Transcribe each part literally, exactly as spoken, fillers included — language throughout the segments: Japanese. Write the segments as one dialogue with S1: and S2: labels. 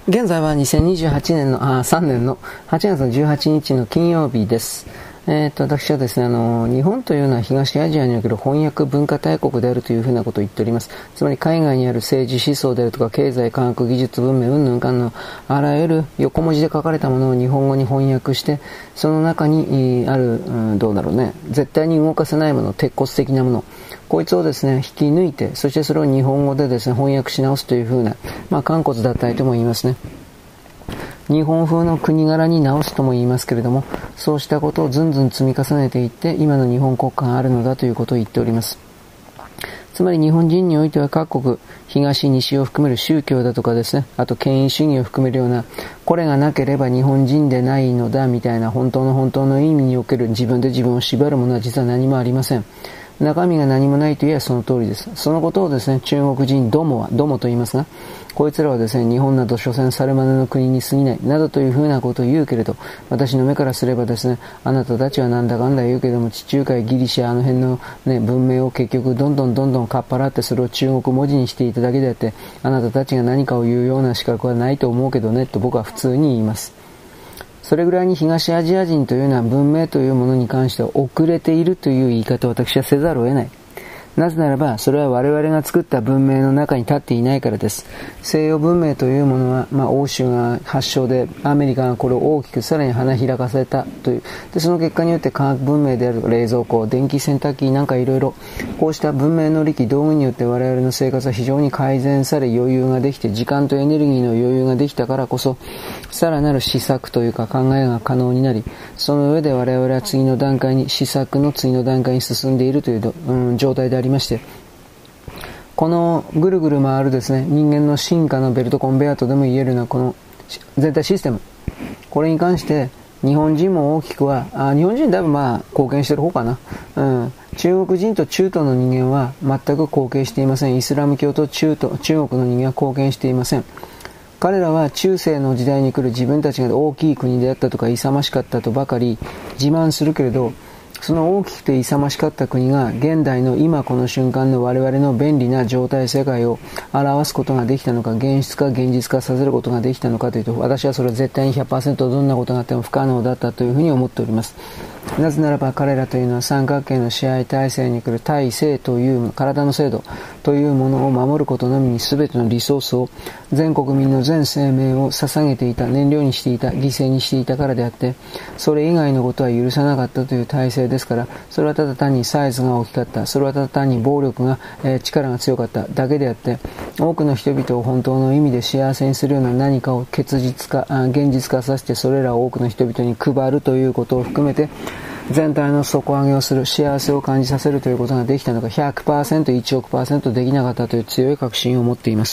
S1: 現在はにせんにじゅうはちねんの、あ、さんねんのはちがつのじゅうはちにちの金曜日です。えー、っと、私はですね、あの、日本というのは東アジアにおける翻訳文化大国であるというふうなことを言っております。つまり海外にある政治思想であるとか、経済、科学、技術、文明、うんぬんかんのあらゆる横文字で書かれたものを日本語に翻訳して、その中にある、うん、どうだろうね、絶対に動かせないもの、鉄骨的なもの、こいつをですね、引き抜いて、そしてそれを日本語でですね、翻訳し直すというふうな、まあ、肝骨脱退とも言いますね。日本風の国柄に直すとも言いますけれども、そうしたことをずんずん積み重ねていって、今の日本国家があるのだということを言っております。つまり日本人においては各国、東、西を含める宗教だとかですね、あと権威主義を含めるような、これがなければ日本人でないのだみたいな本当の本当の意味における自分で自分を縛るものは実は何もありません。中身が何もないといえばその通りです。そのことをですね、中国人どもは、どもと言いますが、こいつらはですね、日本など所詮サルマネの国に過ぎない、などというふうなことを言うけれど、私の目からすればですね、あなたたちはなんだかんだ言うけども、地中海、ギリシャ、あの辺のね、文明を結局どんどんどんどんかっぱらってそれを中国文字にしていただけであって、あなたたちが何かを言うような資格はないと思うけどね、と僕は普通に言います。それぐらいに東アジア人というのは文明というものに関しては遅れているという言い方を私はせざるを得ない。なぜならば、それは我々が作った文明の中に立っていないからです。西洋文明というものは、まあ、欧州が発祥で、アメリカがこれを大きくさらに花開かせたという。で、その結果によって科学文明である冷蔵庫、電気洗濯機なんかいろいろ、こうした文明の利器、道具によって我々の生活は非常に改善され余裕ができて、時間とエネルギーの余裕ができたからこそ、さらなる施策というか考えが可能になり、その上で我々は次の段階に、施策の次の段階に進んでいるという、うん、状態でありまして、このぐるぐる回るですね、人間の進化のベルトコンベヤーとでも言えるようなこの全体システム、これに関して日本人も大きくは、あ、日本人だいぶまあ貢献してる方かな、うん、中国人と中東の人間は全く貢献していません。イスラム教と中東、中国の人間は貢献していません。彼らは中世の時代に来る自分たちが大きい国であったとか勇ましかったとばかり自慢するけれど、その大きくて勇ましかった国が現代の今この瞬間の我々の便利な状態世界を表すことができたのか、現実か現実化させることができたのかというと、私はそれは絶対に ひゃくパーセント どんなことがあっても不可能だったというふうに思っております。なぜならば彼らというのは三角形の支配体制に来る体制という体の制度というものを守ることのみに全てのリソースを全国民の全生命を捧げていた、燃料にしていた、犠牲にしていたからであって、それ以外のことは許さなかったという体制ですから、それはただ単にサイズが大きかった、それはただ単に暴力が、えー、力が強かっただけであって、多くの人々を本当の意味で幸せにするような何かを結実化、現実化させて、それらを多くの人々に配るということを含めて全体の底上げをする、幸せを感じさせるということができたのか、 ひゃくパーセント、いちおくパーセントできなかったという強い確信を持っています。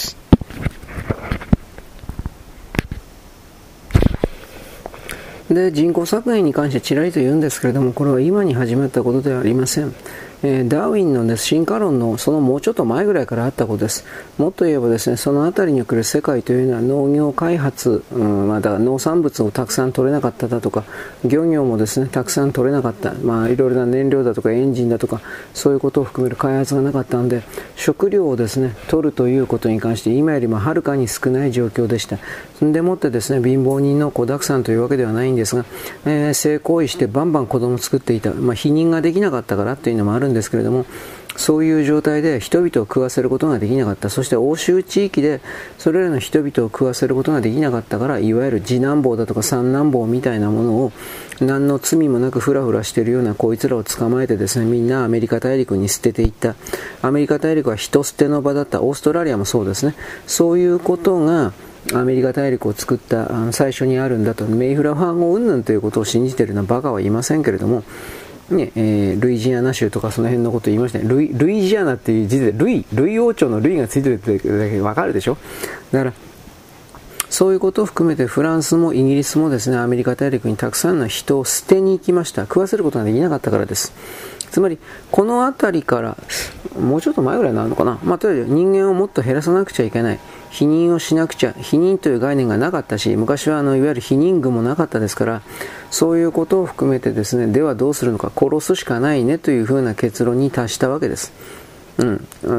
S1: で、人口削減に関してちらりと言うんですけれども、これは今に始まったことではありません。えー、ダーウィンの、ね、進化論のそのもうちょっと前ぐらいからあったことです。もっと言えばですね、そのあたりに来る世界というのは農業開発、うん、まあ、だから農産物をたくさん取れなかっただとか、漁業もですね、たくさん取れなかった、まあ、いろいろな燃料だとかエンジンだとか、そういうことを含める開発がなかったので、食料をですね、取るということに関して今よりもはるかに少ない状況でした。でもってですね、貧乏人の子だくさんというわけではないんですが、えー、性行為してバンバン子供を作っていた、まあ、避妊ができなかったからというのもあるんですけれども、そういう状態で人々を食わせることができなかった。そして欧州地域でそれらの人々を食わせることができなかったから、いわゆる次男坊だとか三男坊みたいなものを何の罪もなくフラフラしているようなこいつらを捕まえてですね、みんなアメリカ大陸に捨てていった。アメリカ大陸は人捨ての場だった。オーストラリアもそうですね。そういうことがアメリカ大陸を作ったあの最初にあるんだと。メイフラワー号云々ということを信じているようなバカはいませんけれども、ねえー、ルイジアナ州とかその辺のことを言いましたね。ルイ、ルイジアナっていう字でルイ、ルイ王朝のルイがついてるってだけわかるでしょ。だからそういうことを含めてフランスもイギリスもですね、アメリカ大陸にたくさんの人を捨てに行きました。食わせることができなかったからです。つまりこの辺りからもうちょっと前ぐらいになるのかな、まあ、とりあえず人間をもっと減らさなくちゃいけない、否認をしなくちゃ、否認という概念がなかったし、昔はあのいわゆる否認群もなかったですから、そういうことを含めてですね、ではどうするのか、殺すしかないねというふうな結論に達したわけです。 うん、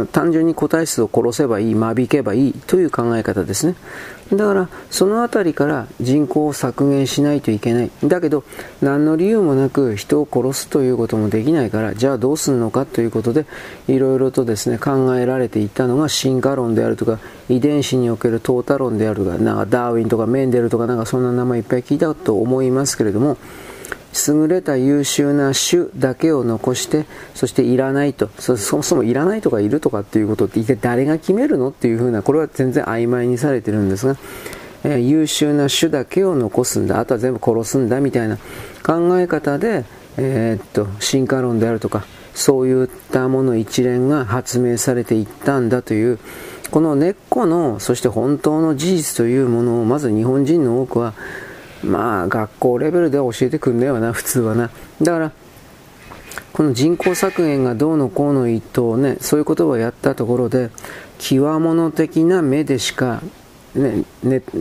S1: 単純に個体数を殺せばいい、間引けばいいという考え方ですね。だからそのあたりから人口を削減しないといけない。だけど何の理由もなく人を殺すということもできないから、じゃあどうするのかということでいろいろとですね考えられていったのが進化論であるとか、遺伝子における淘汰論であるとか、なんかダーウィンとかメンデルとか、なんかそんな名前いっぱい聞いたと思いますけれども、優れた優秀な種だけを残して、そしていらないと、そ, そもそもいらないとかいるとかっていうことって一体誰が決めるのっていうふうな、これは全然曖昧にされてるんですが、えー、優秀な種だけを残すんだ、あとは全部殺すんだみたいな考え方で、えー、っと進化論であるとか、そういったもの一連が発明されていったんだという、この根っこの、そして本当の事実というものをまず日本人の多くはまあ学校レベルでは教えてくんだよな、普通はな。だからこの人口削減がどうのこうの一等ね、そういうことをやったところで、極物的な目でしかね、ね、うん、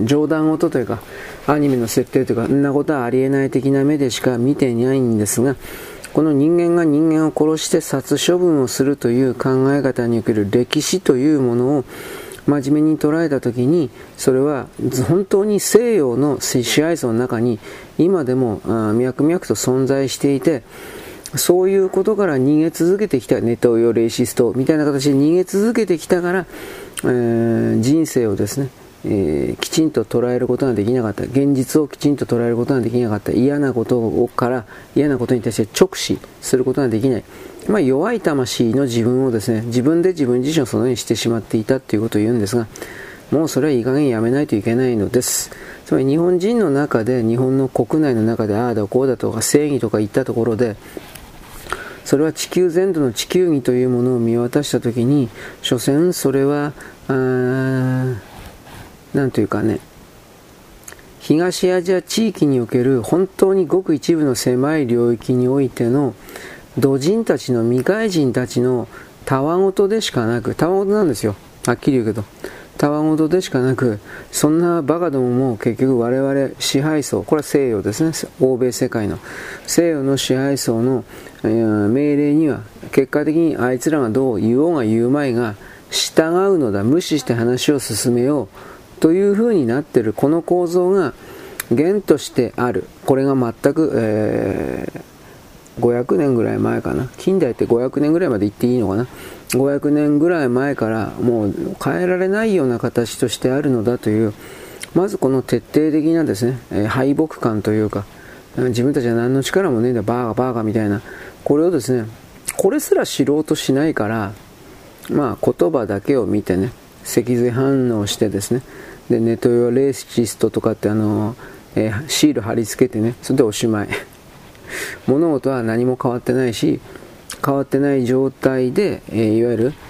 S1: 冗談事というかアニメの設定というか、そんなことはありえない的な目でしか見ていないんですが、この人間が人間を殺して殺処分をするという考え方における歴史というものを真面目に捉えたときに、それは本当に西洋の支配層の中に今でも脈々と存在していて、そういうことから逃げ続けてきた、ネトウヨレイシストみたいな形で逃げ続けてきたから、えー、人生をですね、えー、きちんと捉えることができなかった、現実をきちんと捉えることができなかった、嫌なことから嫌なことに対して直視することができない、まあ、弱い魂の自分をですね、自分で自分自身をそのようにしてしまっていたということを言うんですが、もうそれはいい加減やめないといけないのです。つまり日本人の中で、日本の国内の中でああだこうだとか正義とか言ったところで、それは地球全土の地球儀というものを見渡したときに、所詮それはあなんというかね、東アジア地域における本当にごく一部の狭い領域においての土人たちの、未開人たちのたわごとでしかなく、たわごとなんですよ、はっきり言うけど、たわごとでしかなく、そんなバカどもも結局我々支配層、これは西洋ですね、欧米世界の西洋の支配層の命令には結果的にあいつらがどう言おうが言うまいが従うのだ、無視して話を進めようという風になっている、この構造が源としてある。これが全く、えーごひゃくねんぐらい前かな、近代ってごひゃくねんぐらいまで言っていいのかな、ごひゃくねんぐらい前からもう変えられないような形としてあるのだという、まずこの徹底的なですね、えー、敗北感というか、自分たちは何の力もねえんだ、バーガバーガみたいな、これをですね、これすら知ろうとしないから、まあ言葉だけを見てね、脊髄反応してですね、でネトウヨレイシストとかってあの、えー、シール貼り付けてね、それでおしまい。物事は何も変わってないし、変わってない状態で、えー、いわゆる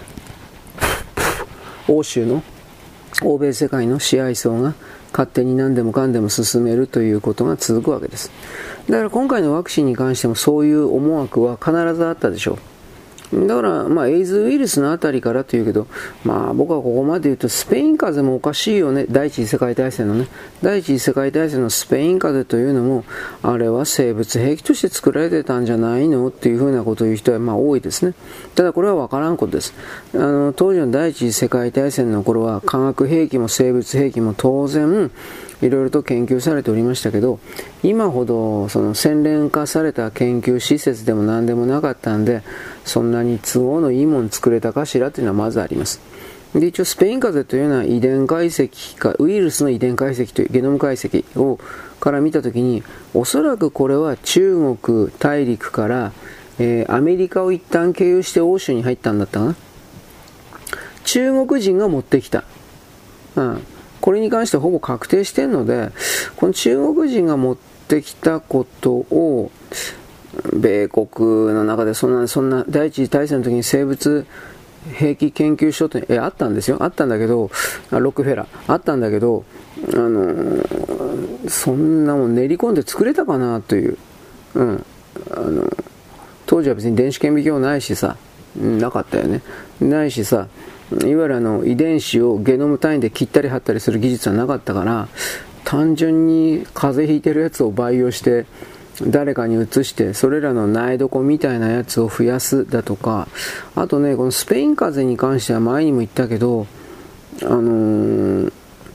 S1: 欧州の欧米世界の支配層が勝手に何でもかんでも進めるということが続くわけです。だから今回のワクチンに関してもそういう思惑は必ずあったでしょう。だから、まあ、エイズウイルスのあたりからというけど、まあ、僕はここまで言うと、スペイン風邪もおかしいよね。第一次世界大戦のね。第一次世界大戦のスペイン風邪というのも、あれは生物兵器として作られてたんじゃないのっていうふうなことを言う人は、まあ、多いですね。ただ、これは分からんことです。あの、当時の第一次世界大戦の頃は、化学兵器も生物兵器も当然、いろいろと研究されておりましたけど、今ほどその洗練化された研究施設でも何でもなかったんで、そんなに都合のいいもの作れたかしらというのはまずあります。で、一応スペイン風邪というのは遺伝解析か、ウイルスの遺伝解析というゲノム解析をから見たときに、おそらくこれは中国大陸から、えー、アメリカを一旦経由して欧州に入ったんだったかな。中国人が持ってきた。うん。これに関してほぼ確定しているので、この中国人が持ってきたことを、米国の中でそんな、そんな第一次大戦の時に生物兵器研究所って、え、あったんですよ。あったんだけど、ロックフェラー。あったんだけど、あの、そんなもん練り込んで作れたかなという。うん。あの、当時は別に電子顕微鏡ないしさ、なかったよね。ないしさ、いわゆるあの遺伝子をゲノム単位で切ったり貼ったりする技術はなかったから、単純に風邪ひいてるやつを培養して誰かに移してそれらの苗床みたいなやつを増やすだとか、あとね、このスペイン風邪に関しては前にも言ったけど、あのー、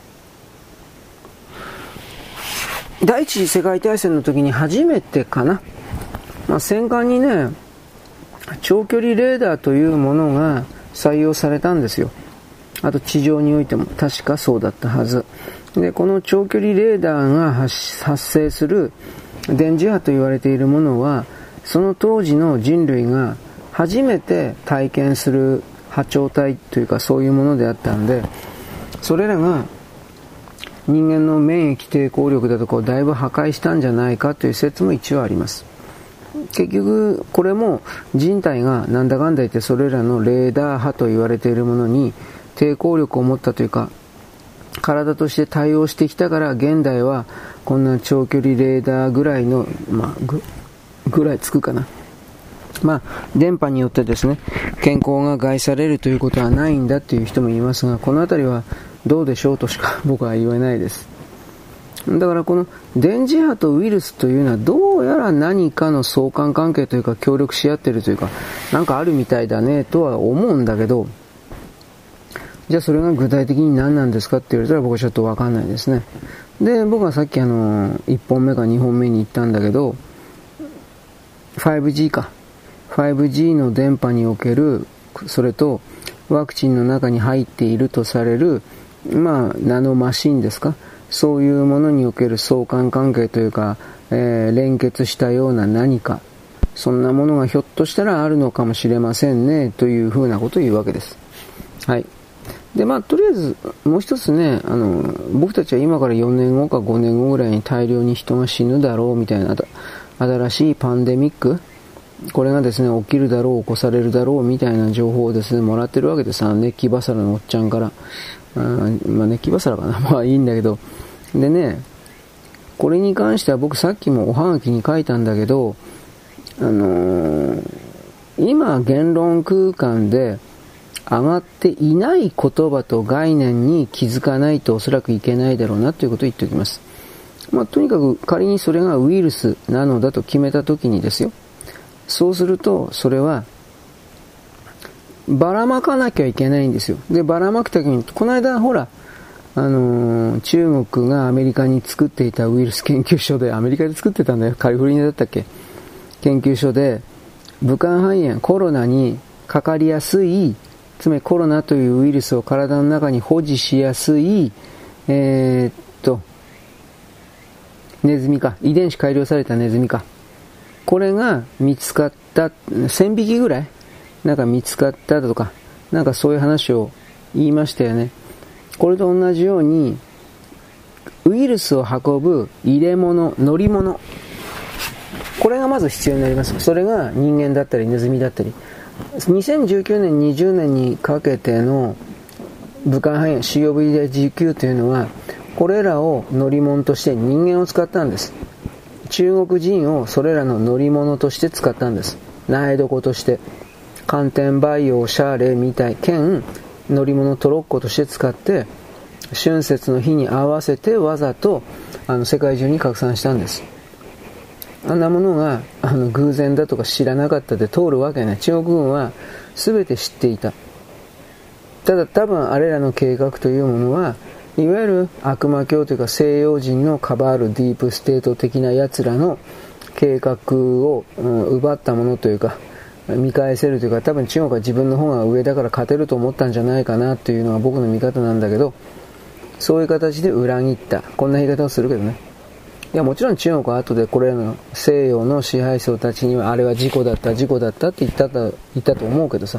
S1: 第一次世界大戦の時に初めてかな、まあ、戦艦にね長距離レーダーというものが採用されたんですよ。あと地上においても確かそうだったはずで、この長距離レーダーが発, 発生する電磁波と言われているものは、その当時の人類が初めて体験する波長帯というかそういうものであったので、それらが人間の免疫抵抗力だとかをだいぶ破壊したんじゃないかという説も一応あります。結局これも人体がなんだかんだ言ってそれらのレーダー波と言われているものに抵抗力を持ったというか体として対応してきたから、現代はこんな長距離レーダーぐらいの、まあ、ぐ, ぐらいつくかな、まあ、電波によってですね健康が害されるということはないんだという人もいますが、このあたりはどうでしょうとしか僕は言えないです。だからこの電磁波とウイルスというのはどうやら何かの相関関係というか協力し合っているというかなんかあるみたいだねとは思うんだけど、じゃあそれが具体的に何なんですかって言われたら僕はちょっと分かんないですね。で、僕はさっきあのいっぽんめかにほんめに言ったんだけど ファイブジー か ファイブジー の電波における、それとワクチンの中に入っているとされるまあナノマシンですか、そういうものにおける相関関係というか、えー、連結したような何か、そんなものがひょっとしたらあるのかもしれませんねというふうなことを言うわけです。はい。で、まあとりあえずもう一つね、あの僕たちは今からよねんごかごねんごぐらいに大量に人が死ぬだろうみたいな新しいパンデミック、これがですね起きるだろう、起こされるだろうみたいな情報をですねもらってるわけです。あの熱気バサラのおっちゃんから、あまあ熱気バサラかなまあいいんだけど、でね、これに関しては僕さっきもおはがきに書いたんだけど、あのー、今言論空間で上がっていない言葉と概念に気づかないとおそらくいけないだろうなということを言っておきます。まあとにかく仮にそれがウイルスなのだと決めたときにですよ、そうするとそれはばらまかなきゃいけないんですよ。で、ばらまくときにこの間ほらあのー、中国がアメリカに作っていたウイルス研究所で、アメリカで作ってたんだよ、カリフォルニアだったっけ、研究所で武漢肺炎、コロナにかかりやすい、つまりコロナというウイルスを体の中に保持しやすい、えー、っとネズミか、遺伝子改良されたネズミか、これが見つかった、せんびきぐらいなんか見つかったとか、なんかそういう話を言いましたよね。これと同じようにウイルスを運ぶ入れ物、乗り物、これがまず必要になります。それが人間だったりネズミだったり、にせんじゅうきゅうねん、にじゅうねんにかけての武漢肺炎 シーオーブイ ディーきゅう というのはこれらを乗り物として人間を使ったんです。中国人をそれらの乗り物として使ったんです。苗床として寒天培養シャーレみたい兼乗り物トロッコとして使って春節の日に合わせてわざとあの世界中に拡散したんです。あんなものがあの偶然だとか知らなかったで通るわけね。中国軍は全て知っていた。ただ多分あれらの計画というものはいわゆる悪魔教というか西洋人のカバールディープステート的なやつらの計画を、うん、奪ったものというか見返せるというか、多分中国は自分の方が上だから勝てると思ったんじゃないかなというのが僕の見方なんだけど、そういう形で裏切った、こんな言い方をするけどね。いやもちろん中国は後でこれらの西洋の支配層たちにはあれは事故だった事故だったって言ったと言ったと思うけどさ、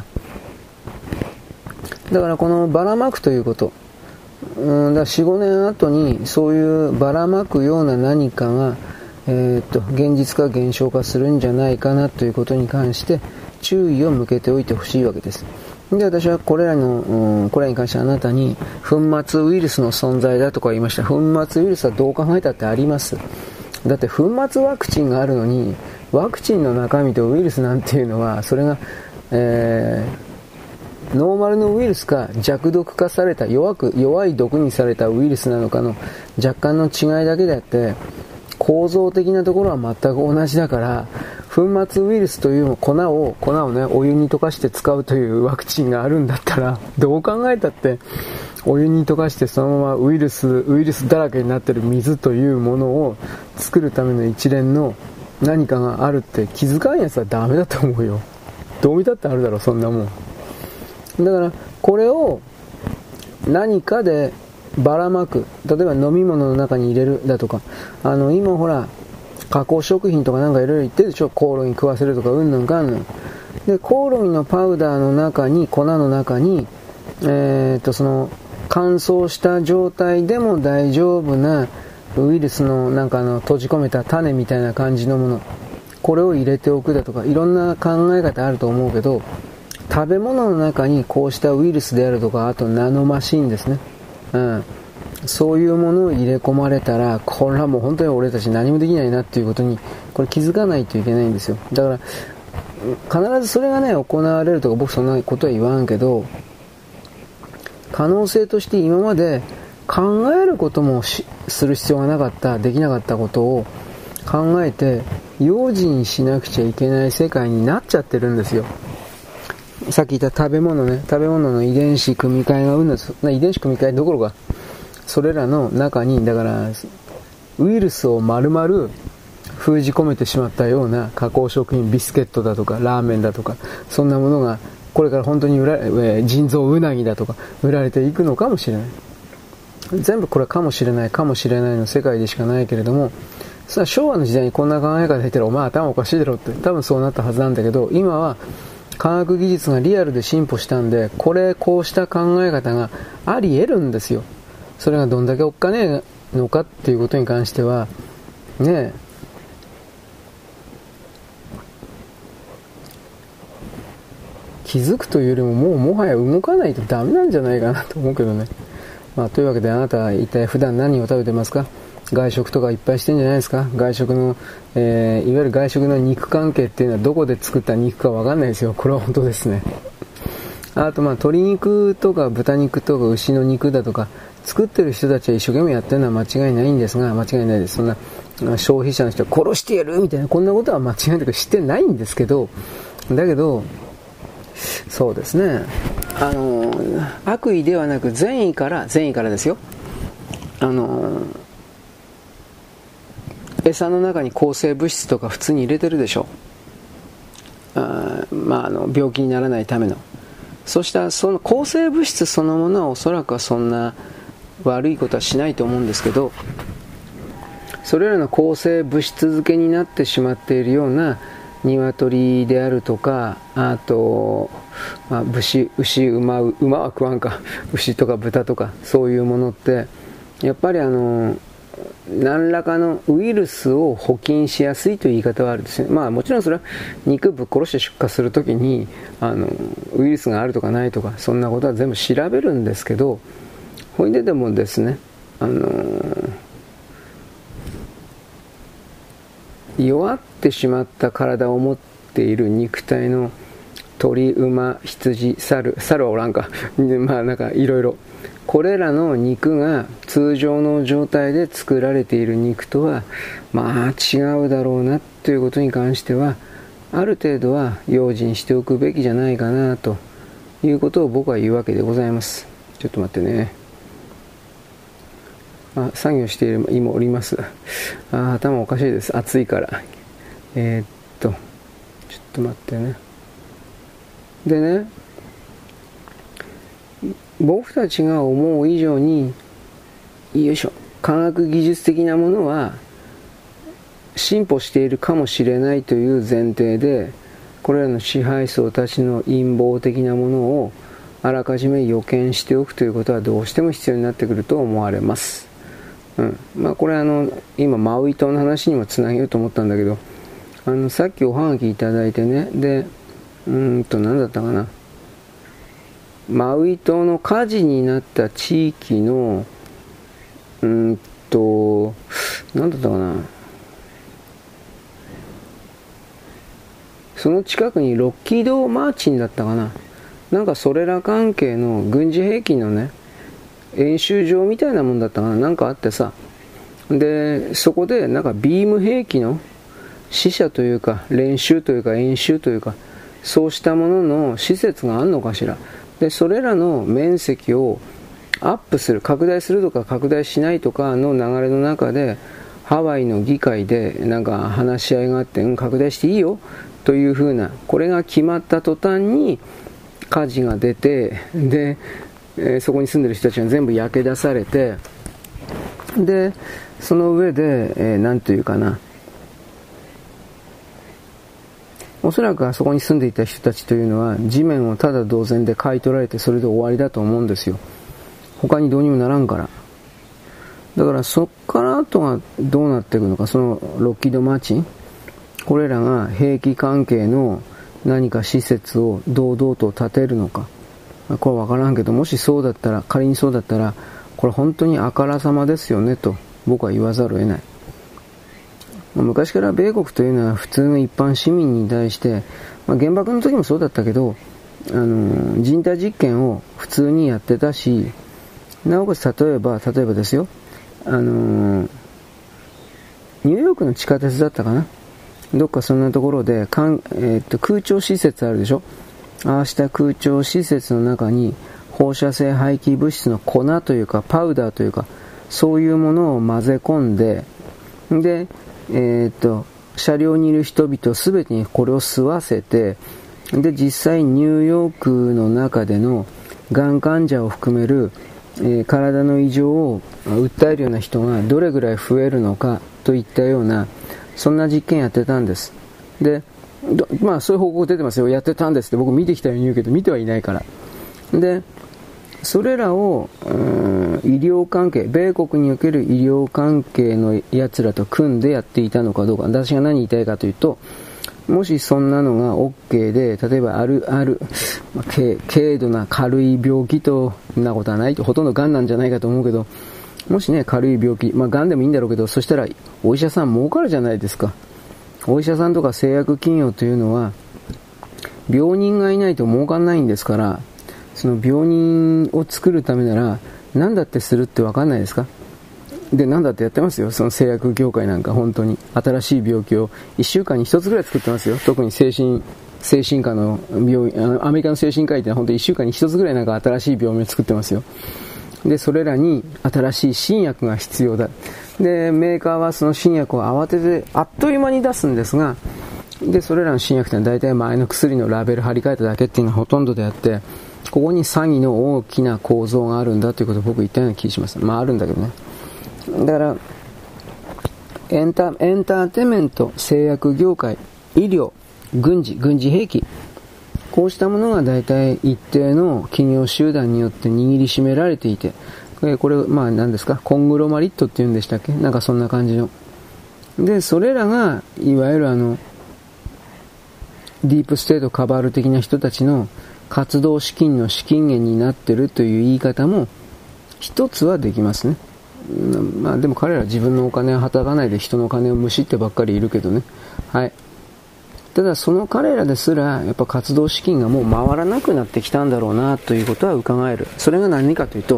S1: だからこのばらまくということ、うんだ よん,ご 年後にそういうばらまくような何かがえー、っと現実化現象化するんじゃないかなということに関して注意を向けておいてほしいわけです。で、私はこれらの、うん、これらに関してあなたに粉末ウイルスの存在だとか言いました。粉末ウイルスはどう考えたってあります。だって粉末ワクチンがあるのにワクチンの中身とウイルスなんていうのはそれが、えー、ノーマルのウイルスか弱毒化された弱く弱い毒にされたウイルスなのかの若干の違いだけであって、 構造的なところは全く同じだから、粉末ウイルスという粉を、粉をね、お湯に溶かして使うというワクチンがあるんだったら、どう考えたって、お湯に溶かしてそのままウイルス、ウイルスだらけになってる水というものを作るための一連の何かがあるって気づかんやつはダメだと思うよ。どう見たってあるだろう、そんなもん。だから、これを何かでばらまく。例えば飲み物の中に入れるだとか、あの、今ほら、加工食品とかなんかいろいろ言ってるでしょ。コオロギ食わせるとか、うんぬんかんぬん。で、コオロギのパウダーの中に、粉の中に、えーっと、その、乾燥した状態でも大丈夫なウイルスのなんかあの閉じ込めた種みたいな感じのもの、これを入れておくだとか、いろんな考え方あると思うけど、食べ物の中にこうしたウイルスであるとか、あとナノマシンですね、うん、そういうものを入れ込まれたら、これはもう本当に俺たち何もできないなっていうことにこれ気づかないといけないんですよ。だから必ずそれがね行われるとか、僕そんなことは言わんけど、可能性として今まで考えることもしする必要がなかった、できなかったことを考えて用心しなくちゃいけない世界になっちゃってるんですよ。さっき言った食べ物ね、食べ物の遺伝子組み換えがうんです。遺伝子組み換えどころか、それらの中にだからウイルスを丸々封じ込めてしまったような加工食品、ビスケットだとかラーメンだとか、そんなものがこれから本当に売られ、腎臓うなぎだとか売られていくのかもしれない。全部これはかもしれないかもしれないの世界でしかないけれども、さあ昭和の時代にこんな考え方でいたらお前頭おかしいだろって多分そうなったはずなんだけど、今は科学技術がリアルで進歩したんで、これこうした考え方があり得るんですよ。それがどんだけおっかねえのかっていうことに関してはねえ、気づくというよりももうもはや動かないとダメなんじゃないかなと思うけどね。まあ、というわけで、あなたは一体普段何を食べてますか？外食とかいっぱいしてんじゃないですか？外食の、えー、いわゆる外食の肉関係っていうのはどこで作った肉かわかんないですよ。これは本当ですね。あとまあ鶏肉とか豚肉とか牛の肉だとか作ってる人たちは一生懸命やってるのは間違いないんですが、間違いないです。そんな消費者の人は殺してやるみたいなこんなことは間違いなくしてないんですけど、だけどそうですね、あの悪意ではなく善意から善意からですよ、あの餌の中に抗生物質とか普通に入れてるでしょ。あ、まあ、あの病気にならないための、そうしたその抗生物質そのものはおそらくはそんな悪いことはしないと思うんですけど、それらの抗生物質漬けになってしまっているような鶏であるとか、あと、まあ、牛、牛、馬、馬は食わんか、牛とか豚とかそういうものってやっぱりあの何らかのウイルスを補菌しやすいという言い方はあるんですよ。まあもちろんそれは肉ぶっ殺して出荷するときにあのウイルスがあるとかないとかそんなことは全部調べるんですけど、ほいででもですね、あの弱ってしまった体を持っている肉体の鳥、馬、羊、猿、猿はおらんかまあなんかいろいろこれらの肉が通常の状態で作られている肉とはまあ違うだろうなということに関してはある程度は用心しておくべきじゃないかなということを僕は言うわけでございます。ちょっと待ってね。あ、作業している今おります。あ、頭おかしいです。暑いから。えー、っとちょっと待ってね。でね、僕たちが思う以上によいしょ科学技術的なものは進歩しているかもしれないという前提で、これらの支配層たちの陰謀的なものをあらかじめ予見しておくということはどうしても必要になってくると思われます。うん、まあこれあの今マウイ島の話にもつなげようと思ったんだけど、あのさっきおはがきいただいてね、でうーんと何だったかな、マウイ島の火事になった地域のうーんと何だったかな、その近くにロッキード・マーチンだったかな、なんかそれら関係の軍事兵器のね演習場みたいなもんだったかな、なんかあってさ、 で、そこでなんかビーム兵器の試射というか練習というか演習というかそうしたものの施設があるのかしら。で、それらの面積をアップする、拡大するとか拡大しないとかの流れの中でハワイの議会でなんか話し合いがあって、うん、拡大していいよというふうな、これが決まった途端に火事が出て、で、えー、そこに住んでる人たちが全部焼け出されて、でその上で、えー、なんというかな、おそらくあそこに住んでいた人たちというのは地面をただ同然で買い取られてそれで終わりだと思うんですよ。他にどうにもならんから。だからそっから後がどうなっていくのか、そのロッキード・マーチン、これらが兵器関係の何か施設を堂々と建てるのか、これは分からんけど、もしそうだったら、仮にそうだったらこれ本当にあからさまですよねと僕は言わざるを得ない。昔から米国というのは普通の一般市民に対して、まあ、原爆の時もそうだったけど、あの人体実験を普通にやってたし、なおかつ例えば例えばですよ、あのニューヨークの地下鉄だったかな、どっかそんなところでかん、えー、っと空調施設あるでしょ。ああした空調施設の中に放射性廃棄物質の粉というかパウダーというかそういうものを混ぜ込んで、でえー、っと車両にいる人々すべてにこれを吸わせて、で実際ニューヨークの中でのがん患者を含める、えー、体の異常を訴えるような人がどれぐらい増えるのかといったような、そんな実験やってたんです。で、まあそういう報告出てますよ。やってたんですって僕見てきたように言うけど見てはいないから。でそれらを、うん、医療関係、米国における医療関係のやつらと組んでやっていたのかどうか。私が何言いたいかというと、もしそんなのが OK で、例えばある、ある、まあ、軽, 軽度な軽い病気と、そんなことはないと、ほとんど癌なんじゃないかと思うけど、もしね、軽い病気、まあ癌でもいいんだろうけど、そしたらお医者さん儲かるじゃないですか。お医者さんとか製薬企業というのは、病人がいないと儲かんないんですから、その病人を作るためなら何だってするって分かんないですか。で何だってやってますよ。その製薬業界なんか本当に新しい病気をいっしゅうかんにひとつぐらい作ってますよ。特に精神精神科の病院、アメリカの精神科医ってのは本当にいっしゅうかんにひとつぐらいなんか新しい病院を作ってますよ。でそれらに新しい新薬が必要だ。でメーカーはその新薬を慌ててあっという間に出すんですが、でそれらの新薬ってのは大体前の薬のラベル貼り替えただけっていうのがほとんどであって、ここに詐欺の大きな構造があるんだということを僕言ったような気がします。まああるんだけどね。だからエンタ、エンターテイメント、製薬業界、医療、軍事、軍事兵器、こうしたものが大体一定の企業集団によって握りしめられていて、これまあ何ですか、コングロマリットっていうんでしたっけ、なんかそんな感じの。でそれらがいわゆるあのディープステートカバール的な人たちの活動資金の資金源になっているという言い方も一つはできますね。まあでも彼ら自分のお金をはたかないで人のお金をむしってばっかりいるけどね。はい。ただその彼らですらやっぱ活動資金がもう回らなくなってきたんだろうなということは伺える。それが何かというと、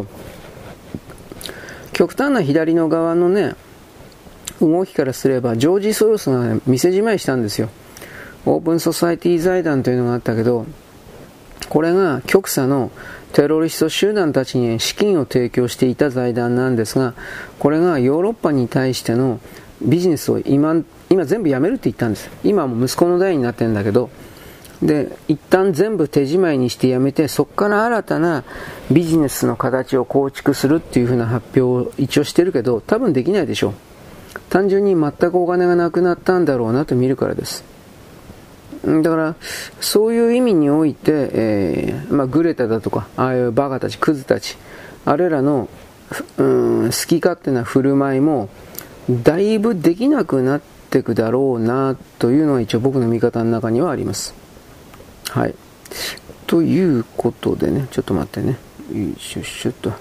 S1: 極端な左の側のね動きからすればジョージ・ソロスが店じまいしたんですよ。オープンソサエティ財団というのがあったけど、これが極左のテロリスト集団たちに資金を提供していた財団なんですが、これがヨーロッパに対してのビジネスを 今, 今全部やめるって言ったんです。今はもう息子の代になってるんだけど、で一旦全部手仕舞いにしてやめて、そこから新たなビジネスの形を構築するっていう風な発表を一応してるけど、多分できないでしょう。単純に全くお金がなくなったんだろうなと見るからです。だからそういう意味において、えーまあ、グレタだとかああいうバカたちクズたち、あれらの、うん、好き勝手な振る舞いもだいぶできなくなっていくだろうなというのが一応僕の見方の中にはあります。はい。ということでね、ちょっと待ってね、よいしょしょっと。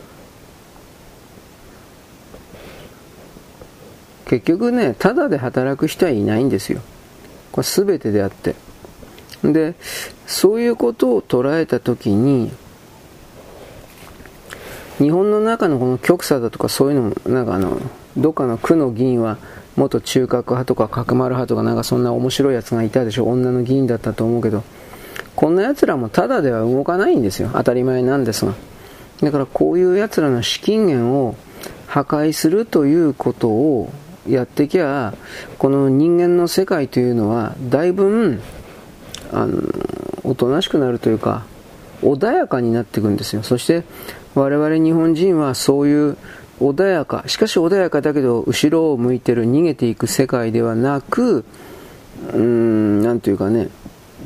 S1: 結局ね、ただで働く人はいないんですよ。これ全てであって。で、そういうことを捉えたときに、日本の中のこの極左だとかそういうのも、なんかあの、 どっかの区の議員は元中核派とか角丸派とかなんかそんな面白いやつがいたでしょ。女の議員だったと思うけど、こんなやつらもただでは動かないんですよ。当たり前なんですが。だからこういうやつらの資金源を破壊するということをやってきゃ、この人間の世界というのはだいぶあのおとなしくなるというか穏やかになっていくんですよ。そして我々日本人はそういう穏やか、しかし穏やかだけど後ろを向いてる逃げていく世界ではなく、うーんなんというかね、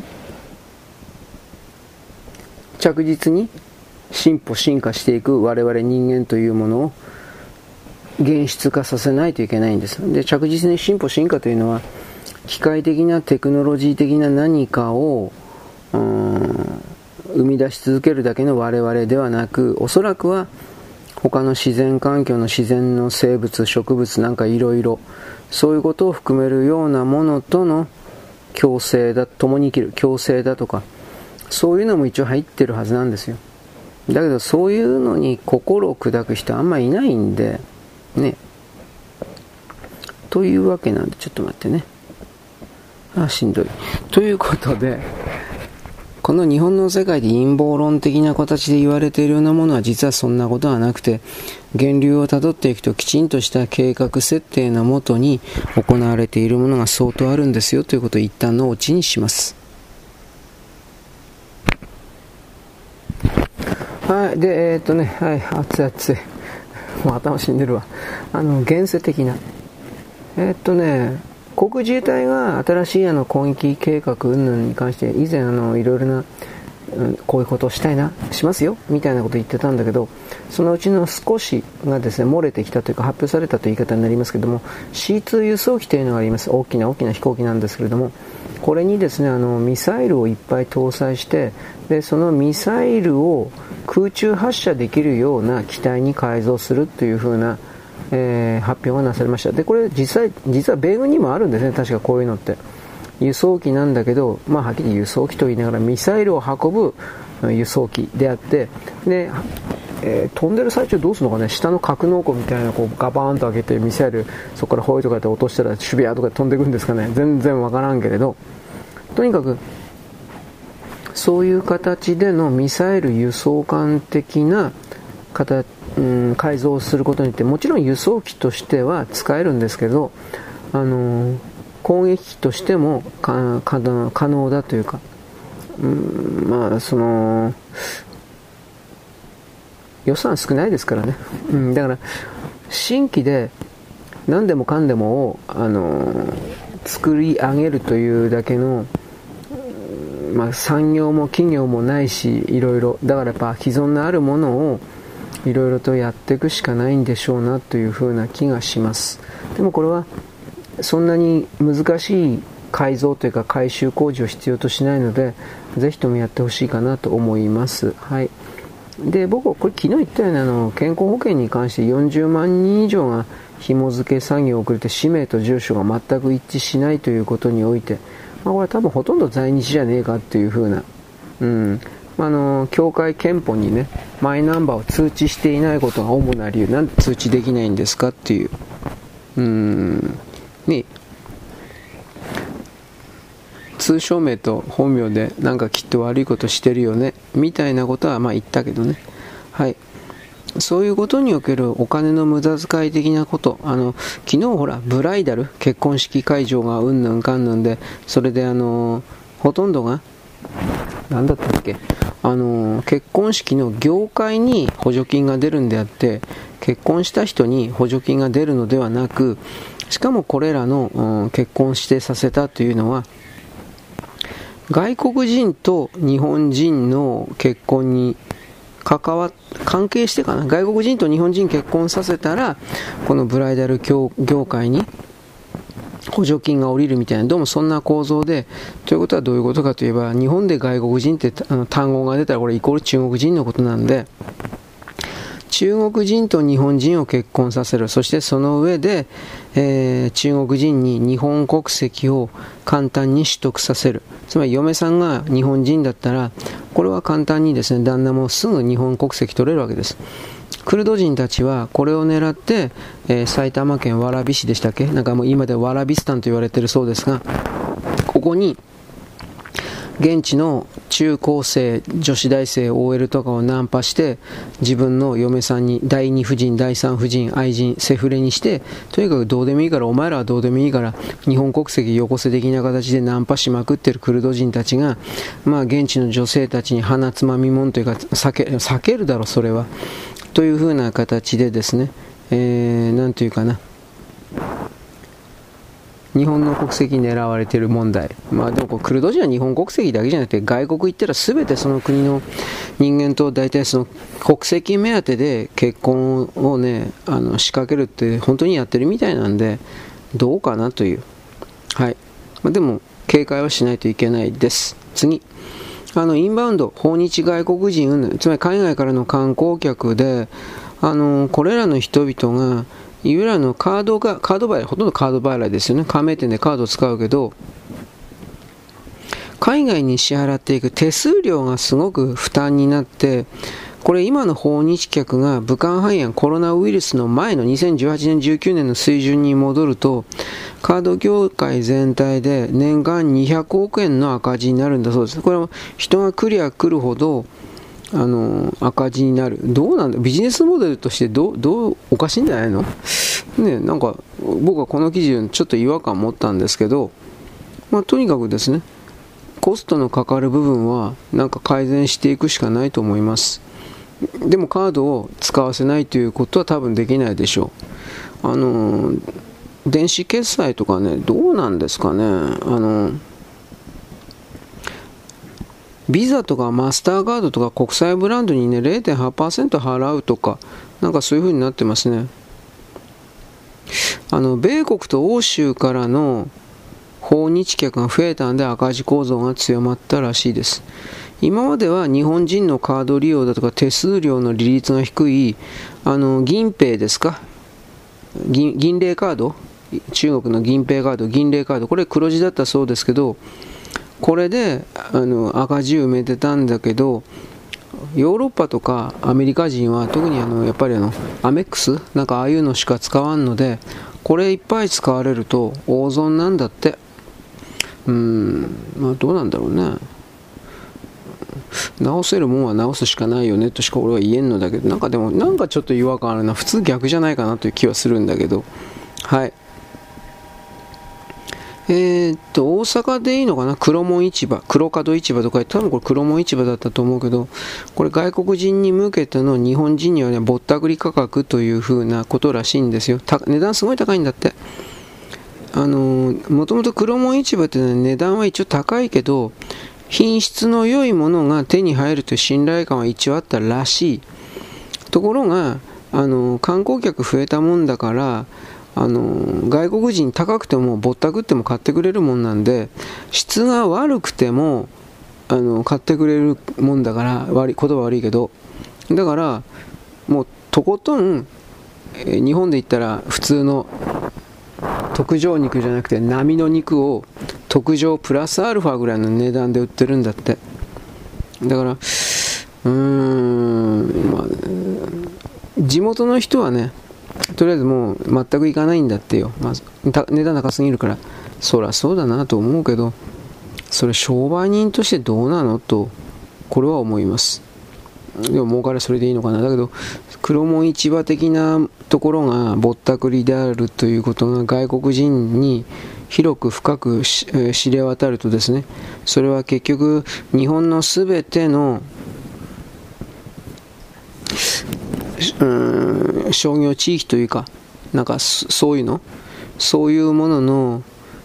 S1: 着実に進歩進化していく我々人間というものを現実化させないといけないんです。で、着実に進歩進化というのは機械的なテクノロジー的な何かをうーん生み出し続けるだけの我々ではなく、おそらくは他の自然環境の自然の生物、植物なんかいろいろそういうことを含めるようなものとの共生だ、共に生きる共生だとか、そういうのも一応入ってるはずなんですよ。だけどそういうのに心を砕く人あんまりいないんでね。というわけなんで、ちょっと待ってね。あ、しんどい。ということで、この日本の世界で陰謀論的な形で言われているようなものは実はそんなことはなくて、源流をたどっていくときちんとした計画設定のもとに行われているものが相当あるんですよということを一旦のオチにします。はい。で、えー、っとね、はい、熱い熱い。もう頭死んでるわ。あの、現世的な。えー、っとね、航空自衛隊が新しいあの攻撃計画云々に関して以前あのいろいろな、うん、こういうことをしたいな、しますよみたいなことを言ってたんだけど、そのうちの少しがですね漏れてきたというか発表されたという言い方になりますけれども、 シーツー 輸送機というのがあります。大きな大きな飛行機なんですけれども、これにですねあのミサイルをいっぱい搭載して、でそのミサイルを空中発射できるような機体に改造するというふうなえー、発表がなされました。でこれ実際実は米軍にもあるんですね。確かこういうのって輸送機なんだけど、まあはっきり輸送機と言いながらミサイルを運ぶ輸送機であって、で、えー、飛んでる最中どうするのかね、下の格納庫みたいなのをこうガバーンと開けてミサイルそこからホイとかで落としたらシュビアとかで飛んでいくんですかね。全然わからんけれど、とにかくそういう形でのミサイル輸送艦的な形、うん、改造することによってもちろん輸送機としては使えるんですけど、あのー、攻撃機としてもか可能だというか、うん、まあその予算少ないですからね、うん、だから新規で何でもかんでもを、あのー、作り上げるというだけの、まあ、産業も企業もないしいろいろだからやっぱ既存のあるものをいろいろとやっていくしかないんでしょうなというふうな気がします。でもこれはそんなに難しい改造というか改修工事を必要としないので、ぜひともやってほしいかなと思います。はい。で僕はこれ昨日言ったようにあの健康保険に関してよんじゅうまんにん以上が紐付け作業を遅れて氏名と住所が全く一致しないということにおいて、まあ、これは多分ほとんど在日じゃねえかっていうふうな、うんあの協会憲法にねマイナンバーを通知していないことが主な理由、なんで通知できないんですかっていう、うーんね、通称名と本名でなんかきっと悪いことしてるよねみたいなことはまあ言ったけどね、はい、そういうことにおけるお金の無駄遣い的なこと、あの昨日ほらブライダル結婚式会場がうんぬんかんぬんで、それであのほとんどがなんだったっけ、あの結婚式の業界に補助金が出るんであって、結婚した人に補助金が出るのではなく、しかもこれらの、うん、結婚してさせたというのは外国人と日本人の結婚に関わ関係してかな、外国人と日本人結婚させたらこのブライダル業界に補助金が下りるみたいな、どうもそんな構造で、ということはどういうことかといえば、日本で外国人ってあの単語が出たらこれイコール中国人のことなんで、中国人と日本人を結婚させる、そしてその上で、えー、中国人に日本国籍を簡単に取得させる。つまり嫁さんが日本人だったらこれは簡単にですね、旦那もすぐ日本国籍取れるわけです。 クルド人たちはこれを狙って、えー、埼玉県蕨市でしたっけ、なんかもう今では蕨スタンと言われているそうですが、ここに現地の中高生、女子大生、オーエル とかをナンパして自分の嫁さんに第二夫人、第三夫人、愛人、セフレにして、とにかくどうでもいいから、お前らはどうでもいいから日本国籍よこせ的な形でナンパしまくってるクルド人たちが、まあ現地の女性たちに鼻つまみもんというか避け、避けるだろそれはというふうな形でですね、えー、なんというかな、日本の国籍狙われている問題。まあでもクルド人は日本国籍だけじゃなくて、外国行ったら全てその国の人間と大体その国籍目当てで結婚をね、あの仕掛けるって本当にやってるみたいなんで、どうかなという。はい。まあ、でも警戒はしないといけないです。次。あのインバウンド、訪日外国人、つまり海外からの観光客で、あのこれらの人々がいわゆるのカードが、カード払い、ほとんどカード払いですよね。加盟店でカードを使うけど、海外に支払っていく手数料がすごく負担になって、これ今の訪日客が武漢肺炎、コロナウイルスの前のにせんじゅうはちねん、じゅうきゅうねんの水準に戻ると、カード業界全体で年間にひゃくおくえんの赤字になるんだそうです。これは人が来りゃ来るほど、あの赤字になる。どうなんだ、ビジネスモデルとしてどう、どうおかしいんじゃないのね。なんか僕はこの記事にちょっと違和感を持ったんですけど、まあ、とにかくですね、コストのかかる部分はなんか改善していくしかないと思います。でもカードを使わせないということは多分できないでしょう。あの電子決済とかね、どうなんですかね。あのビザとかマスターカードとか国際ブランドにね れいてんはちパーセント 払うとか、なんかそういう風になってますね。あの米国と欧州からの訪日客が増えたんで赤字構造が強まったらしいです。今までは日本人のカード利用だとか手数料の利率が低いあの銀ペイですか、銀、銀霊カード、中国の銀ペイカード、銀霊カード、これ黒字だったそうですけど、これであの赤字埋めてたんだけど、ヨーロッパとかアメリカ人は特にあのやっぱりあのアメックスなんかああいうのしか使わんので、これいっぱい使われると大損なんだって。うーん、まあどうなんだろうね。直せるもんは直すしかないよねとしか俺は言えんのだけど、なんかでもなんかちょっと違和感あるな。普通逆じゃないかなという気はするんだけど、はい。えー、っと大阪でいいのかな、黒門市場、黒門市場とか、多分これ黒門市場だったと思うけど、これ外国人に向けての日本人にはねぼったくり価格という風なことらしいんですよ。た値段すごい高いんだって。あのー、もともと黒門市場って、ね、値段は一応高いけど品質の良いものが手に入るという信頼感は一応あったらしい。ところがあのー、観光客増えたもんだから、あの外国人高くてもぼったくっても買ってくれるもんなんで、質が悪くてもあの買ってくれるもんだから、悪い言葉悪いけど、だからもうとことん、えー、日本で言ったら普通の特上肉じゃなくて並の肉を特上プラスアルファぐらいの値段で売ってるんだって。だからうーん、まあ、地元の人はねとりあえずもう全く行かないんだってよ、まず値段高すぎるから。そりゃそうだなと思うけど、それ商売人としてどうなのとこれは思います。でも儲かれそれでいいのかな。だけど黒門市場的なところがぼったくりであるということが外国人に広く深く知れ渡るとですね、それは結局日本のすべてのうーん商業地域というか、なんかそういうのそういうものの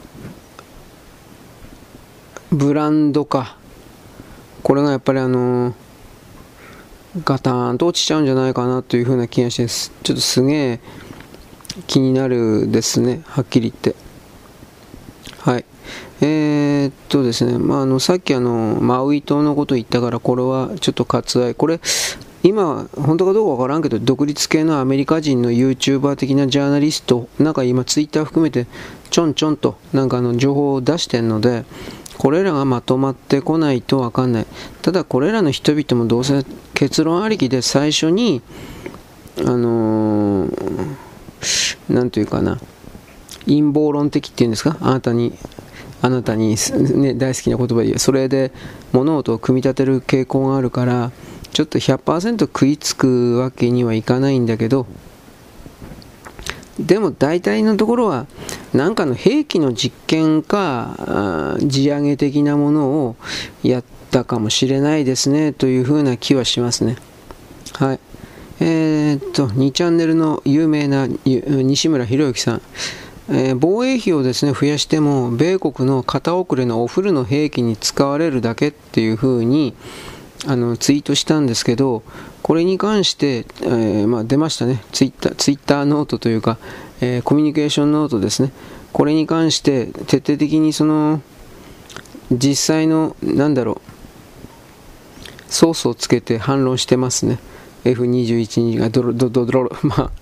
S1: ブランド化、これがやっぱりあのガターンと落ちちゃうんじゃないかなというふうな気がして、ちょっとすげえ気になるですね、はっきり言って。はい。えー、っとですね、まあ、あのさっきあのマウイ島のこと言ったから、これはちょっと割愛、これ今本当かどうかわからんけど、独立系のアメリカ人の YouTuber 的なジャーナリスト、なんか今ツイッター含めてちょんちょんとなんかあの情報を出してるので、これらがまとまってこないとわかんない。ただこれらの人々もどうせ結論ありきで、最初にあのー、なんというかな、陰謀論的っていうんですか、あなたにあなたに、ね、大好きな言葉で言う、それで物事を組み立てる傾向があるから、ちょっと ひゃくパーセント 食いつくわけにはいかないんだけど、でも大体のところは何かの兵器の実験か地上げ的なものをやったかもしれないですねというふうな気はしますね。はい。えー、っとにチャンネルの有名な西村博之さん、えー、防衛費をですね増やしても米国の片遅れのおフルの兵器に使われるだけっていうふうにあのツイートしたんですけど、これに関して、えーまあ、出ましたね、ツイッター、ツイッターノートというか、えー、コミュニケーションノートですね。これに関して徹底的にその実際のなんだろうソースをつけて反論してますね。 エフにじゅういち がドロドロドロまあ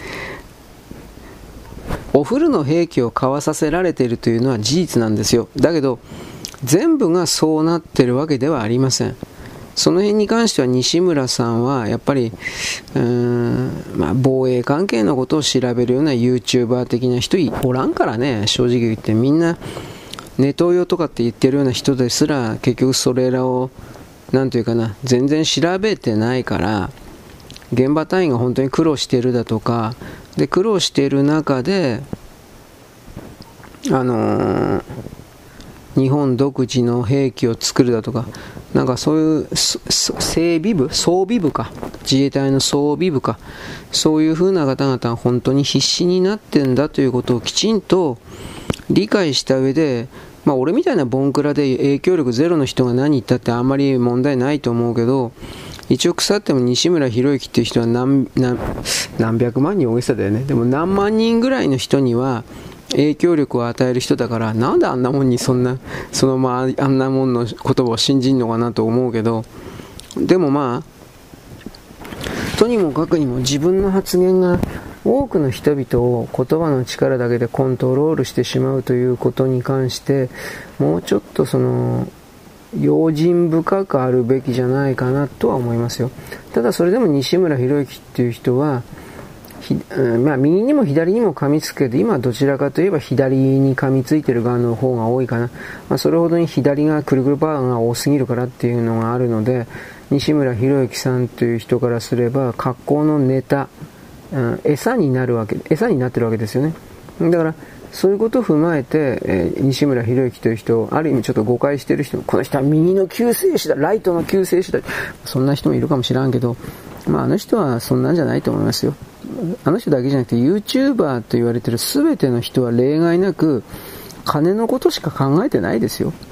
S1: おフルの兵器を買わさせられているというのは事実なんですよ。だけど全部がそうなってるわけではありません。その辺に関しては西村さんはやっぱりうーん、まあ、防衛関係のことを調べるような YouTuber 的な人おらんからね、正直言って。みんなネトウヨとかって言ってるような人ですら結局それらをなんというかな全然調べてないから、現場隊員が本当に苦労しているだとかで、苦労している中であのー日本独自の兵器を作るだとか、なんかそういう整備部、装備部か、自衛隊の装備部か、そういう風な方々が本当に必死になってんだということをきちんと理解した上で、まあ俺みたいなボンクラで影響力ゼロの人が何言ったってあんまり問題ないと思うけど、一応腐っても西村博之っていう人は 何, 何, 何百万人大げさだよね。でも何万人ぐらいの人には影響力を与える人だから、なんであんなもんにそんなそのまああんなもんの言葉を信じんのかなと思うけど、でもまあとにもかくにも自分の発言が多くの人々を言葉の力だけでコントロールしてしまうということに関してもうちょっとその用心深くあるべきじゃないかなとは思いますよ。ただそれでも西村博之っていう人はまあ、右にも左にも噛みつくけど、今はどちらかといえば左に噛みついてる側の方が多いかな。まあ、それほどに左がくるくるパワーが多すぎるからっていうのがあるので、西村博之さんという人からすれば格好のネタ、うん、餌になるわけ、餌になってるわけですよね。だからそういうことを踏まえて、えー、西村博之という人をある意味ちょっと誤解してる人、この人は右の救世主だ、ライトの救世主だ、そんな人もいるかもしらんけど、まあ、あの人はそんなんじゃないと思いますよ。あの人だけじゃなくて YouTuber と言われている全ての人は例外なく金のことしか考えてないですよ。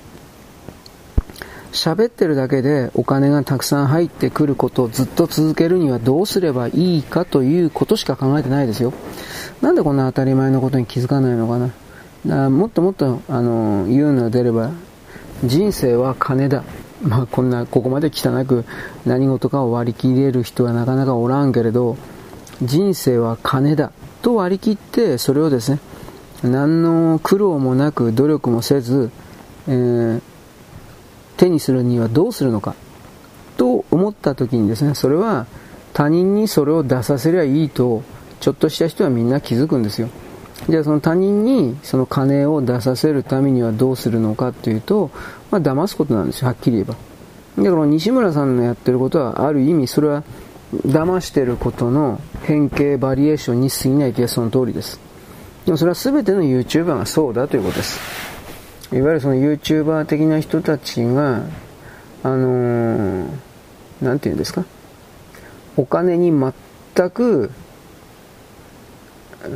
S1: 喋ってるだけでお金がたくさん入ってくることをずっと続けるにはどうすればいいかということしか考えてないですよ。なんでこんな当たり前のことに気づかないのかな。だからもっともっとあの言うのが出れば、人生は金だ。まあこんなここまで汚く何事かを割り切れる人はなかなかおらんけれど、人生は金だと割り切ってそれをですね、何の苦労もなく努力もせず、えー、手にするにはどうするのかと思った時にですね、それは他人にそれを出させりゃいいとちょっとした人はみんな気づくんですよ。じゃあその他人にその金を出させるためにはどうするのかというと、まあ騙すことなんですよ、はっきり言えば。だから西村さんのやってることはある意味それは騙してることの変形バリエーションに過ぎないというその通りです。でもそれは全ての YouTuber がそうだということです。いわゆるその YouTuber 的な人たちがあのー、なんていうんですか、お金に全く、うん、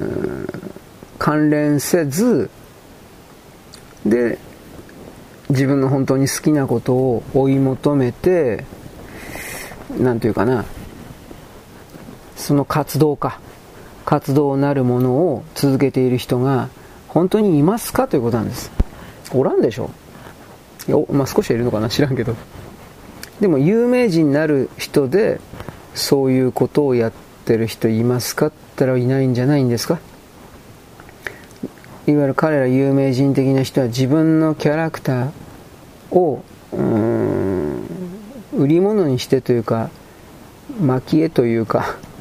S1: 関連せずで自分の本当に好きなことを追い求めて、なんていうかな、その活動か活動なるものを続けている人が本当にいますかということなんです。おらんでしょ。いや、まあ、少しはいるのかな、知らんけど。でも有名人になる人でそういうことをやってる人いますかって言ったらいないんじゃないんですか。いわゆる彼ら有名人的な人は自分のキャラクターをうーん売り物にしてというか蒔絵というか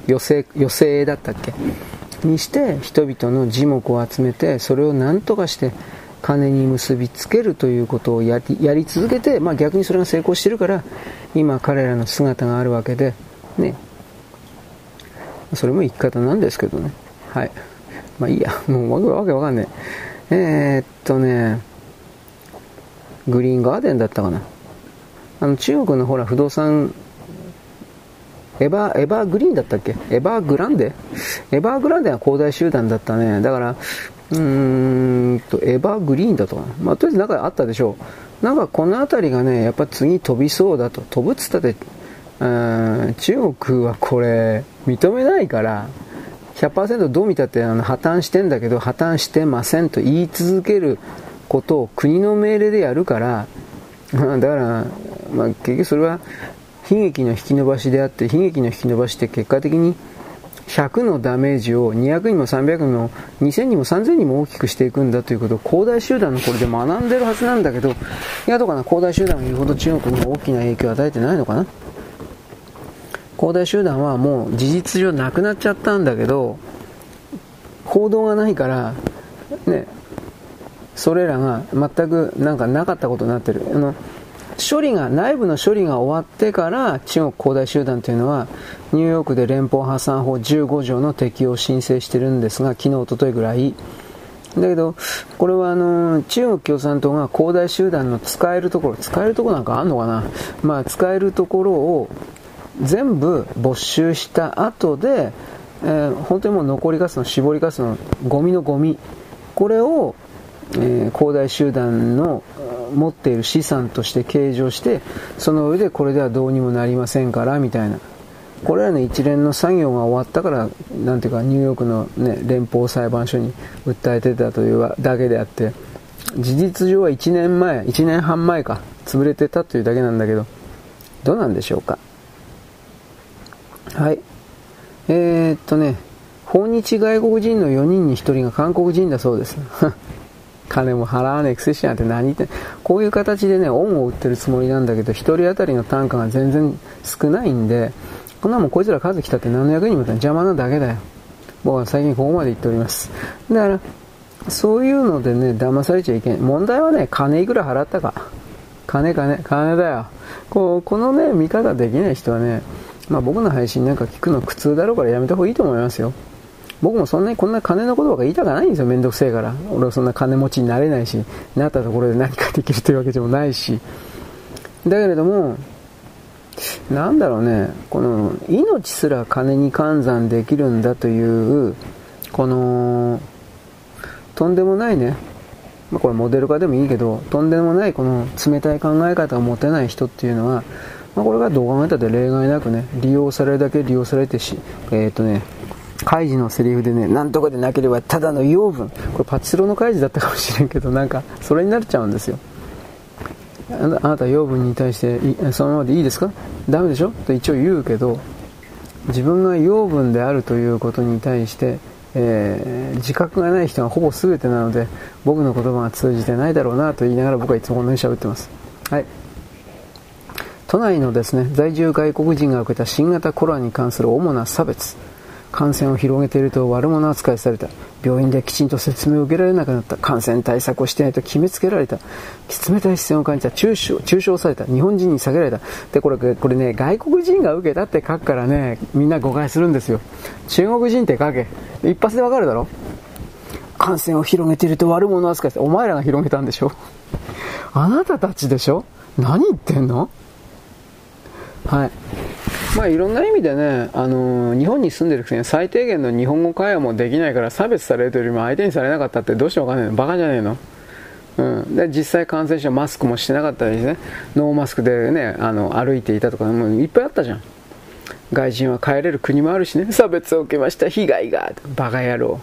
S1: 余生、余生だったっけにして人々の耳目を集めて、それを何とかして金に結びつけるということをやり、やり続けて、まあ逆にそれが成功してるから今彼らの姿があるわけでね。それも生き方なんですけどね。はい。まあいいや、もうわけわけわかんねえ。えー、っとね、グリーンガーデンだったかな。あの中国のほら不動産、エバー、エバーグリーンだったっけ、エバーグランデエバーグランデは恒大集団だったね。だから、うーんと、エバーグリーンだとかな。まあ、とりあえず中であったでしょう。なんかこの辺りがね、やっぱ次飛びそうだと。飛ぶっつったって、うーん、中国はこれ、認めないから、ひゃくパーセント どう見たってあの破綻してんだけど、破綻してませんと言い続けることを国の命令でやるから、だから、まあ、結局それは悲劇の引き延ばしであって、悲劇の引き延ばしって結果的にひゃくのダメージをにひゃくにもさんびゃくにもにせんにもさんぜんにも大きくしていくんだということを恒大集団のこれで学んでるはずなんだけど、いやどうかな、恒大集団が言うほど中国に大きな影響を与えてないのかな。恒大集団はもう事実上なくなっちゃったんだけど、報道がないからね、それらが全くなんかなかったことになってる。あの処理が、内部の処理が終わってから中国恒大集団というのはニューヨークで連邦破産法じゅうご条の適用を申請してるんですが、昨日、おとといぐらいだけど、これはあの中国共産党が恒大集団の使えるところ、使えるところなんかあんのかな、まあ使えるところを全部没収した後で、えー、本当にもう残りガスの絞りガスのゴミのゴミ、これを、えー、恒大集団の持っている資産として計上して、その上でこれではどうにもなりませんからみたいな、これらの一連の作業が終わったから、なんていうかニューヨークの、ね、連邦裁判所に訴えてたというだけであって、事実上はいちねんまえ、いちねんはん前か潰れてたというだけなんだけど、どうなんでしょうか。はい、えー、っとね訪日外国人のよにんにひとりが韓国人だそうです金も払わねえくせしなんて何言って、こういう形でね恩を売ってるつもりなんだけど、ひとり当たりの単価が全然少ないんで、こんなもんこいつら数来たって何の役にも立たない、邪魔なだけだよ。僕は最近ここまで言っております。だからそういうのでね騙されちゃいけない。問題はね、金いくら払ったか、金金金だよ。こうこのね見方できない人はね、まあ僕の配信なんか聞くの苦痛だろうからやめた方がいいと思いますよ。僕もそんなにこんな金のことばか言いたくないんですよ。めんどくせえから。俺はそんな金持ちになれないし、なったところで何かできるというわけでもないし。だけれども、なんだろうね、この命すら金に換算できるんだという、このとんでもないね、まあ、これモデル化でもいいけど、とんでもないこの冷たい考え方を持てない人っていうのは、まあ、これがどう考えたって例外なくね、利用されるだけ利用されてし、えっとね、カイジのセリフでね、なんとかでなければただの養分、これパチスロのカイジだったかもしれんけど、なんかそれになっちゃうんですよ。あなた養分に対してそのままでいいですか、ダメでしょと一応言うけど、自分が養分であるということに対して、えー、自覚がない人がほぼ全てなので、僕の言葉が通じてないだろうなと言いながら僕はいつもこのように喋ってます。はい。都内のですね、在住外国人が受けた新型コロナに関する主な差別、感染を広げていると悪者扱いされた、病院できちんと説明を受けられなくなった、感染対策をしていないと決めつけられた、冷たい視線を感じた、中傷、中傷された、日本人に下げられた。でこれこれね、外国人が受けたって書くからね、みんな誤解するんですよ。中国人って書け、一発でわかるだろ。感染を広げていると悪者扱いして、お前らが広げたんでしょ、あなたたちでしょ、何言ってんの。はい。まあいろんな意味でね、あのー、日本に住んでるくせに最低限の日本語会話もできないから差別されるというよりも相手にされなかったってどうしてわかんないの、バカじゃねえの。うん、で実際感染者マスクもしてなかったりね、ノーマスクでね、あの歩いていたとかもういっぱいあったじゃん。外人は帰れる国もあるしね、差別を受けました、被害が、バカ野郎。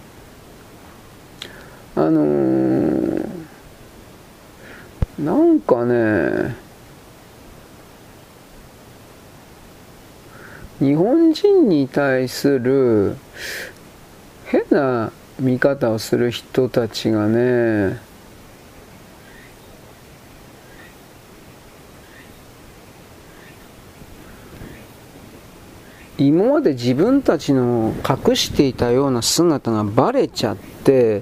S1: あのー、なんかね、日本人に対する変な見方をする人たちがね、 今まで自分たちの隠していたような姿がバレちゃって、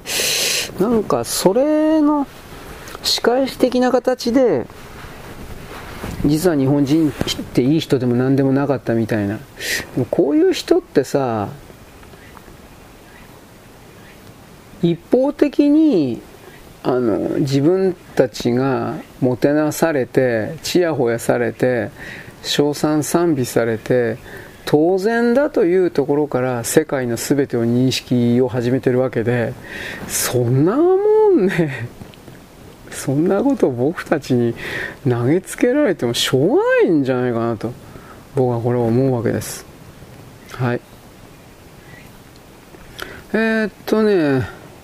S1: なんかそれの仕返し的な形で、実は日本人っていい人でも何でもなかったみたいな。こういう人ってさ、一方的にあの自分たちがもてなされて、ちやほやされて、称賛賛美されて、当然だというところから世界の全てを認識を始めてるわけで、そんなもんね、そんなことを僕たちに投げつけられてもしょうがないんじゃないかなと僕はこれを思うわけです。はい。えー、っとね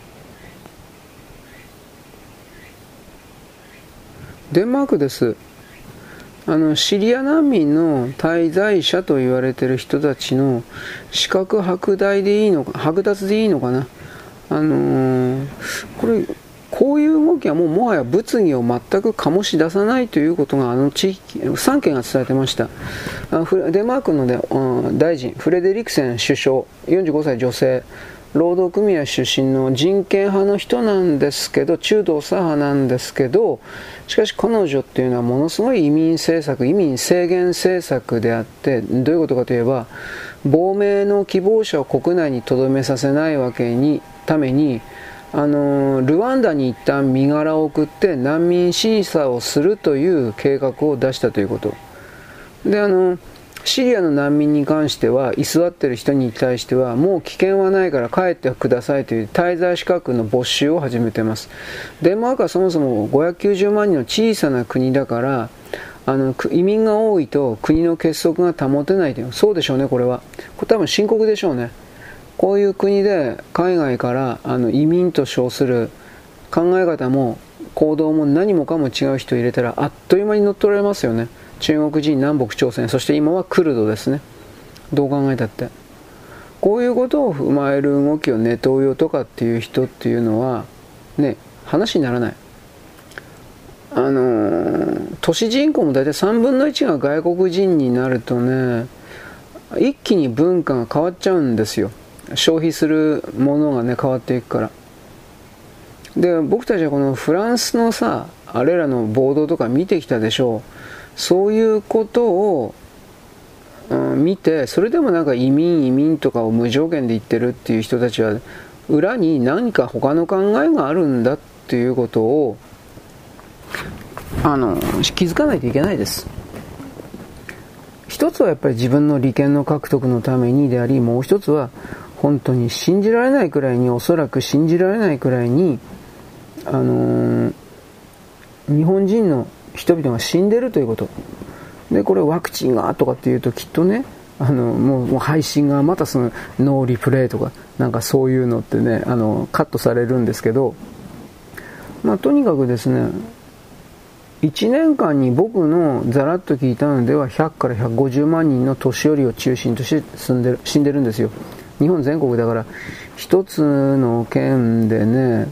S1: デンマークです。あのシリア難民の滞在者と言われている人たちの資格剥奪でいいのか、剥奪でいいのかな。あのー、これこういう動きはもうもはや物議を全く醸し出さないということがあの地域さんけんが伝えてました。デンマークの、ね、大臣フレデリクセン首相、よんじゅうごさい女性、労働組合出身の人権派の人なんですけど、中道左派なんですけど、しかし彼女っていうのはものすごい移民政策、移民制限政策であって、どういうことかといえば、亡命の希望者を国内に留めさせないわけにために、あのルワンダに一旦身柄を送って難民審査をするという計画を出したということで、あのシリアの難民に関しては居座っている人に対してはもう危険はないから帰ってくださいという滞在資格の没収を始めています。デンマークはそもそもごひゃくきゅうじゅうまんにんの小さな国だから、あの移民が多いと国の結束が保てないという、そうでしょうね。これはこれ多分深刻でしょうね。こういう国で海外からあの移民と称する考え方も行動も何もかも違う人を入れたらあっという間に乗っ取られますよね。中国人、南北朝鮮、そして今はクルドですね。どう考えたってこういうことを踏まえる動きをネトウヨとかっていう人っていうのはね、話にならない。あのー、都市人口も大体さんぶんのいちが外国人になるとね、一気に文化が変わっちゃうんですよ。消費するものがね変わっていくから。で僕たちはこのフランスのさあれらの暴動とか見てきたでしょう。そういうことを、うん、見て、それでもなんか移民移民とかを無条件で言ってるっていう人たちは裏に何か他の考えがあるんだっていうことをあの気づかないといけないです。一つはやっぱり自分の利権の獲得のためにであり、もう一つは本当に信じられないくらいに、おそらく信じられないくらいに、あのー、日本人の人々が死んでるということで、これワクチンがとかっていうときっとね、あのもう、もう配信がまたそのノーリプレイとかなんかそういうのってね、あのカットされるんですけど、まあとにかくですね、いちねんかんに僕のざらっと聞いたのではひゃくからひゃくごじゅうまんにんの年寄りを中心として住んでる死んでるんですよ。日本全国だから一つの県でね、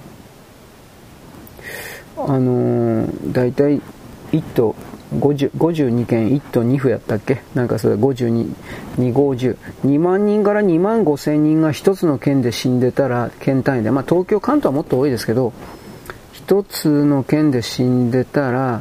S1: あのー、だいたいいっとごじゅう、ごじゅうにけんいっとにふやったっけ、なんかそれごじゅうに、に、ごじゅう、にまんにんからにまんごせんにんが一つの県で死んでたら、県単位で、まあ東京関東はもっと多いですけど、一つの県で死んでたら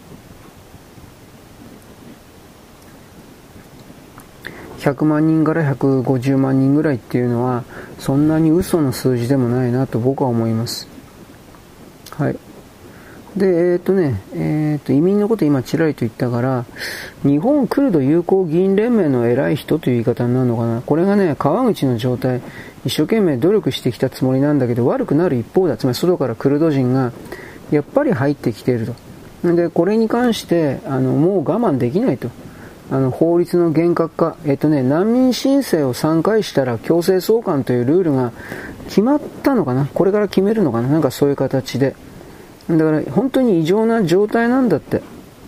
S1: ひゃくまんにんからひゃくごじゅうまんにんぐらいっていうのはそんなに嘘の数字でもないなと僕は思います。はい。で、えー、っとね、えー、っと移民のこと今ちらりと言ったから、日本クルド友好議員連盟の偉い人という言い方になるのかな。これがね、川口の状態、一生懸命努力してきたつもりなんだけど悪くなる一方だ。つまり外からクルド人がやっぱり入ってきていると。でこれに関してあのもう我慢できないと。あの法律の厳格化、えっとね、難民申請をさんかいしたら強制送還というルールが決まったのかな。これから決めるのかな。なんかそういう形で、だから本当に異常な状態なんだって。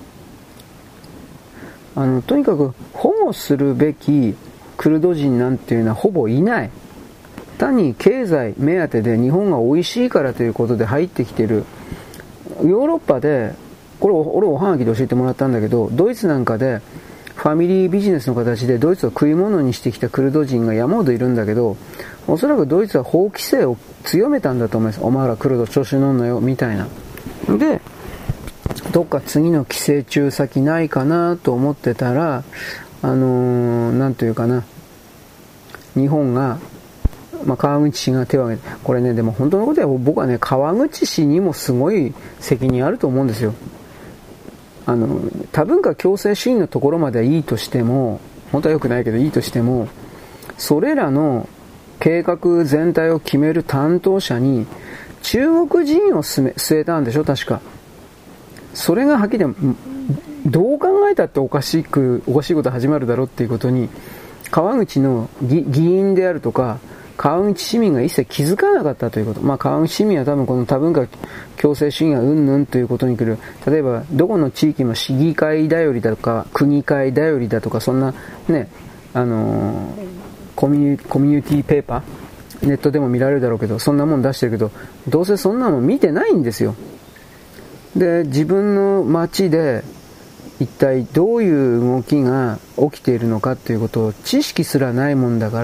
S1: あのとにかく保護するべきクルド人なんていうのはほぼいない。単に経済目当てで日本が美味しいからということで入ってきている。ヨーロッパでこれ俺おはがきで教えてもらったんだけど、ドイツなんかでファミリービジネスの形でドイツを食い物にしてきたクルド人が山ほどいるんだけど、おそらくドイツは法規制を強めたんだと思います。お前らクルド調子乗んなよみたいな。で、どっか次の寄生虫先ないかなと思ってたら、あのー、なんというかな、日本が、まあ、川口市が手を挙げて、これね、でも本当のことは僕はね、川口市にもすごい責任あると思うんですよ。あの、多文化共生主義のところまではいいとしても、本当は良くないけどいいとしても、それらの計画全体を決める担当者に中国人を据えたんでしょ、確か。それがはっきりどう考えたっておかしく、おかしいこと始まるだろうっていうことに、川口の議員であるとか、川口市民が一切気づかなかったということ。まあ、川口市民は多分この多文化共生主義がうんぬんということに来る。例えば、どこの地域も市議会頼りだとか、区議会頼りだとか、そんなね、あのー、コミュニ、コミュニティペーパー、ネットでも見られるだろうけど、そんなもん出してるけど、どうせそんなの見てないんですよ。で、自分の街で一体どういう動きが起きているのかということを知識すらないもんだから、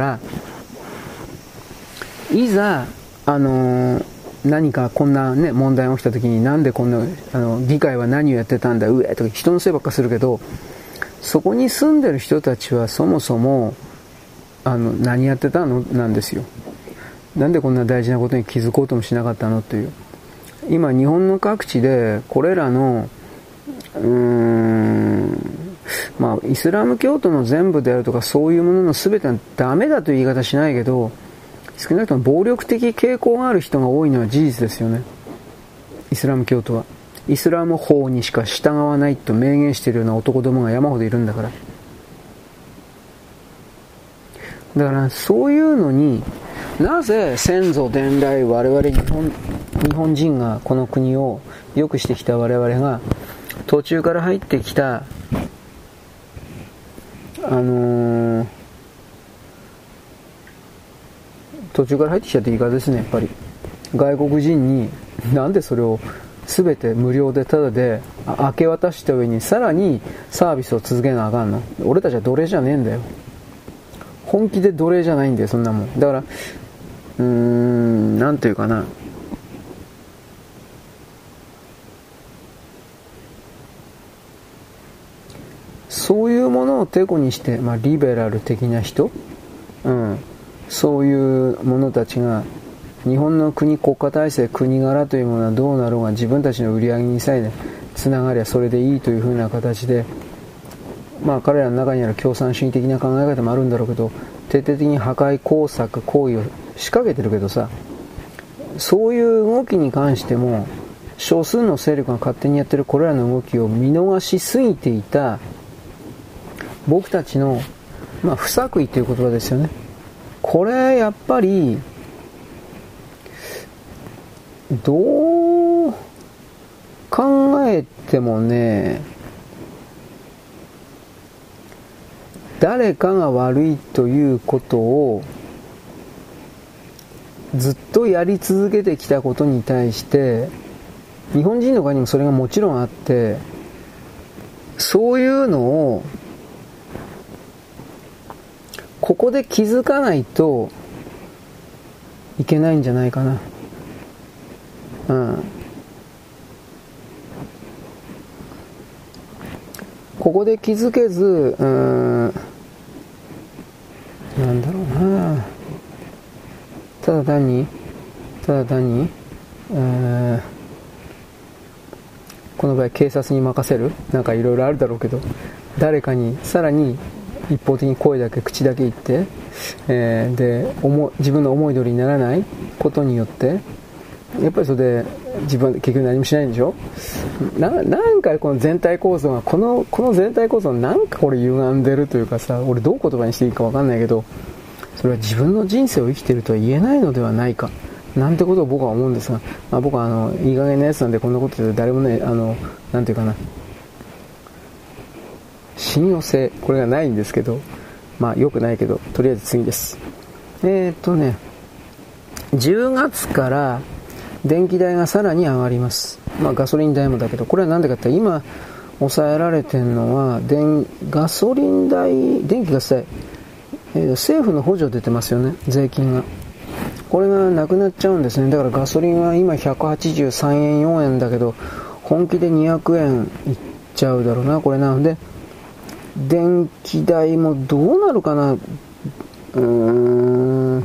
S1: いざ、あのー、何かこんなね、問題が起きた時になんでこんな、あの、議会は何をやってたんだ、うえとか人のせいばっかするけど、そこに住んでる人たちはそもそも、あの、何やってたのなんですよ。なんでこんな大事なことに気づこうともしなかったのという。今、日本の各地で、これらの、うーん、まあ、イスラム教徒の全部であるとか、そういうものの全てはダメだという言い方しないけど、少なくとも暴力的傾向がある人が多いのは事実ですよね。イスラム教徒は。イスラム法にしか従わないと明言しているような男どもが山ほどいるんだから。だから、そういうのに、なぜ先祖伝来我々日本、日本人がこの国を良くしてきた我々が、途中から入ってきた、あのー、途中から入ってきちゃっていいかですね、やっぱり。外国人に、なんでそれを全て無料でタダで明け渡した上にさらにサービスを続けなあかんの。俺たちは奴隷じゃねえんだよ。本気で奴隷じゃないんだよ、そんなもん。だから、うーん、なんていうかな。そういうものをテコにして、まあ、リベラル的な人、うん、そういう者たちが日本の国国家体制国柄というものはどうなろうが自分たちの売り上げにさえねつながりゃそれでいいというふうな形で、まあ彼らの中にある共産主義的な考え方もあるんだろうけど、徹底的に破壊工作行為を仕掛けてるけどさ、そういう動きに関しても少数の勢力が勝手にやってるこれらの動きを見逃しすぎていた僕たちの、まあ、不作為という言葉ですよね。これやっぱりどう考えてもね、誰かが悪いということをずっとやり続けてきたことに対して日本人の側にもそれがもちろんあって、そういうのをここで気づかないといけないんじゃないかな。うん。ここで気づけず、うーん、なんだろうな。ただ単に、ただ単に、えー、この場合警察に任せる、なんかいろいろあるだろうけど、誰かにさらに一方的に声だけ口だけ言って、えー、で思自分の思い通りにならないことによってやっぱりそれで自分は結局何もしないんでしょ。ななんかこの全体構造がこのこの全体構造なんかこれ歪んでるというかさ、俺どう言葉にしていいか分かんないけど、それは自分の人生を生きているとは言えないのではないかなんてことを僕は思うんですが、まあ、僕はあのいい加減なやつなんでこんなことで誰もね、あのなんていうかな、信用性これがないんですけど、まあ良くないけどとりあえず次です。えーっとねじゅうがつから電気代がさらに上がります。まあガソリン代もだけど、これはなんでかって今抑えられてるのは、電、ガソリン代、電気ガス代、えー、政府の補助出てますよね、税金が。これがなくなっちゃうんですね。だからガソリンは今ひゃくはちじゅうさんえん、よんえんだけど、本気でにひゃくえんいっちゃうだろうな、これなので、電気代もどうなるかな。うーん。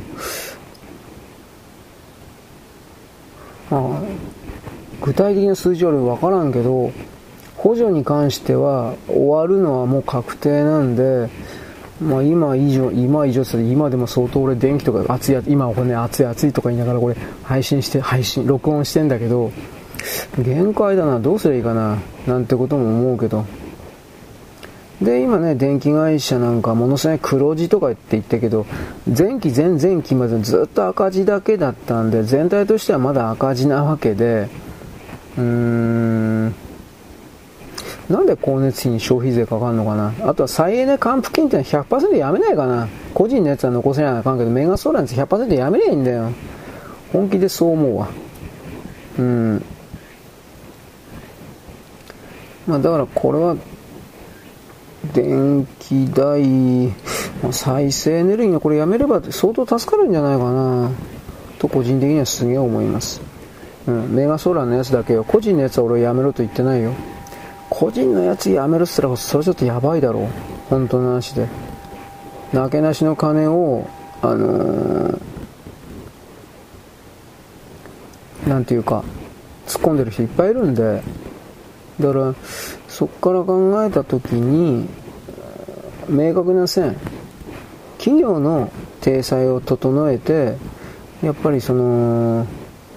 S1: ああ、具体的な数字は分からんけど、補助に関しては終わるのはもう確定なんで、まあ今以上、今以上する、今でも相当俺電気とか熱い、今これね、熱い熱いとか言いながらこれ配信して、配信、録音してんだけど、限界だな、どうすればいいかな、なんてことも思うけど。で、今ね、電気会社なんかものすごい黒字とか言って言ったけど、前期前々期までずっと赤字だけだったんで、全体としてはまだ赤字なわけで、うーん、なんで光熱費に消費税かかるのかな。あとは再エネ還付金ってのは ひゃくパーセント やめないかな。個人のやつは残せないかんけど、メガソーラーのやつ ひゃくパーセント やめりゃいいんだよ。本気でそう思うわ。うん。まあだからこれは、電気代、再生エネルギーのこれやめれば相当助かるんじゃないかな。と個人的にはすげえ思います。うん。メガソーラーのやつだけよ。個人のやつは俺やめろと言ってないよ。個人のやつやめるっつったらそれちょっとやばいだろう、本当の話で。なけなしの金をあのー、なんていうか突っ込んでる人いっぱいいるんで、だからそこから考えた時に明確な線、企業の体裁を整えて、やっぱりその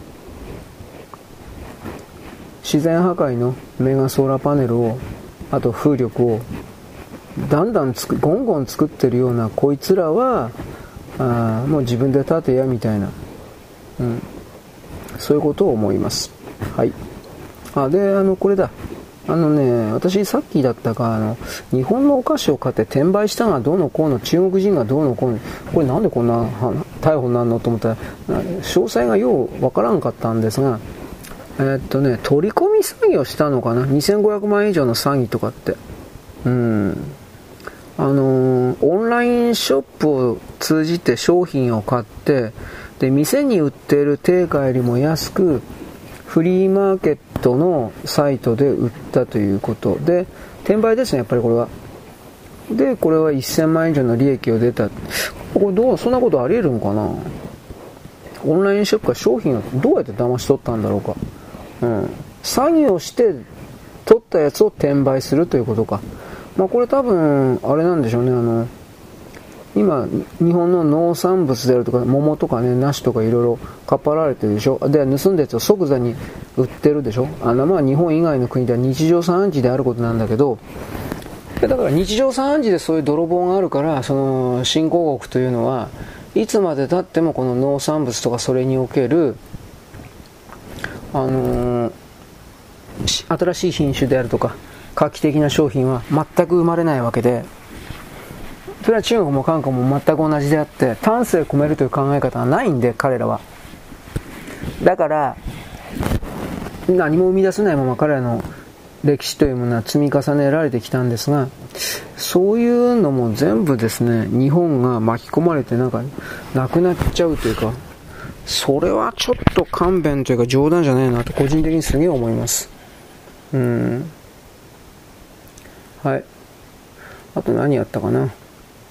S1: 自然破壊のメガソーラーパネルを、あと風力をだんだんつくゴンゴン作ってるようなこいつらは、あもう自分で建てやみたいな、うん、そういうことを思います。はい。あであのこれだ、あのね、私さっきだったか、あの日本のお菓子を買って転売したがどうのこうの、中国人がどうのこうの、これなんでこんな逮捕になるのと思ったら詳細がようわからんかったんですが、えー、っとね、取り込み詐欺をしたのかな、にせんごひゃくまん以上の詐欺とかって、うん、あのー、オンラインショップを通じて商品を買って、で店に売っている定価よりも安くフリーマーケットのサイトで売ったということで、転売ですね、やっぱりこれは。でこれはせんまん以上の利益を出た。これどう、そんなことあり得るのかな。オンラインショップが商品をどうやって騙し取ったんだろうか。うん、詐欺をして取ったやつを転売するということか。まあこれ多分あれなんでしょうね。あの今日本の農産物であるとか桃とかね、梨とかいろいろかっぱられてるでしょ。で盗んだやつを即座に売ってるでしょ。あのまあ日本以外の国では日常茶飯事であることなんだけど、だから日常茶飯事でそういう泥棒があるから、その新興国というのはいつまで経ってもこの農産物とかそれにおけるあのー、新しい品種であるとか画期的な商品は全く生まれないわけで、それは中国も韓国も全く同じであって、丹精込めるという考え方はないんで、彼らは。だから何も生み出せないまま彼らの歴史というものは積み重ねられてきたんですが、そういうのも全部ですね、日本が巻き込まれてなんかなくなっちゃうというか、それはちょっと勘弁というか冗談じゃないなと個人的にすげえ思います。うん。はい。あと何やったかな。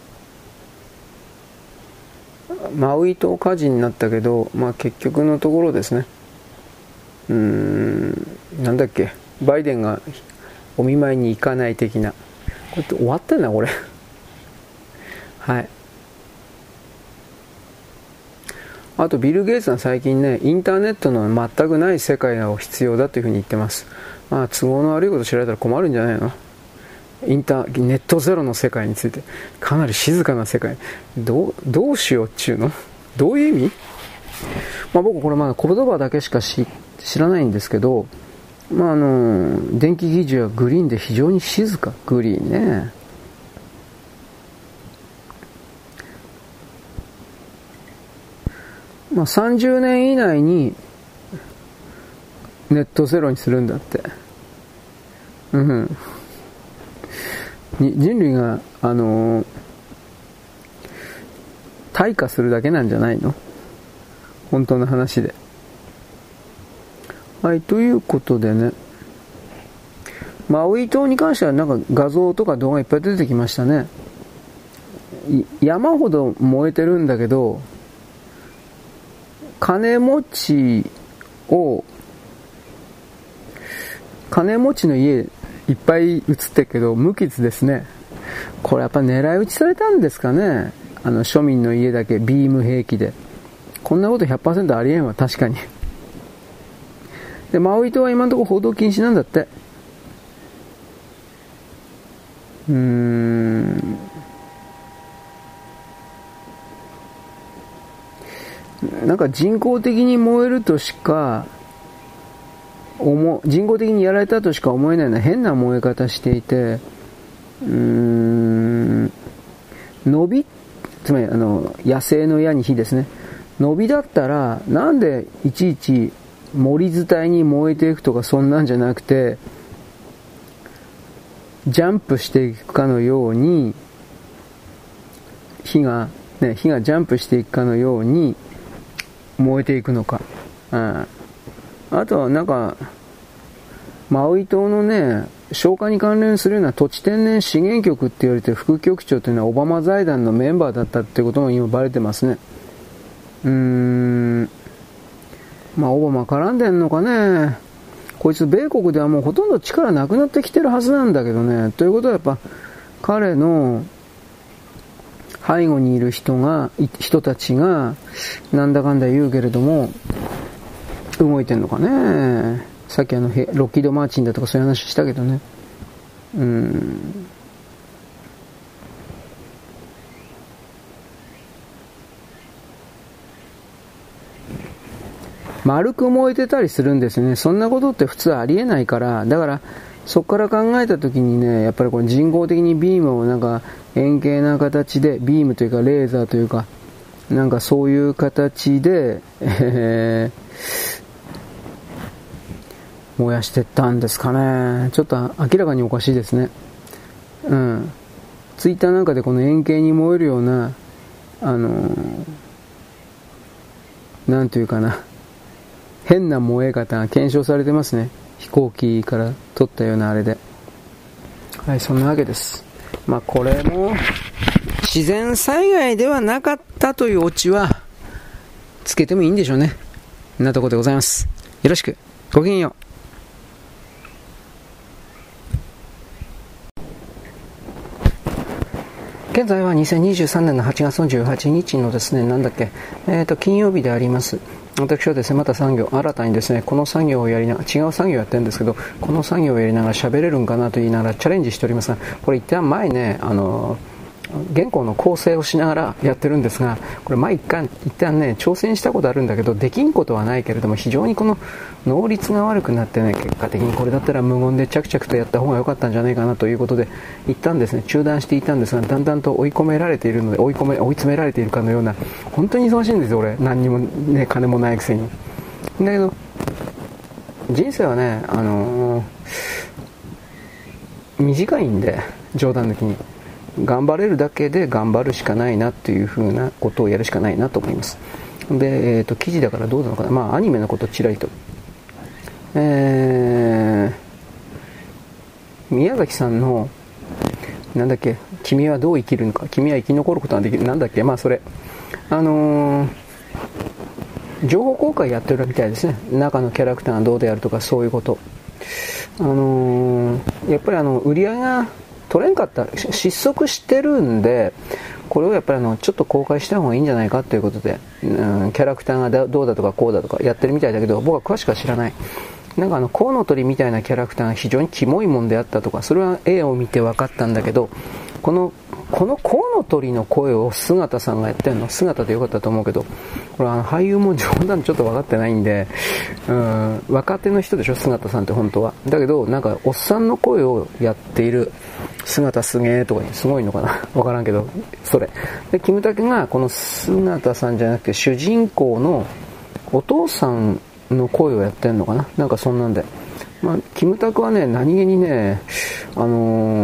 S1: マウイ島火事になったけど、まあ結局のところですね。うーん。なんだっけ。バイデンがお見舞いに行かない的な。これって終わってんなこれ。はい。あとビル・ゲイツは最近ね、インターネットの全くない世界が必要だというふうに言ってます。まあ都合の悪いこと知られたら困るんじゃないの。インターネットゼロの世界についてかなり静かな世界、どう、どうしようっちゅうの、どういう意味。まあ僕これまだ言葉だけしか知らないんですけど、まああの電気技術はグリーンで非常に静か。グリーンね、まあ、さんじゅうねん以内にネットゼロにするんだって。うん。 人類が、あのー、退化するだけなんじゃないの？本当の話で。はい、ということでね、マウイ島に関してはなんか画像とか動画いっぱい出てきましたね。山ほど燃えてるんだけど、金持ちを、金持ちの家いっぱい映ってるけど無傷ですね。これやっぱ狙い撃ちされたんですかね。あの庶民の家だけビーム兵器で。こんなこと ひゃくパーセント ありえんわ、確かに。で、マウイ島は今のところ報道禁止なんだって。うーん。なんか人工的に燃えるとしか思人工的にやられたとしか思えないような変な燃え方していて、うーん、伸び、つまりあの野生の矢に火ですね。伸びだったらなんでいちいち森伝いに燃えていくとかそんなんじゃなくて、ジャンプしていくかのように火がね火がジャンプしていくかのように燃えていくのか。うん、あとはなんかマウイ島のね消火に関連するような土地天然資源局って言われて副局長というのはオバマ財団のメンバーだったってことも今バレてますね。うーん、まあオバマ絡んでんのかね。こいつ米国ではもうほとんど力なくなってきてるはずなんだけどね。ということはやっぱ彼の背後にいる人が人たちがなんだかんだ言うけれども動いてんのかね。さっきあのロッキード・マーチンだとかそういう話したけどね。うーん、丸く燃えてたりするんですよね。そんなことって普通ありえないから。だからそこから考えたときにね、やっぱりこの人工的にビームをなんか円形な形で、ビームというかレーザーというか、なんかそういう形で、えー、燃やしてったんですかね。ちょっと明らかにおかしいですね。うん。ツイッターなんかでこの円形に燃えるような、あのー、なんというかな、変な燃え方が検証されてますね。飛行機から撮ったようなあれで。はい、そんなわけです。まあこれも自然災害ではなかったというオチはつけてもいいんでしょうね。こんなところでございます。よろしく。ごきげんよう。現在はにせんにじゅうさんねんのはちがつのじゅうはちにちのですね、なんだっけ、えーと、金曜日であります。私はですね、また産業、新たにですね、この作業をやりながら、違う作業をやってるんですけど、この作業をやりながら喋れるんかなと言いながらチャレンジしておりますが、これ一旦前ね、あの、原稿の構成をしながらやってるんですが、これ前一回、一旦ね、挑戦したことあるんだけど、できんことはないけれども、非常にこの能率が悪くなってね、結果的にこれだったら無言で着々とやった方が良かったんじゃないかなということで、一旦ですね、中断していたんですが、だんだんと追い込められているので、追い込め、追い詰められているかのような、本当に忙しいんですよ、俺。何にもね、金もないくせに。だけど、人生はね、あのー、短いんで、冗談抜きに。頑張れるだけで頑張るしかないなというふうなことをやるしかないなと思います。で、えーと、記事だからどうなのかな。まあ、アニメのことちらりと。えー、宮崎さんの、なんだっけ、君はどう生きるのか、君は生き残ることができる、なんだっけ、まあ、それ。あのー、情報公開やってるみたいですね。中のキャラクターがどうであるとか、そういうこと。あのー、やっぱりあの、売り上げが、取れんかった、失速してるんで、これをやっぱりあのちょっと公開した方がいいんじゃないかということで、うん、キャラクターがどうだとかこうだとかやってるみたいだけど、僕は詳しくは知らない。なんかあのコウノトリみたいなキャラクターが非常にキモいもんであったとか、それは絵を見て分かったんだけど、このこのコウノトリの声を姿さんがやってんの、姿でよかったと思うけど、これあの俳優も冗談ちょっと分かってないんで、うん、若手の人でしょ、姿さんって本当は。だけどなんかおっさんの声をやっている姿すげーとかにすごいのかな分からんけど、それでキムタクがこの姿さんじゃなくて主人公のお父さんの声をやってんのかな、なんかそんなんで、まあ、キムタクはね何気にね、あのー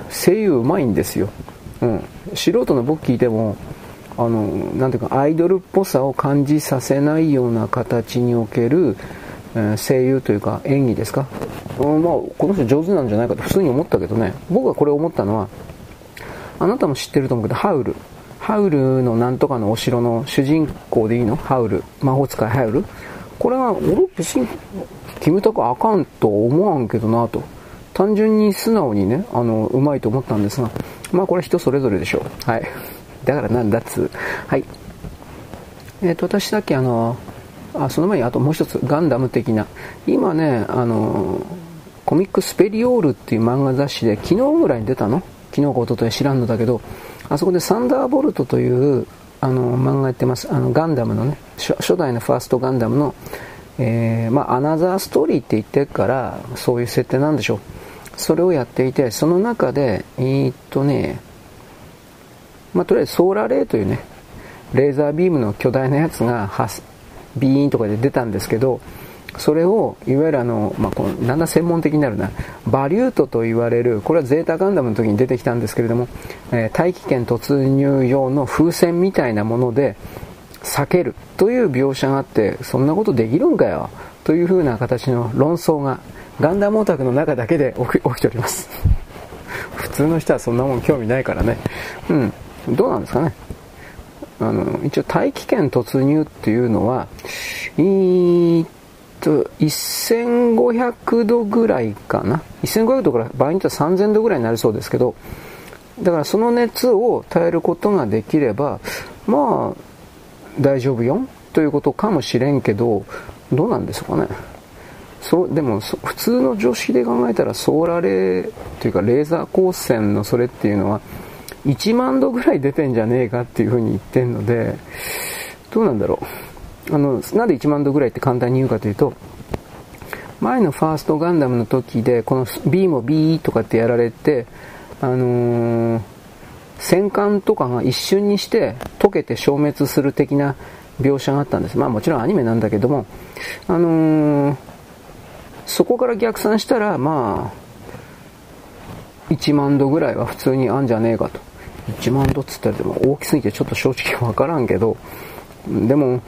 S1: 声優うまいんですよ。うん。素人の僕聞いても、あの、なんていうか、アイドルっぽさを感じさせないような形における、えー、声優というか演技ですか。うん、まあ、この人上手なんじゃないかと普通に思ったけどね。僕がこれ思ったのは、あなたも知ってると思うけど、ハウル。ハウルのなんとかのお城の主人公でいいの？ハウル。魔法使いハウル。これは、俺別に決めたくあかんと思わんけどなと。単純に素直にね、あの、うまいと思ったんですが、まあこれ人それぞれでしょう。はい。だからなんだっつう。はい。えっと、私さっきあの、あ、その前にあともう一つ、ガンダム的な。今ね、あの、コミックスペリオールっていう漫画雑誌で昨日ぐらいに出たの？昨日か一昨日知らんのだけど、あそこでサンダーボルトというあの漫画やってます。あのガンダムのね、初, 初代のファーストガンダムの、えー、まあアナザーストーリーって言ってるからそういう設定なんでしょう。それをやっていて、その中でえー、っとね、まあとりあえずソーラーレイというね、レーザービームの巨大なやつがビーンとかで出たんですけど、それをいわゆるあの、まあ、このだんだん専門的になるな、バリュートと言われる、これはゼータガンダムの時に出てきたんですけれども、えー、大気圏突入用の風船みたいなもので避けるという描写があって、そんなことできるんかよという風な形の論争がガンダムオタクの中だけで起き、起きております普通の人はそんなもん興味ないからね。うん、どうなんですかね。あの一応大気圏突入っていうのは、えーせんごひゃくどぐらいかな。せんごひゃくどから場合によってはさんぜんどぐらいになるそうですけど、だからその熱を耐えることができれば、まあ大丈夫よということかもしれんけど、どうなんですかね。そうでも普通の常識で考えたら、ソーラーレイというかレーザー光線のそれっていうのはいちまんどぐらい出てんじゃねえかっていうふうに言ってんので、どうなんだろう。あのなんでいちまんどぐらいって簡単に言うかというと、前のファーストガンダムの時でこの B も B とかってやられて、あのー、戦艦とかが一瞬にして溶けて消滅する的な描写があったんです。まあもちろんアニメなんだけども、あのー、そこから逆算したらまあいちまんどぐらいは普通にあんじゃねえかと。いちまんどっつったらでも大きすぎてちょっと正直わからんけど、でも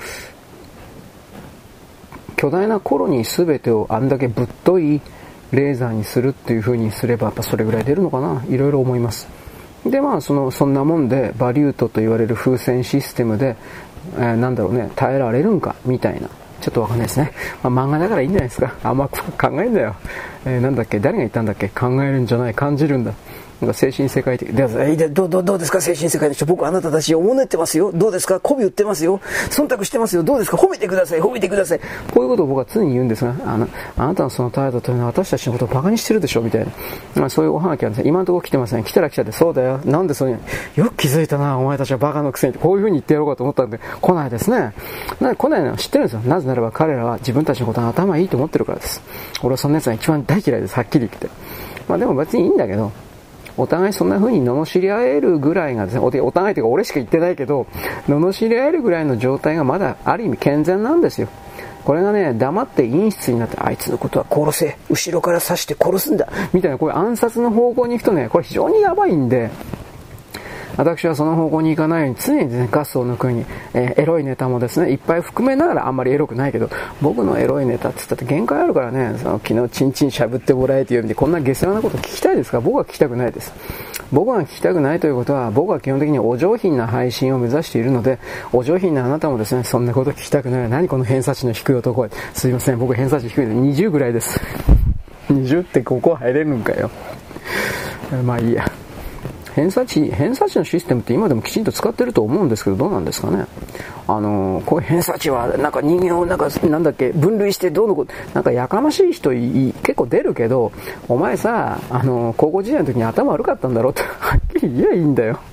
S1: 巨大なコロニー全てをあんだけぶっといレーザーにするっていう風にすれば、やっぱそれぐらい出るのかな、いろいろ思います。でまあそのそんなもんでバリュートと言われる風船システムで、えー、なんだろうね、耐えられるんかみたいな、ちょっとわかんないですね。まあ、漫画だからいいんじゃないですか。あんま考えんだよ。えー、なんだっけ、誰が言ったんだっけ、考えるんじゃない、感じるんだ。なんか精神世界的で、どうどうどうですか精神世界の人、僕あなたたちをおねってますよ、どうですか、媚び売ってますよ、忖度してますよ、どうですか、褒めてください褒めてください。こういうことを僕は常に言うんですが、あのあなたのその態度というのは私たちのことをバカにしてるでしょみたいな、まあ、そういうおはがきなんですね。今のところ来てません。来たら来たで、そうだよ、なんでそういうよく気づいたなお前たちはバカのくせにって、こういう風に言ってやろうかと思ったんで来ないですね。なんで来ないのは知ってるんですよ。なぜならば彼らは自分たちのことが頭いいと思ってるからです。俺はそんな奴が一番大嫌いです、はっきり言って。まあでも別にいいんだけど、お互いそんな風に罵り合えるぐらいがですね、お互いというか俺しか言ってないけど、罵り合えるぐらいの状態がまだある意味健全なんですよ。これがね、黙って陰湿になって、あいつのことは殺せ、後ろから刺して殺すんだみたいな、こういう暗殺の方向に行くとね、これ非常にやばいんで、私はその方向に行かないように常にですね、ガスを抜くように、えー、エロいネタもですねいっぱい含めながら、あんまりエロくないけど、僕のエロいネタって言ったって限界あるからね、その昨日チンチンしゃぶってもらえという意味でこんな下世話なこと聞きたいですか。僕は聞きたくないです。僕が聞きたくないということは、僕は基本的にお上品な配信を目指しているので、お上品なあなたもですね、そんなこと聞きたくない。何この偏差値の低い男。すいません、僕偏差値低いのでにじゅうぐらいですにじゅうってここ入れるんかよまあいいや。偏差値、偏差値のシステムって今でもきちんと使ってると思うんですけど、どうなんですかね。あのー、こういう偏差値はなんか人間をなんかなんだっけ分類してどうのこう、なんかやかましい人い結構出るけど、お前さ、あのー、高校時代の時に頭悪かったんだろうってはっきり言えばいいんだよ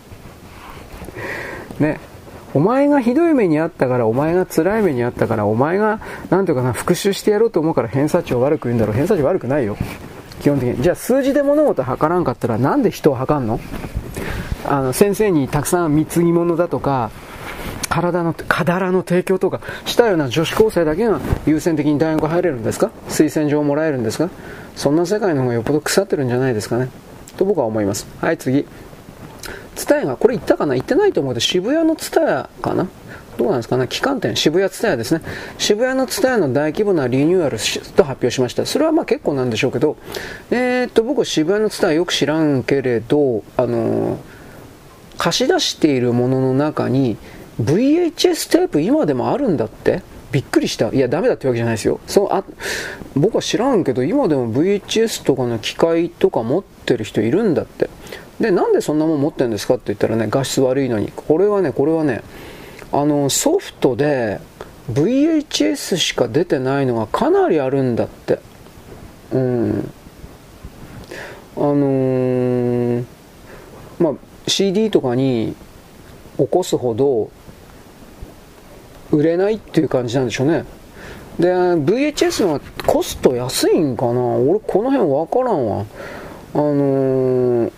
S1: ね。お前がひどい目にあったから、お前が辛い目にあったから、お前がなんていうかな、復讐してやろうと思うから偏差値を悪く言うんだろう。偏差値悪くないよ基本的に。じゃあ数字で物事を測らんかったらなんで人を測んの。あの先生にたくさん貢ぎ物だとか体のかだらの提供とかしたような女子高生だけが優先的に大学入れるんですか。推薦状をもらえるんですか。そんな世界の方がよっぽど腐ってるんじゃないですかね。 と僕は思います。はい、次。ツタヤが、これ言ったかな言ってないと思うけど、渋谷のツタヤかなどうなんですかね、旗艦店、渋谷ツタヤですね。渋谷のツタヤの大規模なリニューアルと発表しました。それはまあ結構なんでしょうけど、えー、っと僕は渋谷のツタヤよく知らんけれど、あのー、貸し出しているものの中に ブイエイチエス テープ今でもあるんだって。びっくりした。いやダメだってわけじゃないですよ。そうあ僕は知らんけど今でも ブイエイチエス とかの機械とか持ってる人いるんだって。でなんでそんなもん持ってるんですかって言ったらね、画質悪いのに。これはねこれはねあのソフトで ブイエイチエス しか出てないのがかなりあるんだって。うんあのー、まあ シーディー とかに起こすほど売れないっていう感じなんでしょうね。で ブイエイチエス のコスト安いんかな、俺この辺分からんわ。あのー、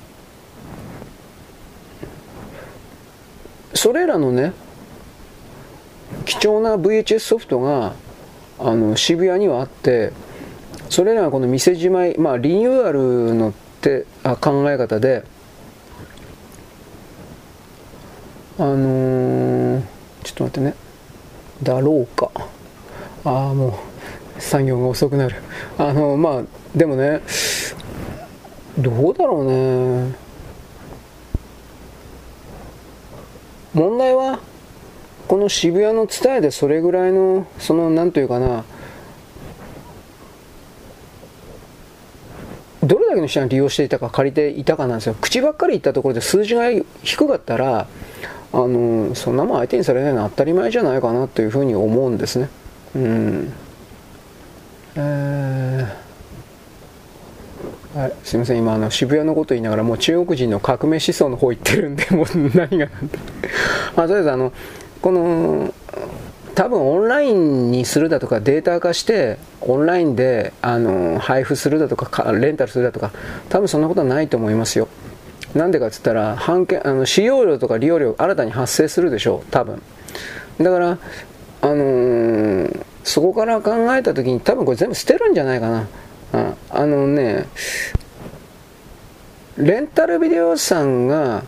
S1: それらのね貴重な ブイエイチエス ソフトがあの渋谷にはあって、それらがこの店じまい、まあ、リニューアルのってあ考え方で、あのー、ちょっと待ってね、だろうか、ああもう作業が遅くなる。あのまあでもね、どうだろうね、問題はこの渋谷のツタヤでそれぐらいのそのなんというかな、どれだけの人が利用していたか借りていたかなんですよ。口ばっかり言ったところで数字が低かったらあのそんなもん相手にされないのは当たり前じゃないかなというふうに思うんですね。うんえーはい、すいません今あの渋谷のこと言いながらもう中国人の革命思想の方行ってるんでもう何がなんだまあとりあえずあのこの多分オンラインにするだとかデータ化してオンラインであの配布するだとかレンタルするだとか多分そんなことはないと思いますよ。なんでかっつったら半券あの使用料とか利用料新たに発生するでしょう多分。だからあのー、そこから考えた時に多分これ全部捨てるんじゃないかな。あ, あのねレンタルビデオさんが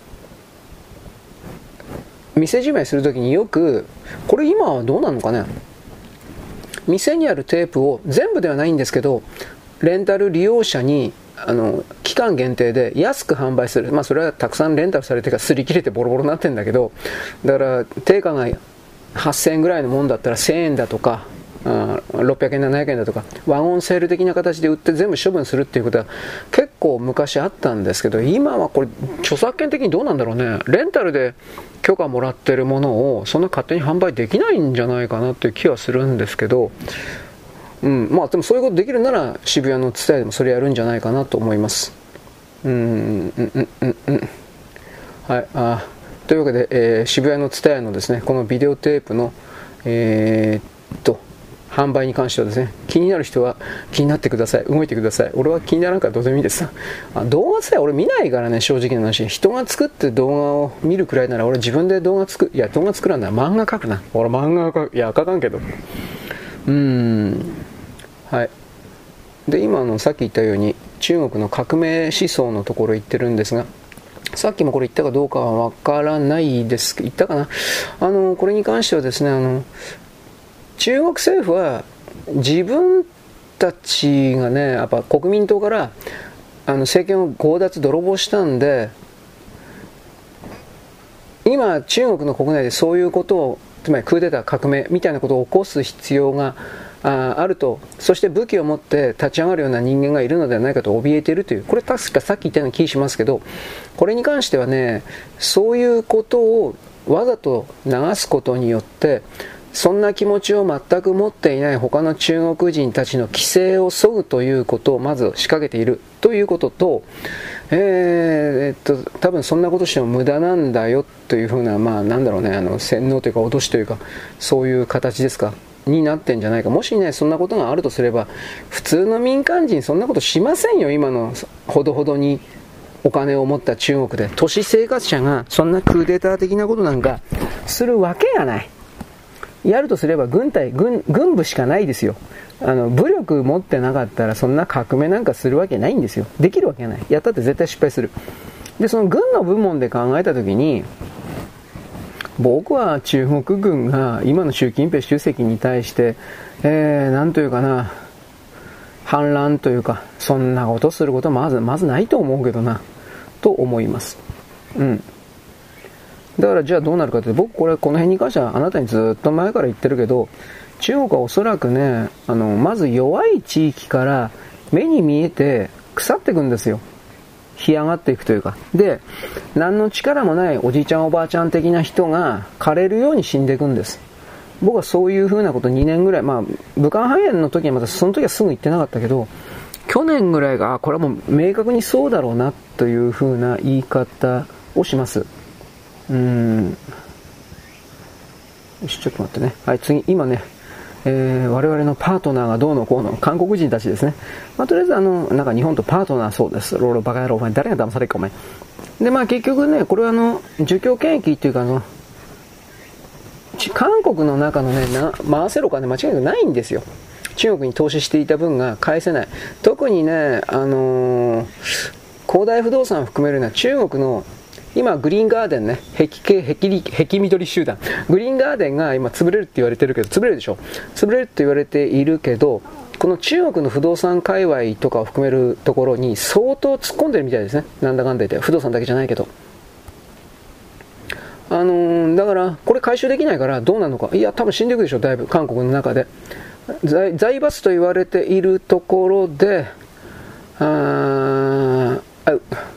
S1: 店じまいするときによく、これ今はどうなのかね、店にあるテープを全部ではないんですけどレンタル利用者にあの期間限定で安く販売する。まあそれはたくさんレンタルされてから擦り切れてボロボロになってるんだけど、だから定価がはっせんえんぐらいのもんだったらせんえんだとかろっぴゃくえんななひゃくえんだとかワゴンセール的な形で売って全部処分するっていうことは結構昔あったんですけど、今はこれ著作権的にどうなんだろうね。レンタルで許可もらってるものをそんな勝手に販売できないんじゃないかなという気はするんですけど、うん、まあでもそういうことできるなら渋谷のツタヤでもそれやるんじゃないかなと思います。うんうんうんうんうんはいあというわけで、えー、渋谷のツタヤのですねこのビデオテープのえー、っと販売に関してはですね、気になる人は気になってください。動いてください。俺は気にならんからどうでもいいです。あ動画さえ俺見ないからね、正直な話。人が作って動画を見るくらいなら俺自分で動画作る、いや動画作らんな、漫画描くな。俺漫画描く、いや描かんけど。うーん。はい。で、今のさっき言ったように中国の革命思想のところ行ってるんですが、さっきもこれ言ったかどうかはわからないですけど、言ったかな。あの、これに関してはですね、あの、中国政府は自分たちがねやっぱ国民党からあの政権を強奪泥棒したんで、今中国の国内でそういうことをつまりクーデター革命みたいなことを起こす必要が あ, あると、そして武器を持って立ち上がるような人間がいるのではないかと怯えているという、これ確かさっき言ったような気がしますけど、これに関してはねそういうことをわざと流すことによってそんな気持ちを全く持っていない他の中国人たちの規制を削ぐということをまず仕掛けているということと、えー、えっと多分そんなことしても無駄なんだよというふうな、まあなんだろうね、あの洗脳というか脅しというかそういう形ですかになってんじゃないか。もしねそんなことがあるとすれば普通の民間人そんなことしませんよ。今のほどほどにお金を持った中国で都市生活者がそんなクーデター的なことなんかするわけがない。やるとすれば軍隊 軍, 軍部しかないですよ。 あの武力持ってなかったらそんな革命なんかするわけないんですよ。できるわけない。やったって絶対失敗する。でその軍の部門で考えたときに、僕は中国軍が今の習近平主席に対して、えー、なんというかな、反乱というか、そんなことすることはまずまずないと思うけどなと思います。うん。だからじゃあどうなるかって、僕これこの辺に関してはあなたにずっと前から言ってるけど、中国はおそらくね、あのまず弱い地域から目に見えて腐っていくんですよ。干上がっていくというか。で、何の力もないおじいちゃんおばあちゃん的な人が枯れるように死んでいくんです。僕はそういう風なことにねんぐらい、まあ武漢肺炎の時はまたその時はすぐ言ってなかったけど、去年ぐらいが、あ、これはもう明確にそうだろうなという風な言い方をします。うーん。よし、ちょっと待ってね。はい、次、今ね、えー、我々のパートナーがどうのこうの、韓国人たちですね。まあ、とりあえずあの、なんか日本とパートナーそうです。ローロバカ野郎、お前誰が騙されるかお前。で、まあ結局ね、これはあの、儒教権益っていうかあの、韓国の中のね、な回せるお金間違いなくないんですよ。中国に投資していた分が返せない。特にね、あのー、恒大不動産を含めるのは中国の今グリーンガーデンね、壁系壁壁緑集団グリーンガーデンが今潰れるって言われてるけど、潰れるでしょ。潰れるって言われているけど、この中国の不動産界隈とかを含めるところに相当突っ込んでるみたいですね。なんだかんだ言って不動産だけじゃないけど、あのー、だからこれ回収できないからどうなるのか。いや多分死んでいくでしょ。だいぶ韓国の中で財、財閥と言われているところで、ああ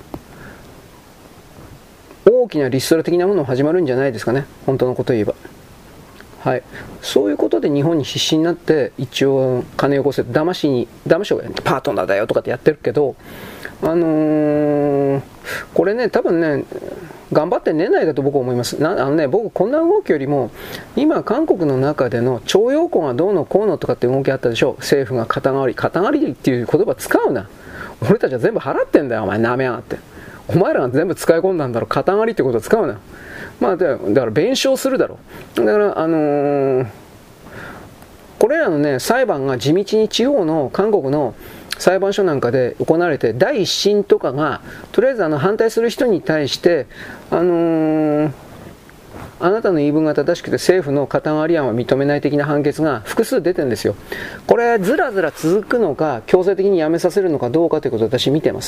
S1: 大きなリストラ的なものも始まるんじゃないですかね。本当のことを言えば。はい。そういうことで日本に必死になって一応金をよこせ、騙しに、騙しをパートナーだよとかってやってるけど、あのー、これね、多分ね、頑張って寝ないだと僕は思います。なあのね、僕こんな動きよりも、今韓国の中での徴用工がどうのこうのとかって動きあったでしょ。政府が肩代わり、肩代わりっていう言葉使うな。俺たちは全部払ってんだよ、お前、なめやがって。お前らが全部使い込んだんだろ、肩代わりってことを使うな。まあ、だから弁償するだろう。だから、あのー、これらのね、裁判が地道に地方の韓国の裁判所なんかで行われて、第一審とかが、とりあえずあの反対する人に対して、あのー、あなたの言い分が正しくて政府の肩代わり案は認めない的な判決が複数出てるんですよ。これ、ずらずら続くのか、強制的にやめさせるのかどうかということを私見てます。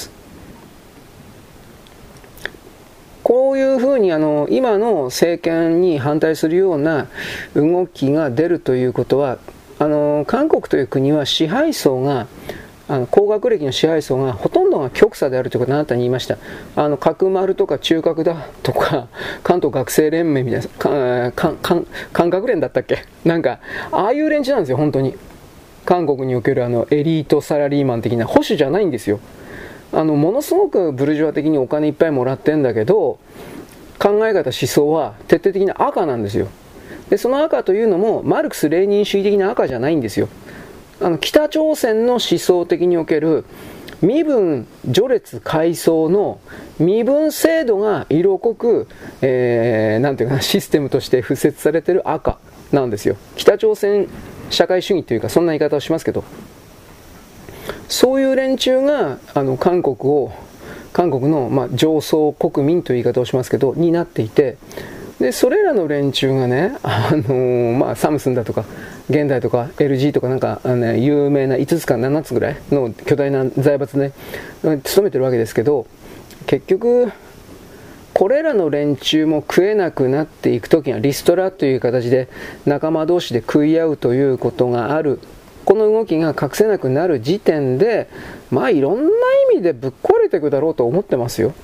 S1: こういうふうにあの今の政権に反対するような動きが出るということは、あの韓国という国は支配層が、あの高学歴の支配層がほとんどが極左であるということをあなたに言いました。あの角丸とか中核だとか関東学生連盟みたいな、関学連だったっけ、なんかああいう連中なんですよ。本当に韓国におけるあのエリートサラリーマン的な保守じゃないんですよ。あのものすごくブルジョワ的にお金いっぱいもらってんだけど、考え方思想は徹底的な赤なんですよ。でその赤というのもマルクス・レーニン主義的な赤じゃないんですよ。あの北朝鮮の思想的における身分序列階層の身分制度が色濃く、えー、なんていうかな、システムとして敷設されている赤なんですよ。北朝鮮社会主義というかそんな言い方をしますけど、そういう連中があの韓国を韓国の、まあ、上層国民という言い方をしますけどになっていて、でそれらの連中がね、あのーまあ、サムスンだとか現代とか エルジー とかなんかあの、ね、有名ないつつかななつぐらいの巨大な財閥で、ね、勤めてるわけですけど、結局これらの連中も食えなくなっていくときにはリストラという形で仲間同士で食い合うということがある。この動きが隠せなくなる時点で、まあいろんな意味でぶっ壊れていくだろうと思ってますよ。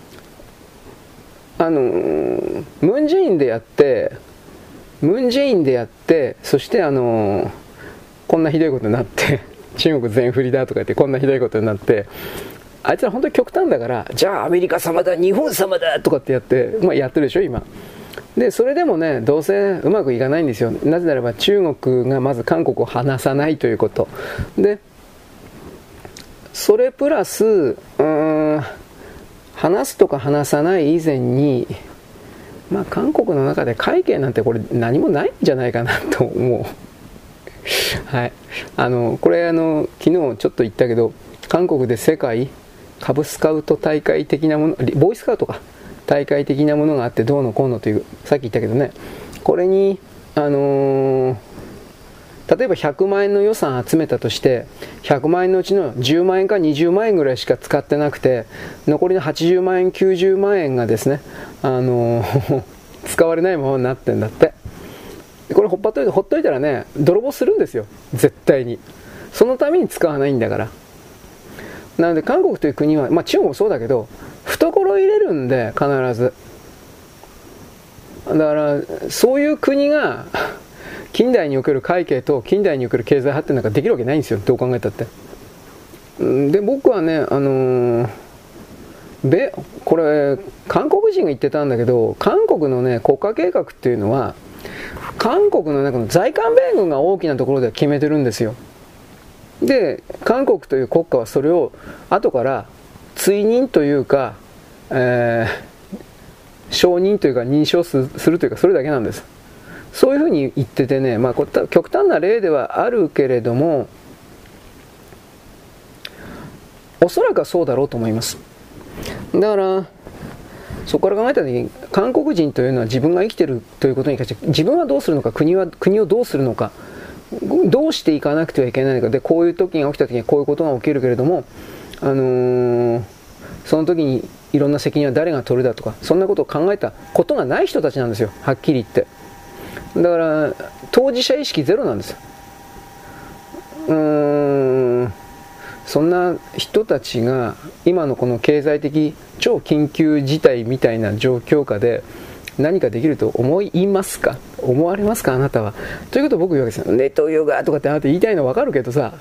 S1: あのムン・ジェインでやってムン・ジェインでやってそしてあのこんなひどいことになって中国全振りだとか言ってこんなひどいことになって、あいつら本当に極端だから、じゃあアメリカ様だ日本様だとかってやって、まあ、やってるでしょ今で。それでもね、どうせうまくいかないんですよ。なぜならば中国がまず韓国を離さないということで、それプラスうーん話すとか話さない以前に、まあ韓国の中で会計なんてこれ何もないんじゃないかなと思う。 はい。あの、これあの、昨日ちょっと言ったけど、韓国で世界カブスカウト大会的なもの、ボーイスカウトか、大会的なものがあってどうのこうのという、さっき言ったけどね、これに、あのー、例えばひゃくまんえんの予算集めたとして、ひゃくまんえんのうちのじゅうまんえんかにじゅうまんえんぐらいしか使ってなくて、残りのはちじゅうまんえん、きゅうじゅうまんえんがですね、あのー、使われないままになってんだって。これほっぱっといて、ほっといたらね、泥棒するんですよ。絶対に。そのために使わないんだから。なので韓国という国は、まあ中国もそうだけど、懐入れるんで、必ず。だから、そういう国が、近代における会計と近代における経済発展なんかできるわけないんですよ。どう考えたって。で、僕はね、あのー、で、これ、韓国人が言ってたんだけど、韓国のね、国家計画っていうのは、韓国の中の在韓米軍が大きなところで決めてるんですよ。で、韓国という国家はそれを後から追認というか、えー、承認というか認証するというか、それだけなんです。そういうふうに言っててね、まあ、極端な例ではあるけれども、おそらくはそうだろうと思います。だから、そこから考えたときに、韓国人というのは自分が生きているということに関して、自分はどうするのか、国は、国をどうするのか、どうしていかなくてはいけないのか、で、こういう時が起きた時にこういうことが起きるけれども、あのー、その時にいろんな責任は誰が取るだとか、そんなことを考えたことがない人たちなんですよ、はっきり言って。だから、当事者意識ゼロなんですよ。うーん、そんな人たちが今のこの経済的超緊急事態みたいな状況下で何かできると思いますか？思われますか？あなたは。ということを僕言うわけですよ。ネットヨガとかってあなた言いたいの分かるけどさ、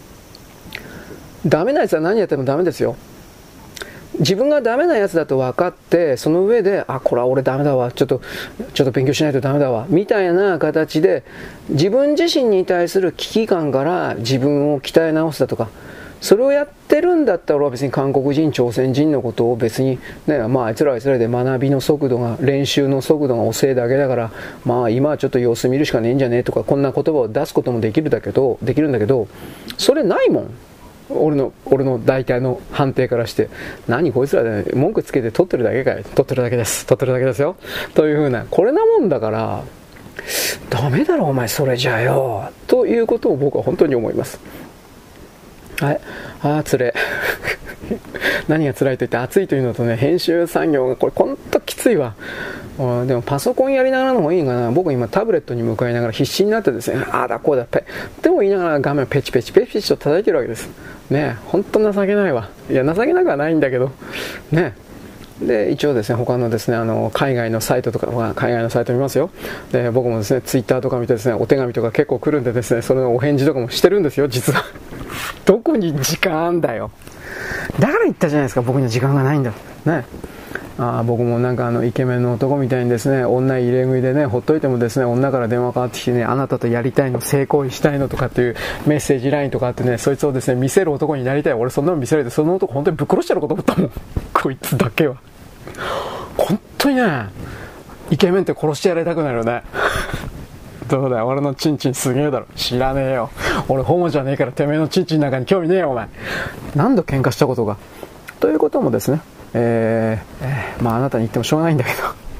S1: ダメなやつは何やってもダメですよ。自分がダメなやつだと分かって、その上で、あ、これは俺ダメだわ、ちょっと、ちょっと勉強しないとダメだわ、みたいな形で、自分自身に対する危機感から自分を鍛え直すだとか、それをやってるんだったら別に韓国人、朝鮮人のことを別に、ね、まああいつらはあいつらで学びの速度が、練習の速度が遅いだけだから、まあ今はちょっと様子見るしかねえんじゃねえとか、こんな言葉を出すこともできるだけど、できるんだけど、それないもん。俺の、俺の大体の判定からして、何こいつらで文句つけて取ってるだけかい？取ってるだけです。取ってるだけですよ。というふうな、これなもんだから、ダメだろお前それじゃあよ。ということを僕は本当に思います。はい。ああ、つれ。何が辛いと言って暑いというのとね、編集作業がこれほんときついわ。でもパソコンやりながらの方がいいかな。僕今タブレットに向かいながら必死になってですね、ああだこうだペでも言いながら画面をペチペチペチペチと叩いてるわけです。ねえ、ほんと情けないわ。いや、情けなくはないんだけど、ねえ。で、一応ですね、他のですね、あの、海外のサイトとか、海外のサイト見ますよ。で、僕もですね、ツイッターとか見てですね、お手紙とか結構来るんでですね、それのお返事とかもしてるんですよ、実は。どこに時間あんだよ。だから言ったじゃないですか、僕には時間がないんだ。ね。あ僕もなんかあのイケメンの男みたいにですね、女入れ食いでね、ほっといてもですね、女から電話かかってきてね、あなたとやりたいの、性行為したいのとかっていうメッセージラインとかあってね、そいつをですね、見せる男になりたい。俺そんなの見せられて、その男本当にぶっ殺してやろうと思ったもん。こいつだけは。本当にね、イケメンって殺してやりたくなるよね。どうだよ、俺のチンチンすげえだろ。知らねえよ。俺ホモじゃねえからてめえのチンチンなんかに興味ねえよ、お前。何度喧嘩したことが。ということもですね、えーえー、まああなたに言ってもしょうがないんだけ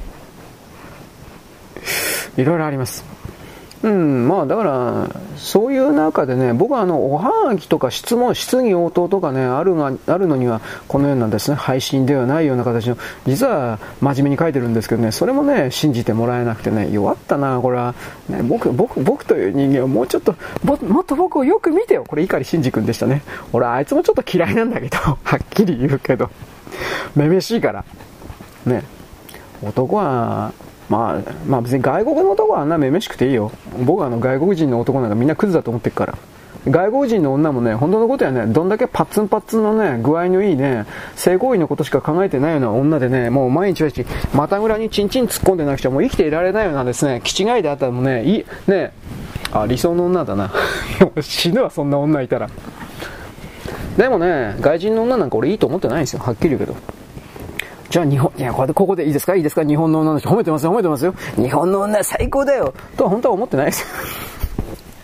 S1: どいろいろあります。うんまあだからそういう中でね、僕はあのおはがきとか質問質疑応答とかねあるがあるのにはこのようなですね配信ではないような形の実は真面目に書いてるんですけどね、それもね信じてもらえなくてね、弱ったなこれは、ね、僕僕僕という人間はもうちょっともっと僕をよく見てよ。これ碇シンジ君でしたね。俺あいつもちょっと嫌いなんだけどはっきり言うけどめめしいからね。男はまあ、まあ別に外国の男はあんなめめしくていいよ。僕はあの外国人の男なんかみんなクズだと思ってるから。外国人の女もね、本当のことはね、どんだけパッツンパッツンのね、具合のいいね、性行為のことしか考えてないような女でね、もう毎日毎日、股ぐらにチンチン突っ込んでなくちゃもう生きていられないようなですね、気違いであったらもうね、いい、ね、あ、理想の女だな。死ぬわ、そんな女いたら。でもね、外人の女なんか俺いいと思ってないんですよ。はっきり言うけど。じゃあ日本、いや、これで、ここでいいですかいいですか日本の女の人褒めてますよ、褒めてますよ。日本の女最高だよとは本当は思ってないですよ。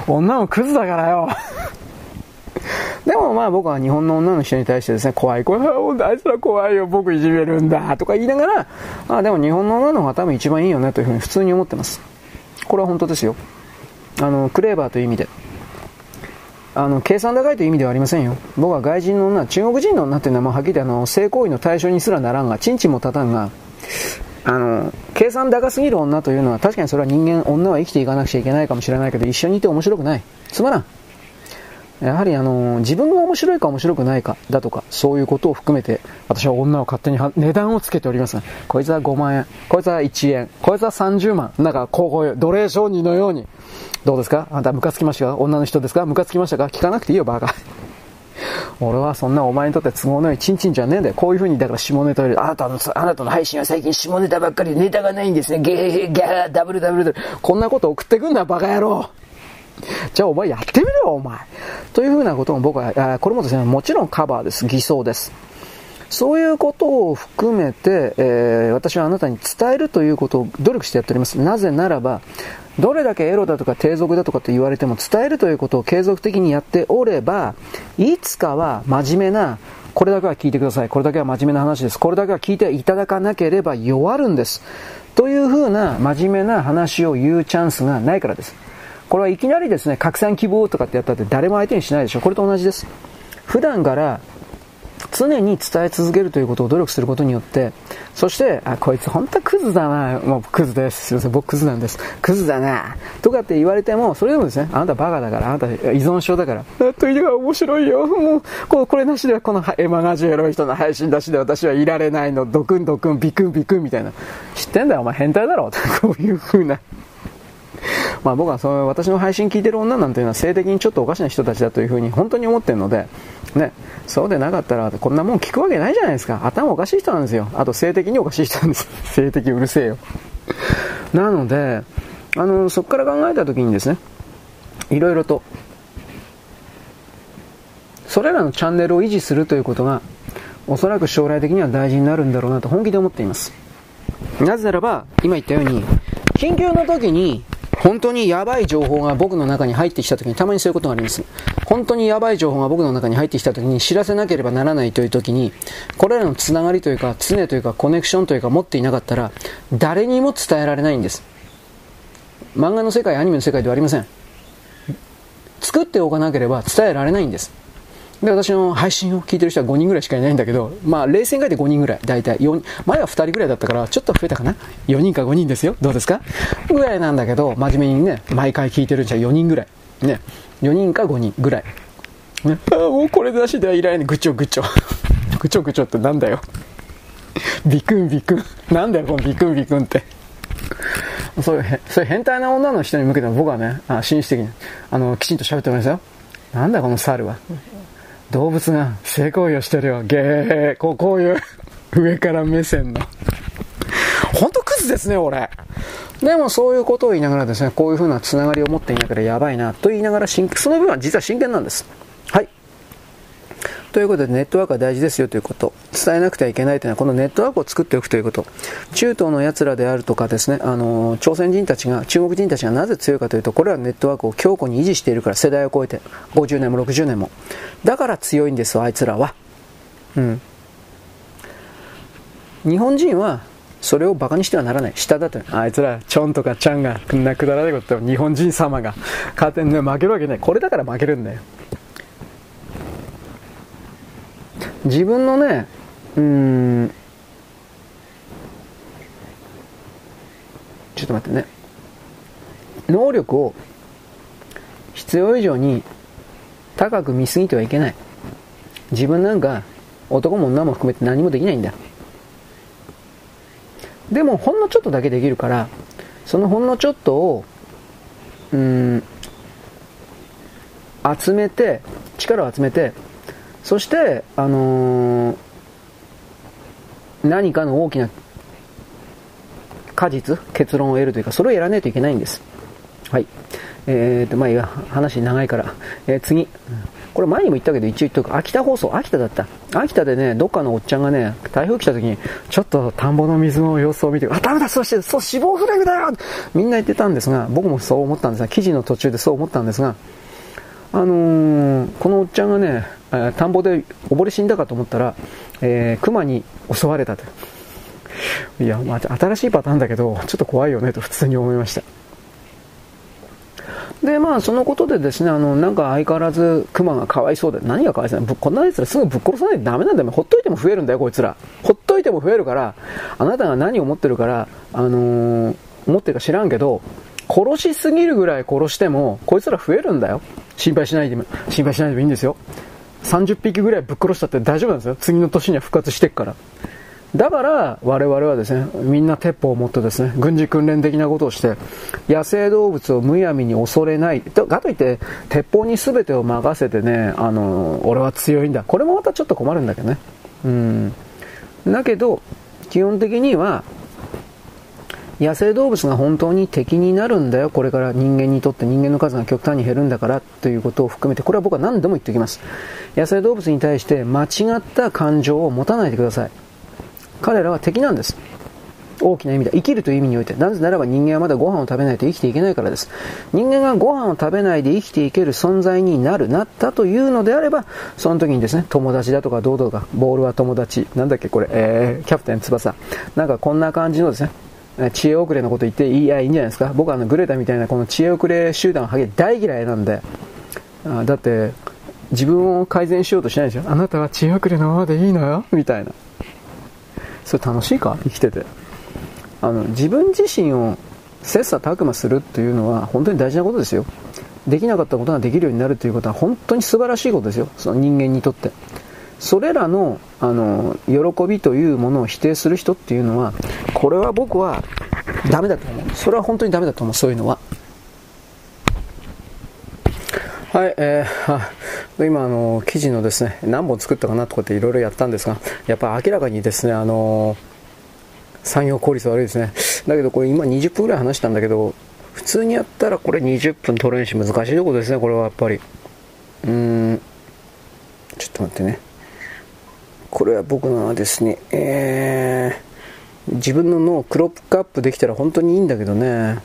S1: 女もクズだからよ。でもまあ僕は日本の女の人に対してですね、怖い怖い、あいつら怖いよ、僕いじめるんだとか言いながら、まあでも日本の女の方が多分一番いいよねというふうに普通に思ってます。これは本当ですよ。あのクレーバーという意味で、あの計算高いという意味ではありませんよ。僕は外人の女、中国人の女っていうのはもうはっきり言ってあの性行為の対象にすらならんが、チンチンも立たんが、あの計算高すぎる女というのは確かにそれは人間、女は生きていかなくちゃいけないかもしれないけど、一緒にいて面白くない、つまらん。やはりあの自分が面白いか面白くないかだとか、そういうことを含めて私は女を勝手に値段をつけております。こいつはごまんえん、こいつはいちえん、こいつはさんじゅうまん、なんかこういう奴隷商人のように。どうですか、あんたムカつきましたか、女の人ですか、ムカつきましたか、聞かなくていいよバカ。俺はそんなお前にとって都合のいいチンチンじゃねえんだよ。こういう風にだから下ネタを入れる。あなたのあなたの配信は最近下ネタばっかりでネタがないんですね、ゲーギャーダブルダブルダブル、こんなこと送ってくんなバカ野郎。じゃあお前やってみろお前というふうなことも僕は、これもですね、もちろんカバーです、偽装です。そういうことを含めて、えー、私はあなたに伝えるということを努力してやっております。なぜならば、どれだけエロだとか低俗だとかと言われても伝えるということを継続的にやっておれば、いつかは真面目な、これだけは聞いてください、これだけは真面目な話です、これだけは聞いていただかなければ弱るんですというふうな真面目な話を言うチャンスがないからです。これはいきなりですね、拡散希望とかってやったって誰も相手にしないでしょ。これと同じです。普段から常に伝え続けるということを努力することによって、そして、あ、こいつ本当はクズだな、もうクズです、すいません、僕クズなんです、クズだなとかって言われても、それでもですね、あなたバカだから、あなた依存症だから、あというのが面白いよ、もうここれなしではこのエマガジュエロい人の配信出しで私はいられないの、ドクンドクンビクンビクンみたいな、知ってんだよお前変態だろこういう風な。まあ僕はその私の配信聞いてる女なんていうのは性的にちょっとおかしな人たちだというふうに本当に思ってるので、ね、そうでなかったらこんなもん聞くわけないじゃないですか。頭おかしい人なんですよ。あと性的におかしい人なんです。性的うるせえよ。なので、あのそこから考えた時にですね、いろいろとそれらのチャンネルを維持するということがおそらく将来的には大事になるんだろうなと本気で思っています。なぜならば今言ったように緊急の時に本当にやばい情報が僕の中に入ってきたときに、たまにそういうことがあります。本当にやばい情報が僕の中に入ってきたときに知らせなければならないというときに、これらのつながりというか常というかコネクションというか持っていなかったら誰にも伝えられないんです。漫画の世界、アニメの世界ではありません。作っておかなければ伝えられないんです。で、私の配信を聞いてる人はごにんぐらいしかいないんだけど、まあ冷静に書いてごにんぐらい、だいたいよにん、前はふたりぐらいだったからちょっと増えたかな、よにんかごにんですよ、どうですかぐらいなんだけど、真面目にね毎回聞いてるんじゃよにんぐらいね、よにんかごにんぐらいね、あもうこれなしではいらないね、ぐちょぐちょぐちょぐちょってなんだよビクンビクンなんだよこのビクンビクンってそういう、そういう変態な女の人に向けて僕はね、あ紳士的にあのきちんと喋っておりますよ。なんだこの猿は、動物が性行為をしてるよ、ゲー、こう、こういう上から目線の本当クズですね俺。でもそういうことを言いながらですね、こういう風なつながりを持っていながらやばいなと言いながら、その部分は実は真剣なんです。はい、ということでネットワークは大事ですよということ、伝えなくてはいけないというのはこのネットワークを作っておくということ。中東の奴らであるとかですね、あの朝鮮人たちが、中国人たちがなぜ強いかというと、これはネットワークを強固に維持しているから、世代を超えてごじゅうねんもろくじゅうねんもだから強いんですあいつらは。うん、日本人はそれをバカにしてはならない。下だと、あいつらチョンとかチャンがこんなくだらないことを日本人様が勝手に、ね、負けるわけない。これだから負けるんだよ。自分のね、うーんちょっと待ってね、能力を必要以上に高く見すぎてはいけない。自分なんか男も女も含めて何もできないんだ。でもほんのちょっとだけできるから、そのほんのちょっとをうーん集めて、力を集めて、そしてあのー、何かの大きな果実、結論を得るというか、それをやらないといけないんです。はい。 えーと、まあいいや、話長いから。えー、次。これ前にも言ったけど一応言っとく。秋田放送、秋田だった。秋田でね、どっかのおっちゃんがね、台風来た時に、ちょっと田んぼの水の様子を見て、あ、ダメだ、そうして、そう、死亡フラグだよみんな言ってたんですが、僕もそう思ったんですが、記事の途中でそう思ったんですが、あのー、このおっちゃんがね、田んぼで溺れ死んだかと思ったら、えー、熊に襲われたと。いや、まあ、新しいパターンだけど、ちょっと怖いよねと普通に思いました。で、まあ、そのことでですね、あの、なんか相変わらず熊がかわいそうで、何がかわいそうなの？こんな奴らすぐぶっ殺さないとダメなんだよ。ほっといても増えるんだよ、こいつら。ほっといても増えるから、あなたが何を持ってるから、あのー、持ってるか知らんけど、殺しすぎるぐらい殺しても、こいつら増えるんだよ。心配しないでも、心配しないでもいいんですよ。さんじゅっぴきぐらいぶっ殺したって大丈夫なんですよ。次の年には復活してっから。だから我々はですね、みんな鉄砲を持ってですね、軍事訓練的なことをして野生動物をむやみに恐れないとかといって鉄砲に全てを任せてね、あの俺は強いんだ、これもまたちょっと困るんだけどね。うんだけど基本的には野生動物が本当に敵になるんだよ、これから人間にとって。人間の数が極端に減るんだからということを含めて、これは僕は何度も言っておきます。野生動物に対して間違った感情を持たないでください。彼らは敵なんです。大きな意味で、生きるという意味において。なぜならば人間はまだご飯を食べないと生きていけないからです。人間がご飯を食べないで生きていける存在になる、なったというのであれば、その時にですね、友達だとかどうとか、ボールは友達、なんだっけこれ、えー、キャプテン翼、なんかこんな感じのですね、知恵遅れのこと言っていいやいいんじゃないですか。僕はあのグレタみたいなこの知恵遅れ集団はげ大嫌いなんで、あだって自分を改善しようとしないでしょ。あなたは知恵遅れのままでいいのよみたいな。それ楽しいか、生きてて。あの自分自身を切磋琢磨するというのは本当に大事なことですよ。できなかったことができるようになるということは本当に素晴らしいことですよ、その人間にとって。それらの、あの喜びというものを否定する人っていうのは、これは僕はダメだと思う。それは本当にダメだと思う、そういうのは。はい、えー、今あの記事のですね、何本作ったかなとかっていろいろやったんですが、やっぱり明らかにですね、あの産業効率悪いですね。だけどこれ今にじゅっぷんぐらい話したんだけど、普通にやったらこれにじゅっぷん取れんし、難しいところですね、これはやっぱり。うーん、ちょっと待ってね。これは僕のはですね、えー、自分の脳をクロップアップできたら本当にいいんだけどね。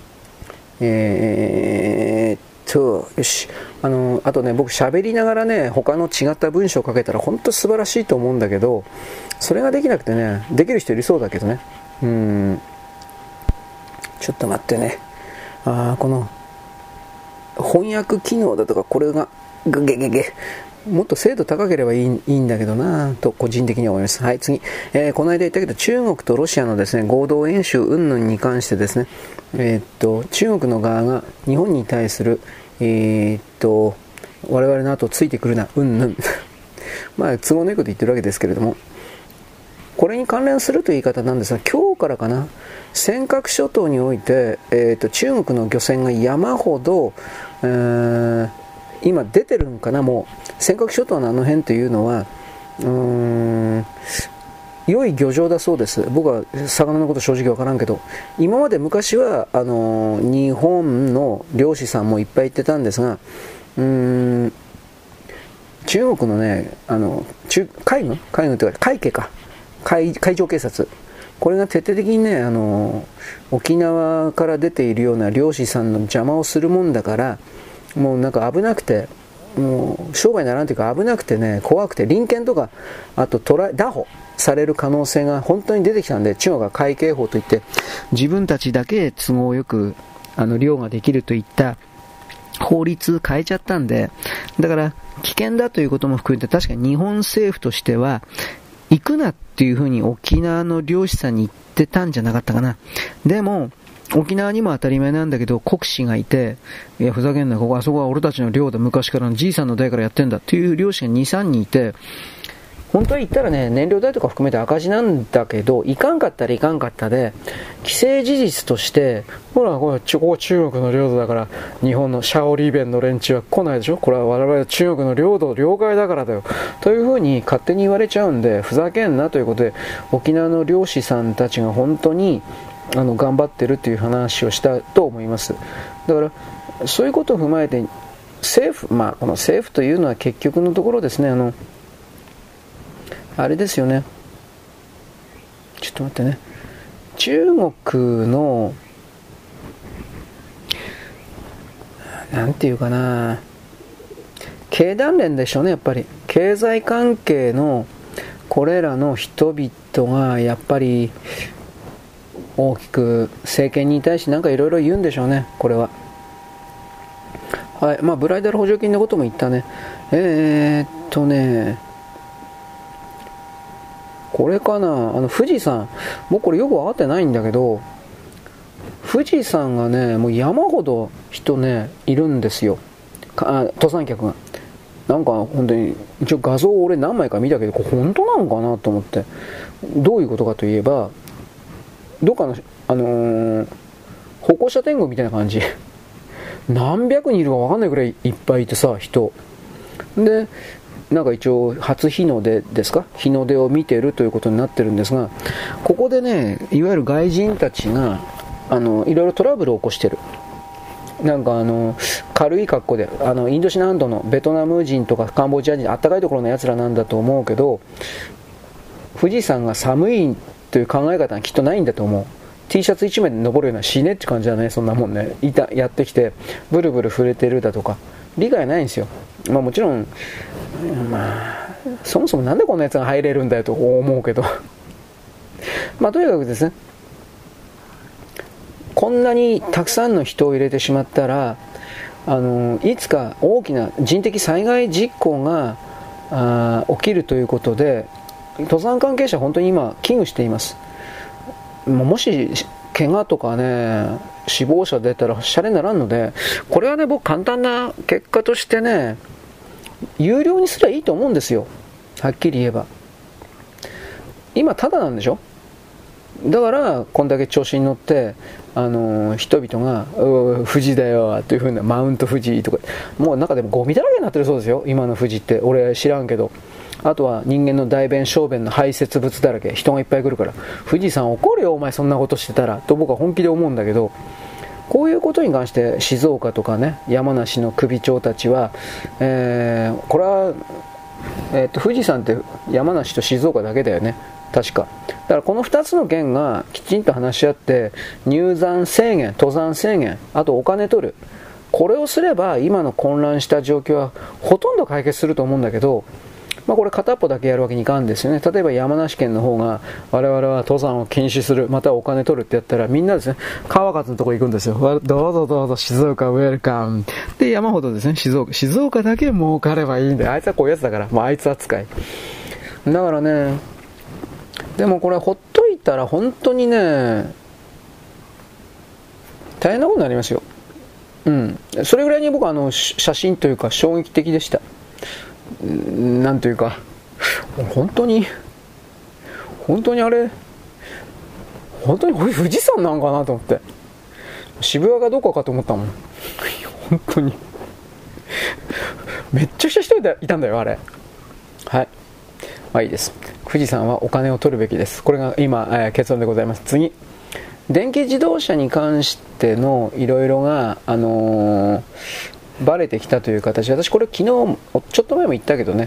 S1: えーっと、よし。あの、あとね、僕喋りながらね、他の違った文章を書けたら本当素晴らしいと思うんだけど、それができなくてね、できる人いるそうだけどね。うーん。ちょっと待ってね。あー、この、翻訳機能だとか、これが、グゲゲゲ。もっと精度高ければいい、いいんだけどなと個人的には思います。はい、次、えー、この間言ったけど中国とロシアのですね合同演習云々に関してですね、えー、っと中国の側が日本に対するえー、っと我々の後ついてくるな云々まあ都合のいいこと言ってるわけですけれども、これに関連するという言い方なんですが、今日からかな、尖閣諸島において、えー、っと中国の漁船が山ほど、えー今出てるんかな。もう尖閣諸島のあの辺というのはうーん良い漁場だそうです。僕は魚のこと正直わからんけど、今まで昔はあの日本の漁師さんもいっぱい行ってたんですが、うーん中国のね、あの中海軍海軍というか海警か 海, 海上警察、これが徹底的にね、あの沖縄から出ているような漁師さんの邪魔をするもんだから、もうなんか危なくて、もう商売にならんというか危なくてね、怖くて臨検とかあとトライ拿捕される可能性が本当に出てきたんで、中国が海警法といって自分たちだけ都合よくあの漁ができるといった法律変えちゃったんで、だから危険だということも含めて確かに日本政府としては行くなっていうふうに沖縄の漁師さんに言ってたんじゃなかったかな。でも沖縄にも当たり前なんだけど国士がいて、いやふざけんな、ここあそこは俺たちの漁だ、昔からのじいさんの代からやってんだっていう漁師がに、さんにんいて、本当は言ったらね、燃料代とか含めて赤字なんだけど、いかんかったらいかんかったで、既成事実として、ほら、これここ中国の領土だから、日本のシャオリーベンの連中は来ないでしょ、これは我々は中国の領土、領海だからだよ。というふうに勝手に言われちゃうんで、ふざけんなということで、沖縄の漁師さんたちが本当に、あの頑張ってるという話をしたと思います。だからそういうことを踏まえて政府、まあこの政府というのは結局のところですね、あのあれですよね、ちょっと待ってね、中国のなんていうかな、経団連でしょうね、やっぱり経済関係のこれらの人々がやっぱり大きく政権に対して何かいろいろ言うんでしょうね、これは。はい、まあブライダル補助金のことも言ったね。えー、っとね、これかな、あの富士山、僕これよく分かってないんだけど、富士山がね、もう山ほど人ねいるんですよ、あ、登山客が。なんか本当に一応画像を俺何枚か見たけど、これ本当なのかなと思って。どういうことかといえば、どっかのあのー、歩行者天国みたいな感じ。何百人いるか分かんないくらいいっぱいいてさ、人で、なんか一応初日の出ですか、日の出を見てるということになってるんですが、ここでね、いわゆる外人たちがあのいろいろトラブルを起こしてる。なんかあの軽い格好で、あのインドシナ半島のベトナム人とかカンボジア人、あったかいところのやつらなんだと思うけど、富士山が寒いという考え方はきっとないんだと思う。 T シャツいちまいで登るような死ねって感じじゃない、そんなもんね。いたやってきてブルブル震えてるだとか理解ないんですよ。まあもちろん、まあそもそもなんでこんなやつが入れるんだよと思うけどまあとにかくですね、こんなにたくさんの人を入れてしまったら、あのいつか大きな人的災害実行があ起きるということで、登山関係者は本当に今危惧しています。もし怪我とかね、死亡者出たらシャレにならんので、これはね、僕簡単な結果としてね、有料にすればいいと思うんですよ、はっきり言えば。今タダなんでしょ。だからこんだけ調子に乗って、あのー、人々が富士だよというふうな、マウント富士とか、もう中でもゴミだらけになってるそうですよ、今の富士って。俺知らんけど。あとは人間の大便小便の排泄物だらけ、人がいっぱい来るから、富士山怒るよお前そんなことしてたらと僕は本気で思うんだけど、こういうことに関して静岡とかね、山梨の首長たちは、えー、これは、えー、と富士山って山梨と静岡だけだよね、確か。だからこのふたつの県がきちんと話し合って、入山制限、登山制限、あとお金取る、これをすれば今の混乱した状況はほとんど解決すると思うんだけど、まあ、これ片っぽだけやるわけにいかんですよね。例えば山梨県の方が我々は登山を禁止する、またはお金取るってやったら、みんなですね、川勝のところ行くんですよ。どうぞどうぞ静岡ウェルカムで、山ほどですね、静岡静岡だけ儲かればいいんだよ。あいつはこういうやつだから、もうあいつ扱いだからね。でもこれほっといたら本当にね、大変なことになりますよ。うん、それぐらいに僕はあの写真というか衝撃的でした。なんというか、本当に本当にあれ本当にこれ富士山なんかなと思って、渋谷がどこかと思ったもん本当にめっちゃくちゃ人いたんだよあれ。はい、まあいいです。富士山はお金を取るべきです。これが今、えー、結論でございます。次、電気自動車に関してのいろいろが、あのー、バレてきたという形。私これ昨日ちょっと前も言ったけどね、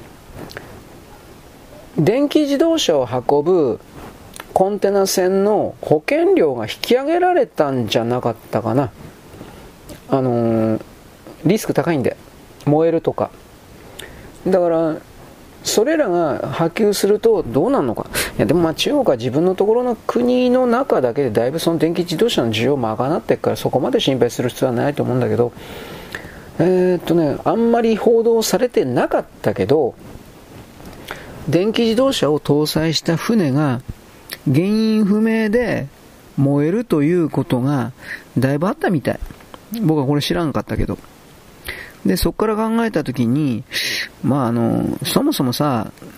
S1: 電気自動車を運ぶコンテナ船の保険料が引き上げられたんじゃなかったかな。あのー、リスク高いんで、燃えるとか。だからそれらが波及するとどうなるのか。いやでもまあ中国は自分のところの国の中だけでだいぶその電気自動車の需要を賄っていくから、そこまで心配する必要はないと思うんだけど、えーっとね、あんまり報道されてなかったけど、電気自動車を搭載した船が原因不明で燃えるということがだいぶあったみたい。僕はこれ知らんかったけど。で、そこから考えたときに、まああの、そもそもさ、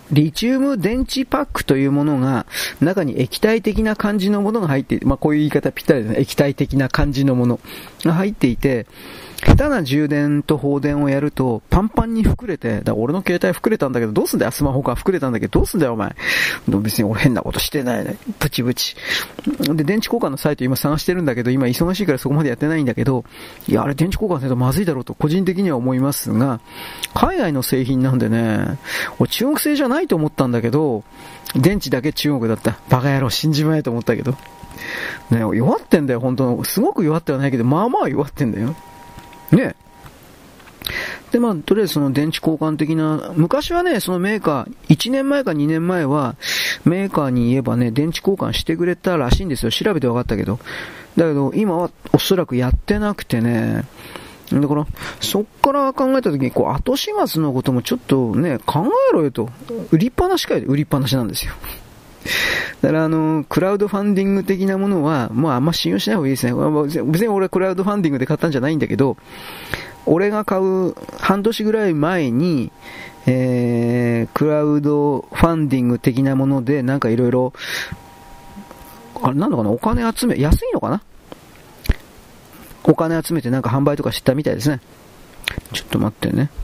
S1: リチウム電池パックというものが、中に液体的な感じのものが入っていて、まあこういう言い方ぴったりですね。液体的な感じのものが入っていて、下手な充電と放電をやると、パンパンに膨れて、だから俺の携帯膨れたんだけど、どうすんだよ、スマホが膨れたんだけど、どうすんだよ、お前。別に俺変なことしてないね。ブチブチ。で、電池交換のサイト今探してるんだけど、今忙しいからそこまでやってないんだけど、いや、あれ電池交換するとまずいだろうと、個人的には思いますが、海外の製品なんでね、俺中国製じゃないと思ったんだけど、電池だけ中国だった。バカ野郎、信じまえと思ったけど。ね、弱ってんだよ、本当すごく弱ってはないけど、まあまあ弱ってんだよ。ね。で、まあ、とりあえずその電池交換的な、昔はね、そのメーカー、いちねんまえかにねんまえは、メーカーに言えばね、電池交換してくれたらしいんですよ。調べて分かったけど。だけど、今はおそらくやってなくてね、だから、そっから考えたときに、こう、後始末のこともちょっとね、考えろよと。売りっぱなしかよ、売りっぱなしなんですよ。だからあの、クラウドファンディング的なものは、もうあんま信用しない方がいいですね。別に俺クラウドファンディングで買ったんじゃないんだけど、俺が買う半年ぐらい前に、えー、クラウドファンディング的なもので、なんかいろいろ、あれなんのかな、お金集め、安いのかな、お金集めてなんか販売とかしたみたいですね。ちょっと待ってね。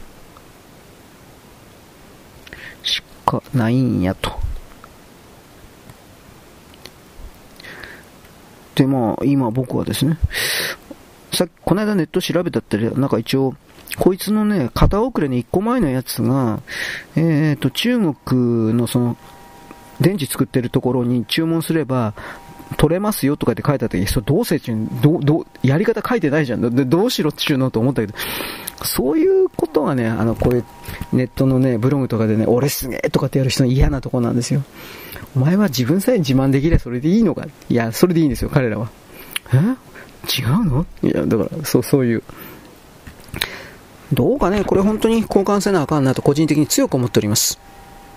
S1: しかないんやと。で、まあ、今僕はですね、さっき、この間ネット調べたったり、なんか一応、こいつのね、片遅れにいっこまえのやつが、えーと、中国のその、電池作ってるところに注文すれば、取れますよとかって書いてあったけど、それどうせちゅう、どう、どう、やり方書いてないじゃん。で、どうしろっちゅうのと思ったけど、そういうことがね、あの、こういうネットのね、ブログとかでね、俺すげえとかってやる人の嫌なとこなんですよ。お前は自分さえ自慢できればそれでいいのか。いや、それでいいんですよ、彼らは。え？違うの？いや、だから、そう、そういう。どうかね、これ本当に交換せなあかんなと個人的に強く思っております。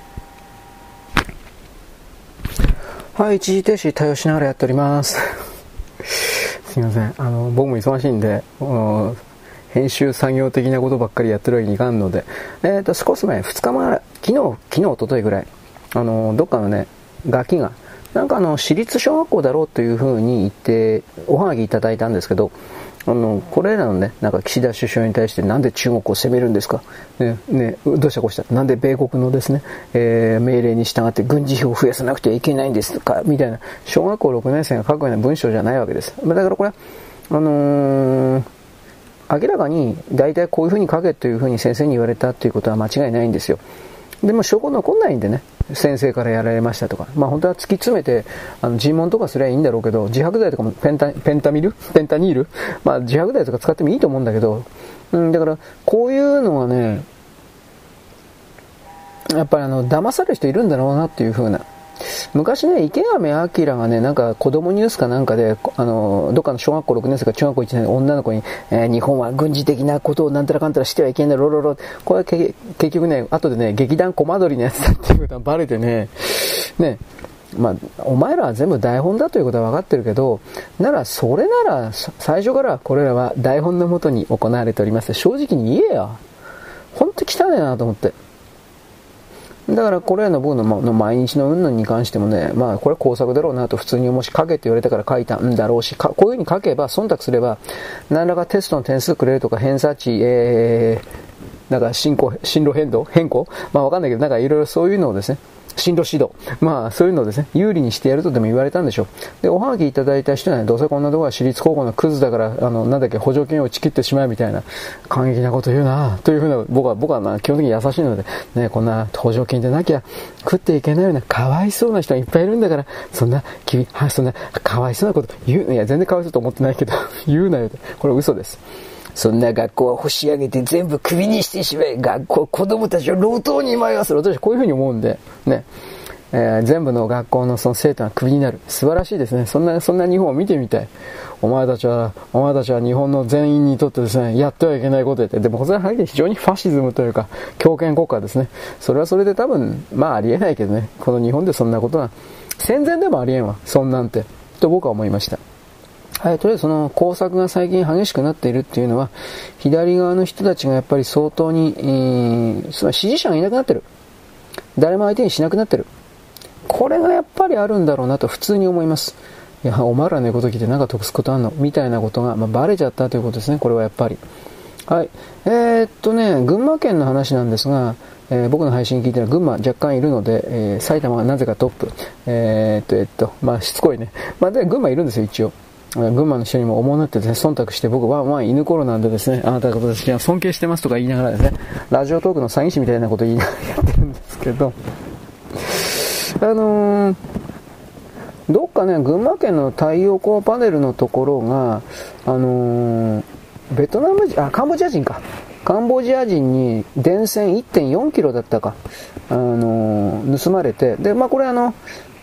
S1: はい、一時停止対応しながらやっております。すいません。あの、僕も忙しいんで、編集作業的なことばっかりやってるわけにいかんので、えっと、少し前、ふつかまえ、昨日、昨日、おとといぐらい、あの、どっかのね、ガキが、なんかあの、私立小学校だろうというふうに言って、おはがきいただいたんですけど、あの、これらのね、なんか岸田首相に対してなんで中国を責めるんですか、ね、ね、どうしたこうした、なんで米国のですね、えー、命令に従って軍事費を増やさなくてはいけないんですか、みたいな、小学校ろくねん生が書くような文章じゃないわけです。だからこれ、あのー、明らかに大体こういうふうに書けというふうに先生に言われたということは間違いないんですよ。でも証拠残んないんでね、先生からやられましたとか、まあ本当は突き詰めてあの尋問とかすればいいんだろうけど、自白剤とかもペンタペンタミルペンタニール、まあ自白剤とか使ってもいいと思うんだけど、うん、だからこういうのはね、やっぱりあの騙される人いるんだろうなっていう風な。昔ね、池上彰がね、なんか子供ニュースかなんかで、あの、どっかの小学校ろくねん生か中学校いちねんの女の子に、えー、日本は軍事的なことをなんたらかんたらしてはいけない、ロロロ。これは結局ね、後でね、劇団コマ撮りのやつだっていうことがバレてね、ね、まあ、お前らは全部台本だということは分かってるけど、なら、それなら、最初からこれらは台本のもとに行われております。正直に言えや。ほんと汚いなと思って。だからこれらの僕の毎日の云々に関してもね、まあこれは工作だろうなと普通にもし書けって言われたから書いたんだろうし、こういう風に書けば、忖度すれば、何らかテストの点数くれるとか偏差値、えー、なんか進行、進路変動変更まあわかんないけど、なんかいろいろそういうのをですね、進路指導。まあ、そういうのをですね、有利にしてやるとでも言われたんでしょう。で、おはがきいただいた人はね、どうせこんなところは私立高校のクズだから、あの、なんだっけ、補助金を打ち切ってしまうみたいな、過激なこと言うなというふうな、僕は、僕はまあ、基本的に優しいので、ね、こんな補助金でなきゃ食っていけないような、かわいそうな人がいっぱいいるんだから、そんな、きはそんな、かわいそうなこと言う、いや、全然かわいそうと思ってないけど、言うなよ。これ嘘です。そんな学校を干し上げて全部クビにしてしまえ。学校、子供たちを路頭に迷わせる。私はこういうふうに思うんで、ね。えー、全部の学校のその生徒がクビになる。素晴らしいですね。そんな、そんな日本を見てみたい。お前たちは、お前たちは日本の全員にとってですね、やってはいけないことやって。でも、これは非常にファシズムというか、強権国家ですね。それはそれで多分、まあありえないけどね。この日本でそんなことは、戦前でもありえんわ。そんなんて。と僕は思いました。はい、とりあえずその工作が最近激しくなっているっていうのは、左側の人たちがやっぱり相当に、えー、つまり支持者がいなくなってる。 誰も相手にしなくなってる。これがやっぱりあるんだろうなと普通に思います。いや、お前らの言うこと聞いてなんか得すことあんのみたいなことが、まあ、バレちゃったということですね。これはやっぱり。はい。えー、っとね、群馬県の話なんですが、えー、僕の配信聞いてる群馬若干いるので、えー、埼玉がなぜかトップ。えー、っと、えっと、まあ、しつこいね。まあ、で、群馬いるんですよ、一応。群馬の人にも思いなってですね、忖度して僕は、まあ、犬コロなんでですね、あなたのことですね、尊敬してますとか言いながらですね、ラジオトークの詐欺師みたいなこと言いながらやってるんですけど、あのー、どっかね、群馬県の太陽光パネルのところが、あのー、ベトナム人、あ、カンボジア人か。カンボジア人に電線 いってんよんキロだったか、あのー、盗まれて、で、まあこれあの、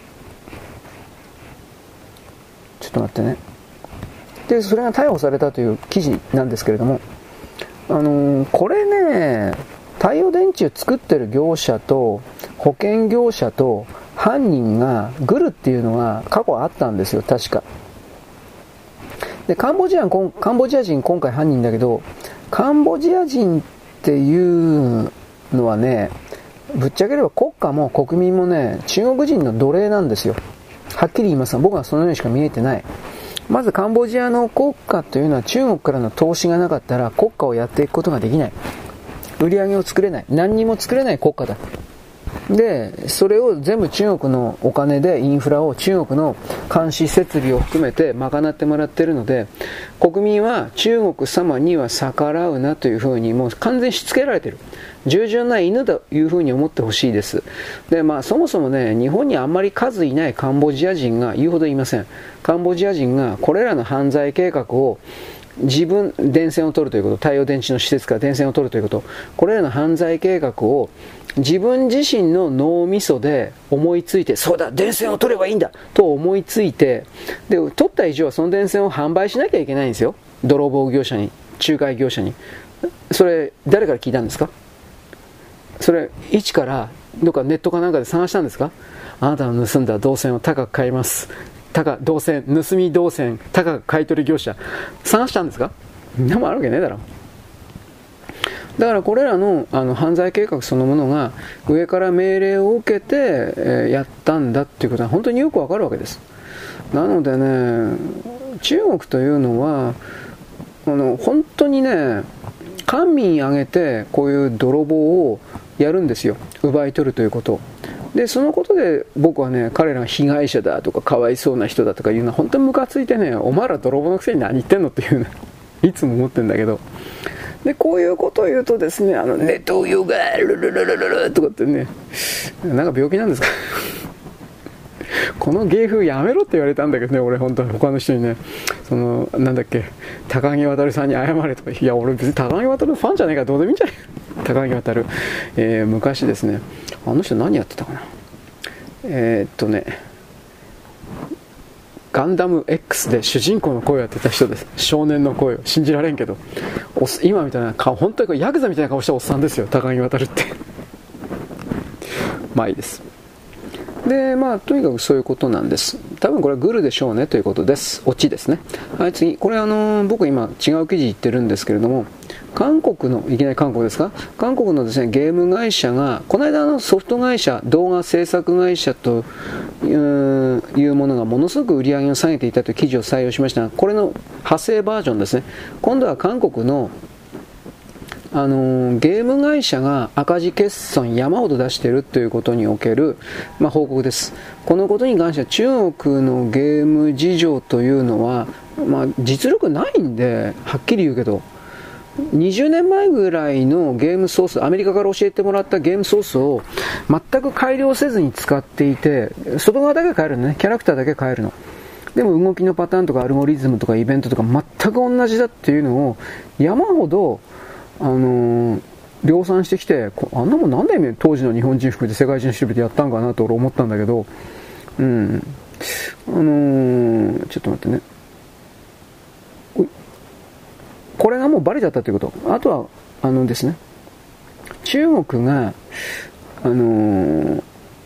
S1: ちょっと待ってね。で、それが逮捕されたという記事なんですけれども、あのー、これね、太陽電池を作ってる業者と保険業者と犯人がグルっていうのが過去あったんですよ、確か。で、カンボジア、カンボジア人今回犯人だけど、カンボジア人っていうのはね、ぶっちゃければ国家も国民もね、中国人の奴隷なんですよ。はっきり言いますが、僕はそのようにしか見えてない。まずカンボジアの国家というのは中国からの投資がなかったら国家をやっていくことができない。売り上げを作れない。何にも作れない国家だ。で、それを全部中国のお金でインフラを中国の監視設備を含めて賄ってもらっているので、国民は中国様には逆らうなというふうにもう完全にしつけられている。従順な犬というふうに思ってほしいです。で、まあそもそもね、日本にあんまり数いないカンボジア人が言うほどいません。カンボジア人がこれらの犯罪計画を自分、電線を取るということ、太陽電池の施設から電線を取るということ、これらの犯罪計画を自分自身の脳みそで思いついて、そうだ、電線を取ればいいんだと思いついて、で、取った以上はその電線を販売しなきゃいけないんですよ。泥棒業者に、仲介業者に。それ、誰から聞いたんですか？それ、一から、どっかネットかなんかで探したんですか？あなたの盗んだ銅線を高く買います。高、銅線、盗み銅線、高く買い取り業者、探したんですか？何もあるわけねえだろ。だからこれらの、あの犯罪計画そのものが上から命令を受けて、えー、やったんだっていうことは本当によくわかるわけです。なのでね、中国というのはあの本当にね、官民挙げてこういう泥棒をやるんですよ。奪い取るということを。で、そのことで僕はね、彼らが被害者だとかかわいそうな人だとかいうのは本当にムカついてね、お前ら泥棒のくせに何言ってんのっていうね、いつも思ってるんだけど。で、こういうことを言うとですね、あの、ネトウヨガルルルルルルとかってね、なんか病気なんですかこの芸風やめろって言われたんだけどね、俺本当は他の人にね、その、なんだっけ、高木渡さんに謝れとか、いや、俺別に高木渡のファンじゃないからどうでもいいんじゃない高木渡る、えー、昔ですね、あの人何やってたかな、えー、っとね、ガンダム X で主人公の声をやってた人です。少年の声を。信じられんけど。今みたいな顔、本当にヤクザみたいな顔したおっさんですよ、高木渡るって。まあいいです。で、まあ、とにかくそういうことなんです。多分これはグルでしょうねということです。オチですね。はい、次。これあのー、僕今違う記事言ってるんですけれども、韓国の、いきなり韓国ですか？韓国のですね、ゲーム会社が、この間のソフト会社、動画制作会社というものがものすごく売り上げを下げていたという記事を採用しましたが、これの派生バージョンですね。今度は韓国のあのー、ゲーム会社が赤字決算山ほど出しているということにおける、まあ、報告です。このことに関しては中国のゲーム事情というのは、まあ、実力ないんではっきり言うけど、にじゅうねんまえぐらいのゲームソース、アメリカから教えてもらったゲームソースを全く改良せずに使っていて、外側だけ変えるのね、キャラクターだけ変えるの。でも動きのパターンとかアルゴリズムとかイベントとか全く同じだっていうのを山ほどあのー、量産してきて、あんなもんなんで当時の日本人含めて世界中の人々やったんかなと俺思ったんだけど、うん、あのー、ちょっと待ってね、これがもうバレちゃったということ。あとはあのですね、中国があのー、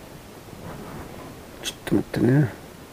S1: ちょっと待ってね、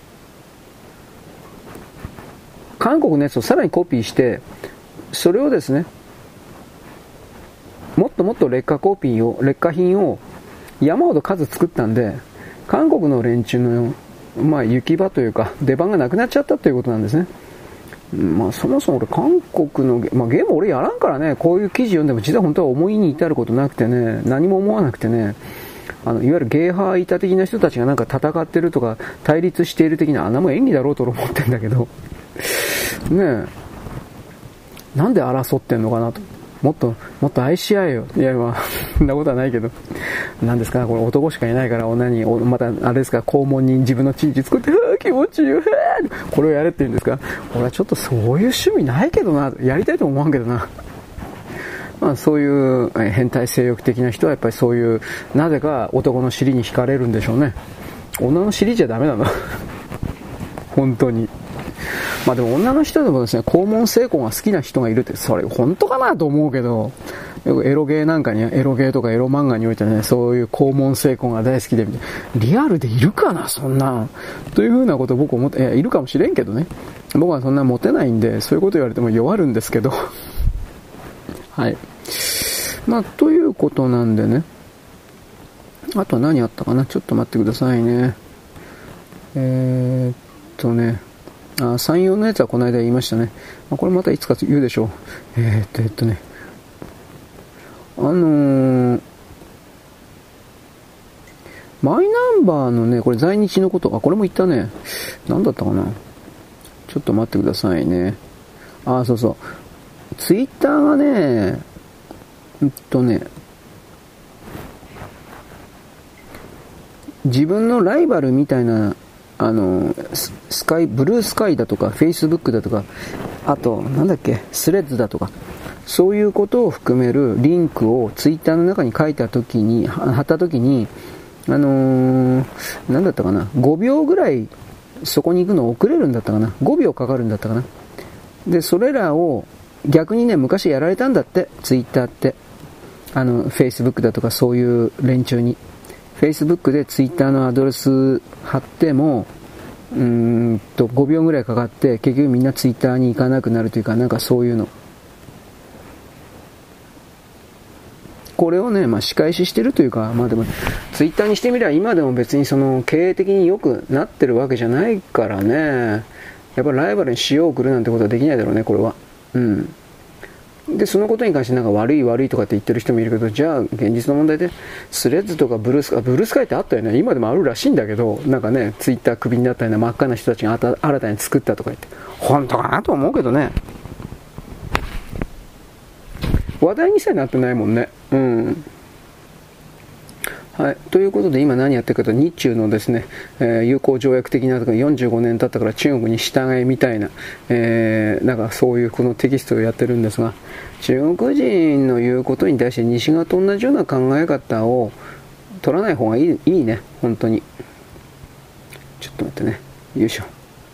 S1: 韓国のやつをさらにコピーして、それをですね、もっともっと劣化コピーを、劣化品を山ほど数作ったんで、韓国の連中の、まあ、行き場というか出番がなくなっちゃったということなんですね。まあ、そもそも俺韓国の、まあ、ゲーム俺やらんからね、こういう記事読んでも実は本当は思いに至ることなくてね、何も思わなくてね、あのいわゆるゲーハーイタ的な人たちがなんか戦ってるとか対立している的な、あんなもん演技だろうと思ってんだけどねえ、なんで争ってんのかなと。もっともっと愛し合えよ。いや、まあそんなことはないけど、なんですか、これ男しかいないから女にまたあれですか、肛門に自分のチンチ作って、はあ気持ちいいよ、はあこれをやれって言うんですか。俺はちょっとそういう趣味ないけどな、やりたいと思わんけどな。まあ、そういう変態性欲的な人はやっぱりそういう、なぜか男の尻に惹かれるんでしょうね。女の尻じゃダメだな本当に。まあでも女の人でもですね、肛門性交が好きな人がいるって、それ本当かなと思うけど、よくエロゲーなんかに、エロゲーとかエロ漫画においてね、そういう肛門性交が大好きでみたいな、リアルでいるかなそんなというふうなことを僕思って、いやいるかもしれんけどね、僕はそんなモテないんで、そういうこと言われても弱るんですけどはい、まあということなんでね、あと何あったかな、ちょっと待ってくださいね。えー、っとねあさんよんのやつはこの間言いましたね。まあ、これまたいつか言うでしょう。えー、っとえっとねあのー、マイナンバーのね、これ在日のこと、あ、これも言ったね。何だったかな、ちょっと待ってくださいね。あ、そうそう、ツイッターがね、えっとね自分のライバルみたいな、あのスカイブルースカイだとかフェイスブックだとか、あとなんだっけスレッズだとか、そういうことを含めるリンクをツイッターの中に書いたときに、貼ったときに、あのー、なんだったかな、ごびょうぐらいそこに行くの遅れるんだったかな、ごびょうかかるんだったかな。でそれらを逆にね、昔やられたんだって、ツイッターって、あのフェイスブックだとかそういう連中に。Facebook で Twitter のアドレス貼ってもうーんとごびょうぐらいかかって結局みんな Twitter に行かなくなるというか、なんかそういうの、これをね、まあ、仕返ししてるというか、まあでも Twitter にしてみれば今でも別にその経営的に良くなってるわけじゃないからね、やっぱりライバルに塩を送るなんてことはできないだろうね、これは。うんでそのことに関してなんか悪い悪いとかって言ってる人もいるけど、じゃあ現実の問題でスレッズとかブルースカイ、ブルースカイってあったよね、今でもあるらしいんだけど、なんかねツイッタークビになったような真っ赤な人たちが新たに作ったとか言って、本当かなと思うけどね、話題にさえなってないもんね。うんはい、ということで今何やってるかと、日中のですね、えー、友好条約的なとかよんじゅうごねん経ったから中国に従えみたいな、えー、なんかそういうこのテキストをやってるんですが、中国人の言うことに対して西側と同じような考え方を取らない方がいい、いいね、本当に。ちょっと待ってね、よいしょ。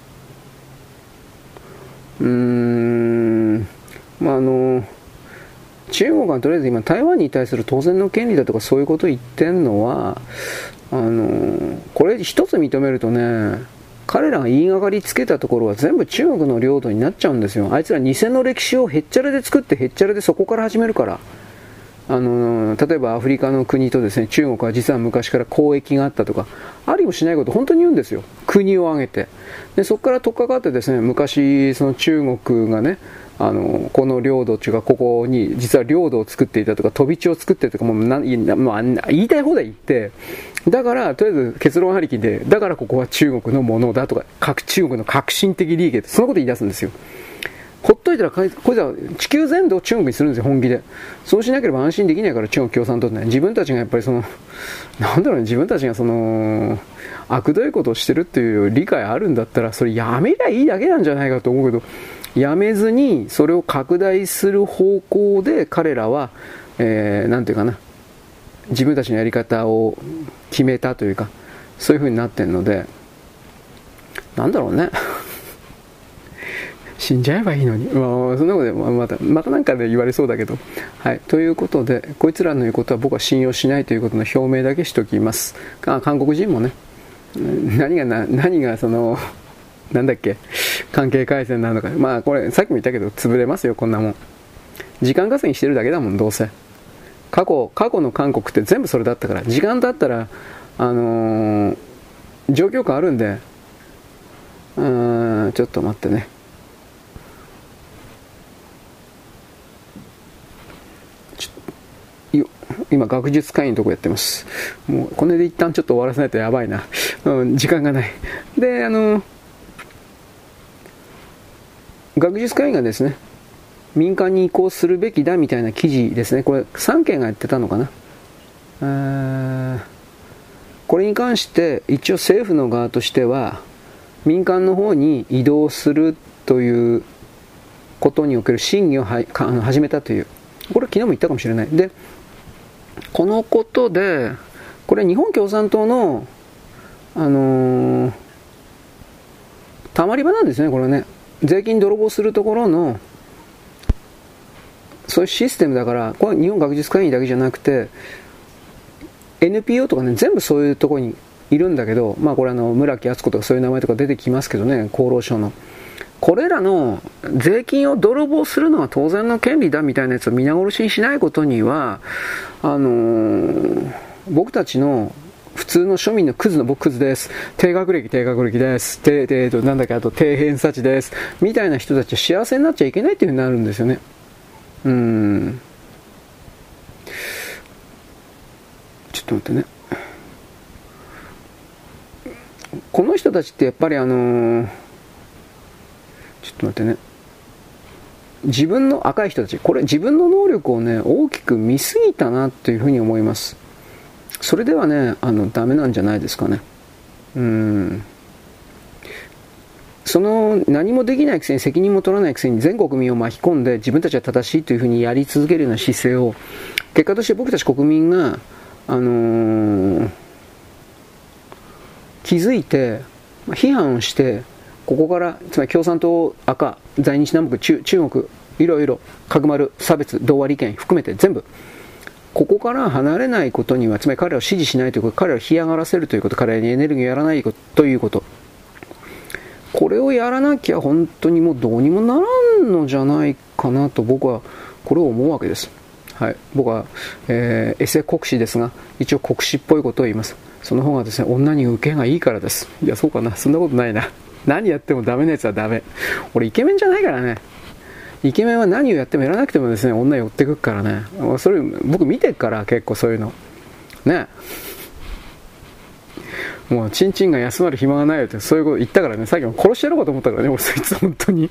S1: うーんまああの中国はとりあえず今台湾に対する当然の権利だとかそういうことを言ってんのは、あのこれ一つ認めるとね、彼らが言いがかりつけたところは全部中国の領土になっちゃうんですよ。あいつら偽の歴史をへっちゃらで作ってへっちゃらでそこから始めるから。あの例えばアフリカの国とですね、中国は実は昔から交易があったとか、ありもしないこと本当に言うんですよ、国を挙げて。でそこから取っかかってですね、昔その中国がね、あのこの領土っていうか、ここに実は領土を作っていたとか飛び地を作っていたとか、もうな、まあ、言いたい放題言って、だからとりあえず結論ありきで、だからここは中国のものだとか、各中国の革新的利益ってそのこと言い出すんですよ。ほっといたらこいつは地球全土を中国にするんですよ、本気で。そうしなければ安心できないから、中国共産党ってね、自分たちがやっぱりそのなんだろうね、自分たちがその悪どいことをしてるっていう理解あるんだったら、それやめりゃいいだけなんじゃないかと思うけど、やめずにそれを拡大する方向で彼らは、えー、なんていうかな、自分たちのやり方を決めたというか、そういう風になってるので、なんだろうね死んじゃえばいいのに、まあ、そんなことでまたまたなんかで言われそうだけど、はい、ということで、こいつらの言うことは僕は信用しないということの表明だけしておきます。韓国人もね、何がな何がそのなんだっけ関係改善なのか、まあこれさっきも言ったけど潰れますよ、こんなもん。時間稼ぎしてるだけだもん、どうせ。 過去、過去の韓国って全部それだったから、時間だったら、あのー、状況変わるんで、うーん、ちょっと待ってね。今学術会議のとこやってます。もうこれで一旦ちょっと終わらせないとやばいな、うん、時間がない。で、あの学術会議がですね、民間に移行するべきだみたいな記事ですね。これさんけんがやってたのかな。あこれに関して一応政府の側としては民間の方に移動するということにおける審議をは始めたという、これ昨日も言ったかもしれない。でこのことで、これ日本共産党の、あのー、たまり場なんですね、これね。税金泥棒するところの、そういうシステムだから、これは日本学術会議だけじゃなくて、エヌピーオー とかね、全部そういうところにいるんだけど、まあこれあの、村木厚子とかそういう名前とか出てきますけどね、厚労省の。これらの税金を泥棒するのは当然の権利だみたいなやつを皆殺しにしないことには、あのー、僕たちの普通の庶民のクズの僕クズです。低学歴低学歴です。低、低と、なんだっけ、あと低偏差値です。みたいな人たちは幸せになっちゃいけないっていう風になるんですよね。うーん。ちょっと待ってね。この人たちってやっぱりあのー、ちょっと待ってね。自分の赤い人たち、これ自分の能力をね、大きく見すぎたなというふうに思います。それではね、あの、ダメなんじゃないですかね。うーん。その、何もできないくせに責任も取らないくせに全国民を巻き込んで自分たちは正しいというふうにやり続けるような姿勢を、結果として僕たち国民が、あのー、気づいて、批判をして、ここから、つまり共産党赤、在日南北、中、中国、いろいろ、角丸、差別、同和利権含めて全部、ここから離れないことには、つまり彼らを支持しないということ、彼らを干上がらせるということ、彼らにエネルギーをやらないということ、これをやらなきゃ本当にもうどうにもならんのじゃないかなと僕はこれを思うわけです。はい、僕は、えー、エセ国士ですが、一応国士っぽいことを言います。その方がですね、女に受けがいいからです。いや、そうかな、そんなことないな。何やってもダメなやつはダメ。俺イケメンじゃないからね。イケメンは何をやってもやらなくてもですね、女寄ってくるからね。それ僕見てるから結構そういうのね。もうチンチンが休まる暇がないよってそういうこと言ったからね。さっきも殺してやろうかと思ったからね、俺そいつ本当に。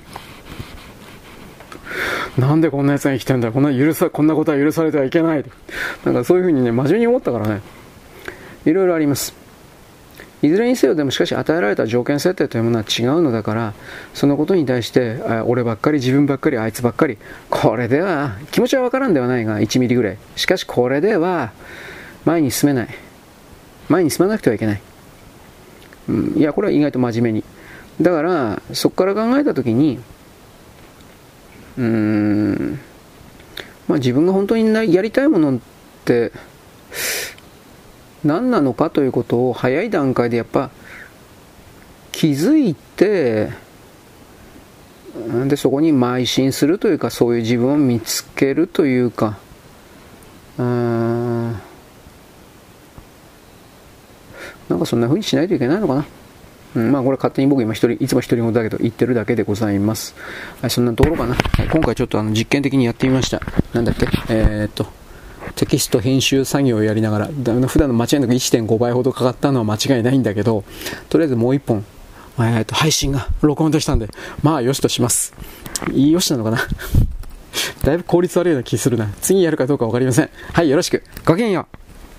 S1: なんでこんなやつが生きてんだ、こんな許さこんなことは許されてはいけない。なんかそういう風にね、真面目に思ったからね。いろいろあります。いずれにせよでもしかし与えられた条件設定というものは違うのだから、そのことに対して俺ばっかり自分ばっかりあいつばっかり、これでは気持ちはわからんではないがいちミリぐらい、しかしこれでは前に進めない、前に進まなくてはいけない、うん、いやこれは意外と真面目に、だからそこから考えたときにうーん、まあ、自分が本当にやりたいものって何なのかということを早い段階でやっぱ気づいて、でそこに邁進するというか、そういう自分を見つけるというか、うーん、なんかそんな風にしないといけないのかな。うん、まあこれ勝手に僕今一人いつも一人もだけど言ってるだけでございます。はい、そんなところかな。はい、今回ちょっとあの実験的にやってみました。なんだっけ、えー、っとテキスト編集作業をやりながら、普段の間違いなく いってんご 倍ほどかかったのは間違いないんだけど、とりあえずもう一本、えー、っと配信が録音できたんで、まあよしとします。いいよしなのかな。だいぶ効率悪いような気するな。次やるかどうかわかりません。はい、よろしく。ごきげんよう。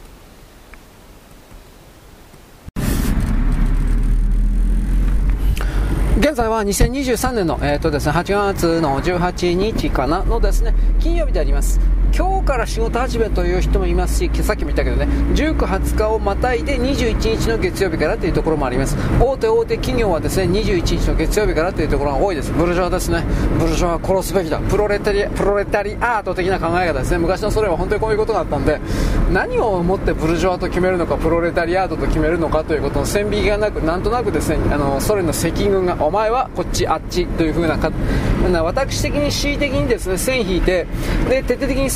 S1: 現在はにせんにじゅうさんねんの、えーとですね、はちがつのじゅうはちにちかなのですね、金曜日であります。今日から仕事始めという人もいますし、さっきも言ったけどね、じゅうく、はつかをまたいでにじゅういちにちの月曜日からというところもあります。大手大手企業はですね、にじゅういちにちの月曜日からというところが多いです。ブルジョワですね。ブルジョワは殺すべきだ。プロレタリア、プロレタリアート的な考え方ですね。昔のそれは本当にこういうことがあったんで、何をもってブルジョワと決めるのか、プロレタリアートと決めるのかということの線引きがなく、なんとなくですね、あのソ連の赤軍がお前はこっちあっちという風なか、私的に恣意的にですね線引いて、で徹底的に指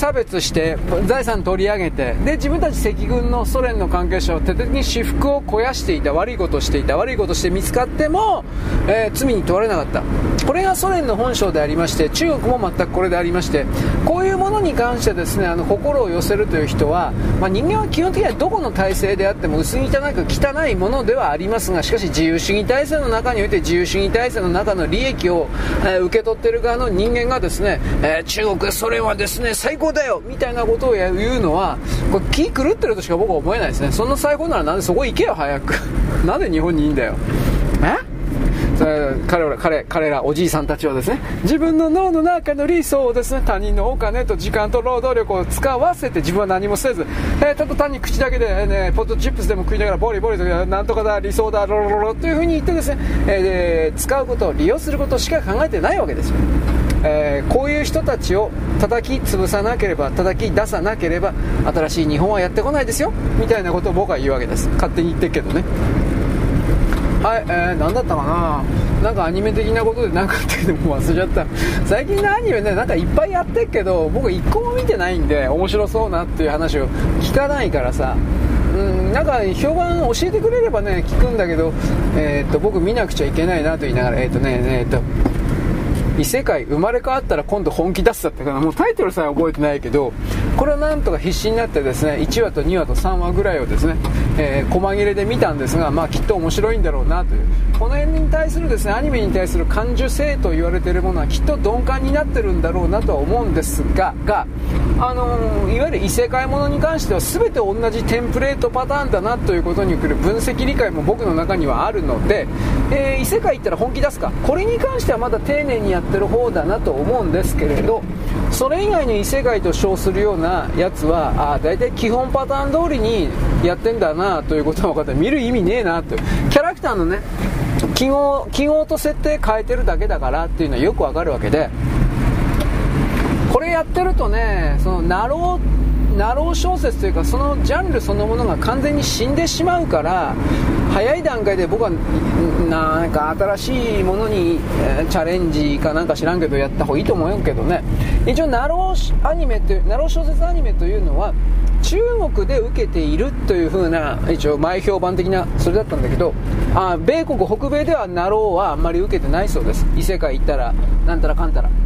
S1: 差別して財産取り上げて、で自分たち赤軍のソ連の関係者を徹底的に私腹を肥やしていた、悪いことをしていた、悪いことをして見つかっても、えー、罪に問われなかった。これがソ連の本性でありまして、中国も全くこれでありまして、こういうものに関してですね、あの心を寄せるという人は、まあ、人間は基本的にはどこの体制であっても薄汚く汚いものではありますが、しかし自由主義体制の中において自由主義体制の中の利益を、えー、受け取っている側の人間がですね、えー、中国ソ連はですね最高だよみたいなことを言うのは、これ気狂ってるとしか僕は思えないですね。そんな最高ならなんでそこ行けよ早くなんで日本にいいんだよ。え彼ら、彼、彼らおじいさんたちはですね、自分の脳の中の理想をですね、他人のお金と時間と労働力を使わせて自分は何もせず、えー、ただ単に口だけで、ね、ポテトチップスでも食いながらボリボリとなんとかだ理想だロロロロというふうに言ってですね、えー、使うことを利用することしか考えてないわけですよ。えー、こういう人たちを叩き潰さなければ、叩き出さなければ新しい日本はやってこないですよみたいなことを僕は言うわけです。勝手に言ってるけどね。はい、えー、何だったかな、なんかアニメ的なことで何かあったけどもう忘れちゃった。最近のアニメね、なんかいっぱいやってるけど僕一個も見てないんで、面白そうなっていう話を聞かないからさ、うん、なんか評判教えてくれればね聞くんだけど、えー、っと僕見なくちゃいけないなと言いながら、えー、っとねえー、っと異世界生まれ変わったら今度本気出すだったかな、もうタイトルさえ覚えてないけど、これはなんとか必死になってですねいちわとにわとさんわぐらいをですね、えー、細切れで見たんですが、まあきっと面白いんだろうなという、この辺に対するですねアニメに対する感受性と言われているものはきっと鈍感になってるんだろうなとは思うんですが、があのー、いわゆる異世界ものに関しては全て同じテンプレートパターンだなということに来る分析理解も僕の中にはあるので、えー、異世界行ったら本気出すか、これに関してはまだ丁寧にやってる方だなと思うんですけれど、それ以外の異世界と称するようなやつはあだいたい基本パターン通りにやってんだなということが分かって、見る意味ねえなという、キャラクターのね記号、記号と設定変えてるだけだからっていうのはよくわかるわけで、これやってるとね、そのナロー、ナロー小説というかそのジャンルそのものが完全に死んでしまうから、早い段階で僕はなんか新しいものに、えー、チャレンジかなんか知らんけどやった方がいいと思うけどね。一応ナローアニメってナロー小説アニメというのは中国で受けているという風な一応前評判的なそれだったんだけど、あ米国北米ではナローはあんまり受けてないそうです。異世界行ったらなんたらかんたら、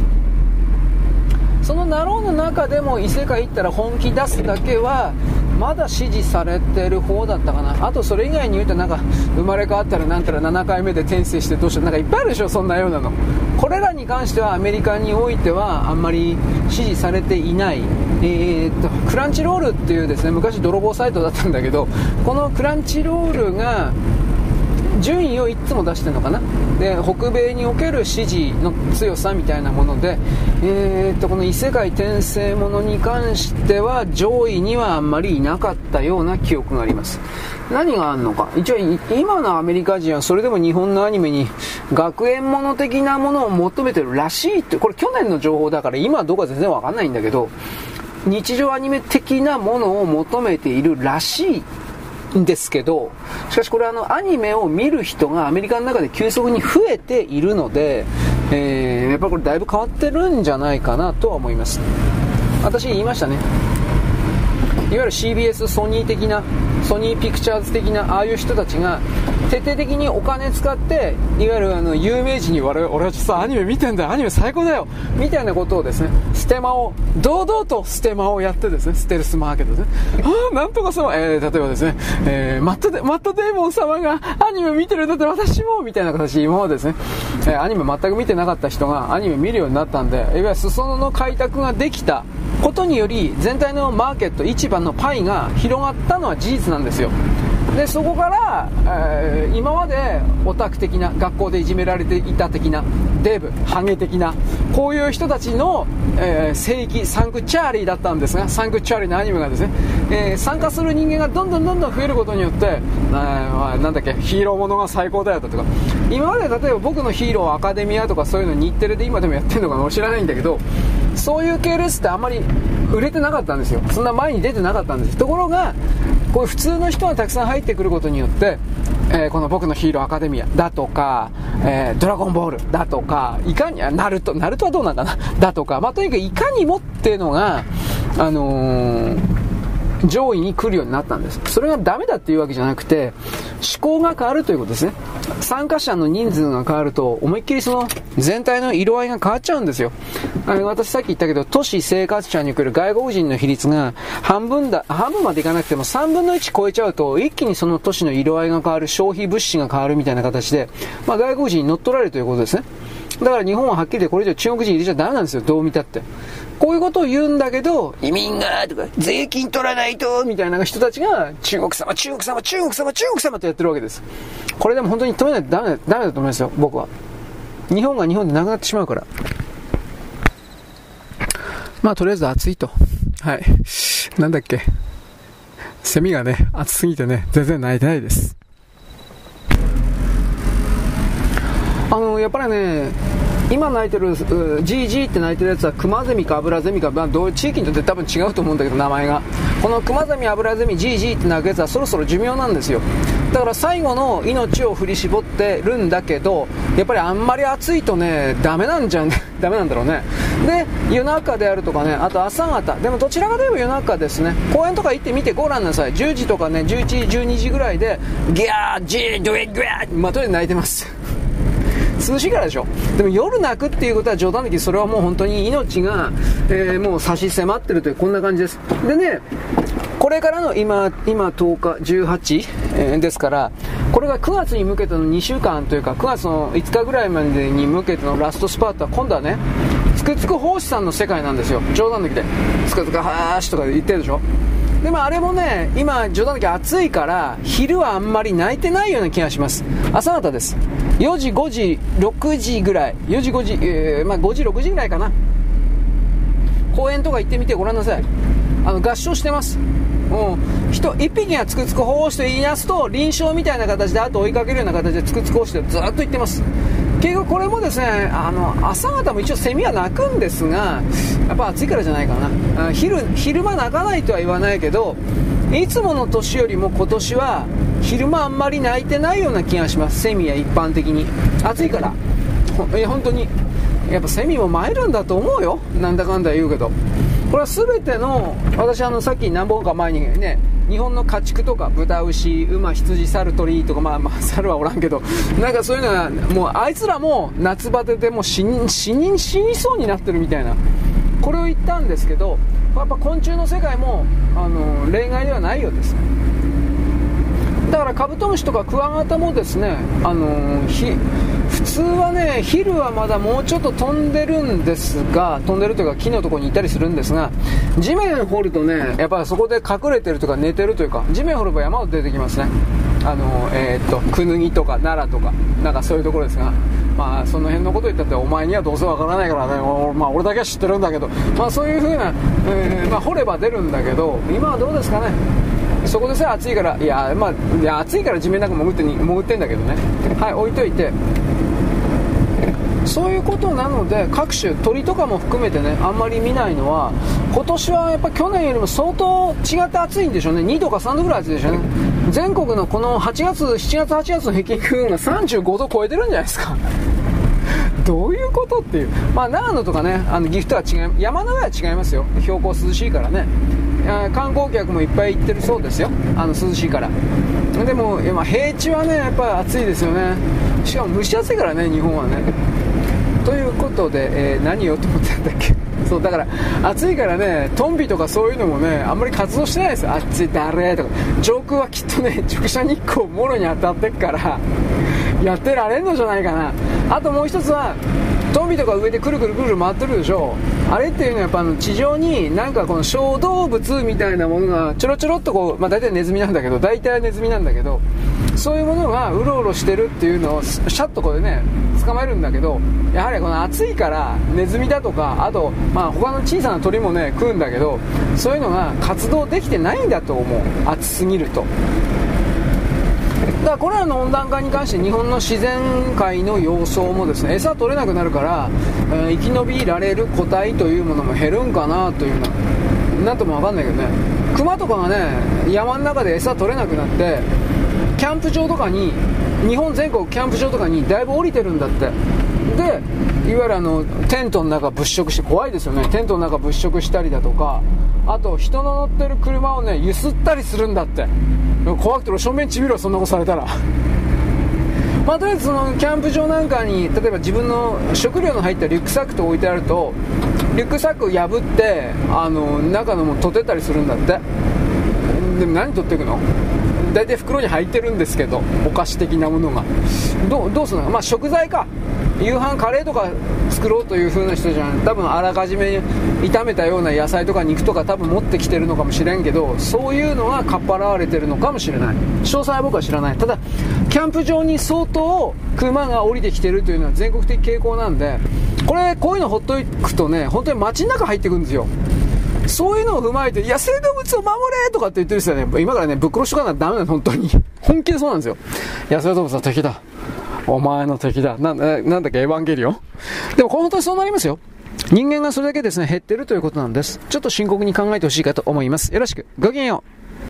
S1: そのナローの中でも異世界行ったら本気出すだけはまだ支持されてる方だったかな。あとそれ以外に言うとなんか生まれ変わったらなんたらななかいめで転生してどうしよう、なんかいっぱいあるでしょそんなようなの。これらに関してはアメリカにおいてはあんまり支持されていない。えー、っとクランチロールっていうですね昔泥棒サイトだったんだけど、このクランチロールが順位をいつも出してるのかな。で北米における支持の強さみたいなもので、えー、っとこの異世界転生ものに関しては上位にはあんまりいなかったような記憶があります。何があるのか、一応今のアメリカ人はそれでも日本のアニメに学園もの的なものを求めてるらしいって、これ去年の情報だから今はどうか全然わかんないんだけど、日常アニメ的なものを求めているらしいんですけど、しかしこれはあのアニメを見る人がアメリカの中で急速に増えているので、えー、やっぱりこれだいぶ変わってるんじゃないかなとは思います。私言いましたね、いわゆる シービーエス ソニー的なソニーピクチャーズ的なああいう人たちが徹底的にお金使っていわゆるあの有名人に俺は実はアニメ見てんだよ、アニメ最高だよみたいなことをですね、ステマを堂々とステマをやってですね、ステルスマーケットですね、ああなんとか様、えー、例えばですね、えー、マットデマットデーモン様がアニメ見てるんだったら私もみたいな形で今までですね、えー、アニメ全く見てなかった人がアニメ見るようになったんで、いわゆる裾野の開拓ができたことにより全体のマーケット市場のパイが広がったのは事実なんですよ。でそこから、えー、今までオタク的な学校でいじめられていた的なデブハゲ的なこういう人たちの、えー、聖域サンクチャーリーだったんですが、サンクチャーリーのアニメがですね、えー、参加する人間がどんどんどんどん増えることによって、えー、なんだっけヒーローものが最高だよとか、今まで例えば僕のヒーローアカデミアとかそういうの日テレで今でもやってるのかな知らないんだけど、そういう系列ってあんまり売れてなかったんですよ。そんな前に出てなかったんです。ところがこういう普通の人がたくさん入ってくることによって、えー、この僕のヒーローアカデミアだとか、えー、ドラゴンボールだとか、いかに、ナルト、ナルトはどうなんかなだとか、まあ、とにかくいかにもっていうのが、あのー、上位に来るようになったんです。それがダメだっていうわけじゃなくて、思考が変わるということですね。参加者の人数が変わると、思いっきりその全体の色合いが変わっちゃうんですよ。あの私さっき言ったけど、都市生活者における外国人の比率が半分だ、半分までいかなくてもさんぶんのいち超えちゃうと、一気にその都市の色合いが変わる、消費物資が変わるみたいな形で、まあ、外国人に乗っ取られるということですね。だから日本ははっきり言ってこれ以上中国人入れちゃダメなんですよ、どう見たって。こういうことを言うんだけど、移民がとか税金取らないとみたいな人たちが中国様中国様中国様中国様とやってるわけです。これでも本当に止めないとダメだ、ダメだと思いますよ、僕は。日本が日本でなくなってしまうから。まあとりあえず暑いと。はい。なんだっけ。セミがね、暑すぎてね、全然泣いてないです。あの、やっぱりね、今鳴いてる ジージー って鳴いてるやつはクマゼミかアブラゼミか、まあ、どう地域によって多分違うと思うんだけど、名前がこのクマゼミアブラゼミ ジージー って鳴くやつはそろそろ寿命なんですよ。だから最後の命を振り絞ってるんだけど、やっぱりあんまり暑いとねダメなんじゃんダメなんだろうね。で夜中であるとかね、あと朝方でもどちらかといえば夜中ですね。公園とか行ってみてごらんなさい。じゅうじとかねじゅういちじじゅうにじぐらいでギャージードゥエギャーまとりあえず泣いてます涼しいからでしょ。でも夜泣くっていうことは冗談的にそれはもう本当に命が、えー、もう差し迫ってるというこんな感じです。でね、これからの今今とおかじゅうはち、えー、ですから、これがくがつに向けてのにしゅうかんというかくがつのいつかぐらいまでに向けてのラストスパートは今度はねつくつく奉仕さんの世界なんですよ。冗談的でつくつくはーしとか言ってるでしょ。でもあれもね今冗談的暑いから昼はあんまり泣いてないような気がします。朝方です。よじごじろくじぐらい、よじごじ、えーまあ、ごじろくじぐらいかな。公園とか行ってみてごらんなさい。あの合唱してます。うん、人一匹がつくつくほうして言い出すと臨床みたいな形であと追いかけるような形でつくつくほうしてずっと言ってます。結局これもですね、あの朝方も一応セミは鳴くんですが、やっぱ暑いからじゃないかな。あ 昼, 昼間鳴かないとは言わないけど、いつもの年よりも今年は昼間あんまり鳴いてないような気がします。セミは一般的に暑いから。ほいや本当にやっぱセミも参るんだと思うよ。なんだかんだ言うけど、これは全ての、私あのさっき何本か前にね日本の家畜とか豚牛馬羊猿鳥とか、まあまあ猿はおらんけど、なんかそういうのはもうあいつらも夏バテでもう死に死に死にそうになってるみたいな、これを言ったんですけど、やっぱ昆虫の世界もあの例外ではないようです。だからカブトムシとかクワガタもですね、あのー、ひ普通はね昼はまだもうちょっと飛んでるんですが、飛んでるというか木のところにいたりするんですが、地面を掘るとねやっぱりそこで隠れてるとか寝てるというか、地面を掘れば山を出てきますね。あのー、えー、っとクヌギとか奈良とかなんかそういうところですが、まあその辺のこと言ったってお前にはどうせわからないからね、まあ俺だけは知ってるんだけど、まあそういう風な、えー、まあ掘れば出るんだけど、今はどうですかね。そこでさ暑いから、いやまあいや暑いから地面なんか潜ってに潜ってんだけどね、はい置いといて、そういうことなので各種鳥とかも含めてねあんまり見ないのは、今年はやっぱ去年よりも相当違って暑いんでしょうね。にどかさんどぐらい暑いでしょうね。全国のこのはちがつしちがつはちがつの平均気温がさんじゅうごど超えてるんじゃないですかどういうことっていう。まあ長野とかねあの岐阜とは違い、山の上は違いますよ。標高涼しいからね、観光客もいっぱい行ってるそうですよ、あの涼しいから。でも平地はねやっぱり暑いですよね。しかも蒸し暑いからね日本はね。ということで、えー、何言おうと思ってたんだっけそうだから暑いからねトンビとかそういうのもねあんまり活動してないですよ。暑いだれとか、上空はきっとね直射日光もろに当たってっからやってられんのじゃないかな。あともう一つはトンビとか上でくるくるくるくる回ってるでしょ。あれっていうのはやっぱあの地上になんかこの小動物みたいなものがちょろちょろっとこう、まあ大体ネズミなんだけど、大体ネズミなんだけど、そういうものがうろうろしてるっていうのをシャッとこれね捕まえるんだけど、やはりこの暑いからネズミだとか、あとまあ他の小さな鳥もね食うんだけど、そういうのが活動できてないんだと思う、暑すぎると。だからこれらの温暖化に関して日本の自然界の様相もですね、餌取れなくなるから、えー、生き延びられる個体というものも減るんかなというのはなんとも分かんないけどね。 クマとかがね山の中で餌取れなくなってキャンプ場とかに日本全国キャンプ場とかにだいぶ降りてるんだって。でいわゆるあのテントの中物色して怖いですよね。テントの中物色したりだとか、あと人の乗ってる車をね揺すったりするんだって。怖くて正面ちびろそんなことされたらまあ、とりあえずそのキャンプ場なんかに例えば自分の食料の入ったリュックサックと置いてあるとリュックサックを破ってあの中のもの取ってったりするんだって。でも何取っていくの？大体袋に入ってるんですけどお菓子的なものが ど, うどうするの？まあ食材か夕飯カレーとか作ろうという風な人じゃん多分あらかじめ炒めたような野菜とか肉とか多分持ってきてるのかもしれんけどそういうのがかっぱらわれてるのかもしれない。詳細は僕は知らない。ただキャンプ場に相当クマが降りてきてるというのは全国的傾向なんでこれこういうのほっとくとね本当に街の中入ってくるんですよ。そういうのを踏まえて野生動物を守れとかって言ってる人はね今からねぶっ殺しとかならダメなの本当に本気でそうなんですよ。野生動物は敵だお前の敵だ な, なんだっけエヴァンゲリオンでも本当にそうなりますよ。人間がそれだけですね減ってるということなんです。ちょっと深刻に考えてほしいかと思います。よろしくごきげんよう。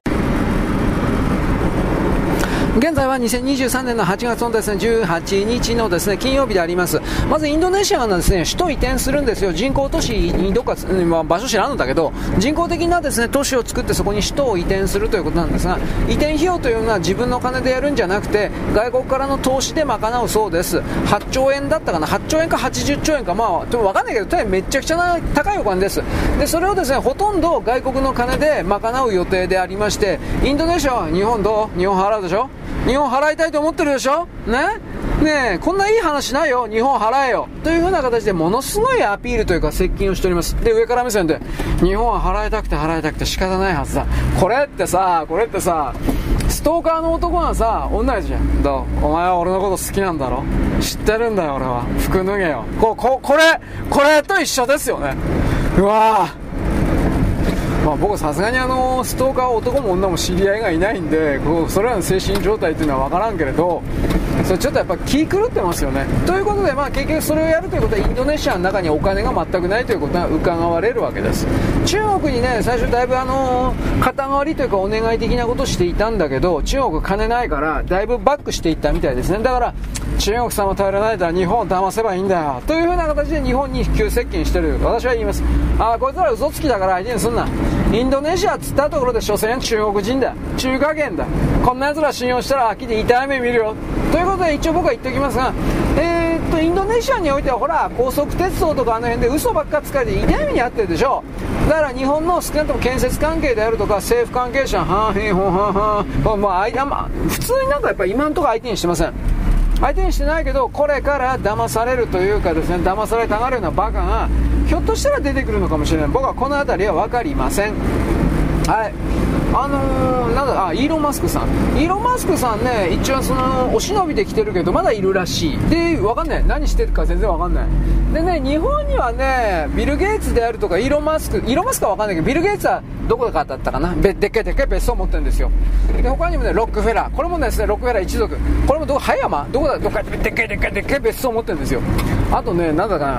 S1: 現在はにせんにじゅうさんねんのはちがつのですねじゅうはちにちのですね金曜日であります。まずインドネシアがですね首都移転するんですよ。人工都市にどっか、まあ、場所知らんのだけど人工的なですね都市を作ってそこに首都を移転するということなんですが移転費用というのは自分の金でやるんじゃなくて外国からの投資で賄うそうです。はっちょうえんだったかなはちちょうえんかはちじゅっちょうえんかまあでも分かんないけどとにかくめちゃくちゃな高いお金です。でそれをですねほとんど外国の金で賄う予定でありましてインドネシアは日本どう日本払うでしょ。日本払いたいと思ってるでしょねねえこんないい話ないよ日本払えよという風な形でものすごいアピールというか接近をしております。で上から目線で日本は払いたくて払いたくて仕方ないはずだ。これってさこれってさストーカーの男がさ女じゃんどうお前は俺のこと好きなんだろ知ってるんだよ俺は服脱げよ こ, こ, これこれと一緒ですよね。うわーまあ、僕さすがにあのストーカーは男も女も知り合いがいないんでこうそれらの精神状態っていうのは分からんけれどそれちょっとやっぱ気狂ってますよね。ということで、まあ、結局それをやるということはインドネシアの中にお金が全くないということが伺われるわけです。中国にね最初だいぶあの肩代わりというかお願い的なことをしていたんだけど中国金ないからだいぶバックしていったみたいですね。だから中国さんを頼らないから日本を騙せばいいんだよというふうな形で日本に急接近してる私は言います。あこいつら嘘つきだから相手にすんな。インドネシアっつったところで所詮中国人だ中華圏だこんな奴ら信用したら秋で痛い目見るよということで一応僕は言っておきますがえー、っとインドネシアにおいてはほら高速鉄道とかあの辺で嘘ばっか使えて痛い目に遭ってるでしょ。だから日本の少なくとも建設関係であるとか政府関係者はんへんほんはんはんまあ間まあ普通になんかやっぱり今のところ相手にしてません。相手にしてないけどこれから騙されるというかですね騙されたがるようなバカがひょっとしたら出てくるのかもしれない。僕はこの辺りは分かりません。はいあのー、なんだあイーロン・マスクさんイーロン・マスクさんね一応そのお忍びで来てるけどまだいるらしいで分かんない何してるか全然分かんないでね日本にはねビル・ゲイツであるとかイーロン・マスクイーロン・マスクは分かんないけどビル・ゲイツはどこかだったかなでっけえでっけえ別荘を持ってるんですよ。で他にもねロックフェラーこれもですねロックフェラー一族これもどこ葉山どこだどっかでっけえでっけえでっけえ別荘を持ってるんですよ。あとねなんだかな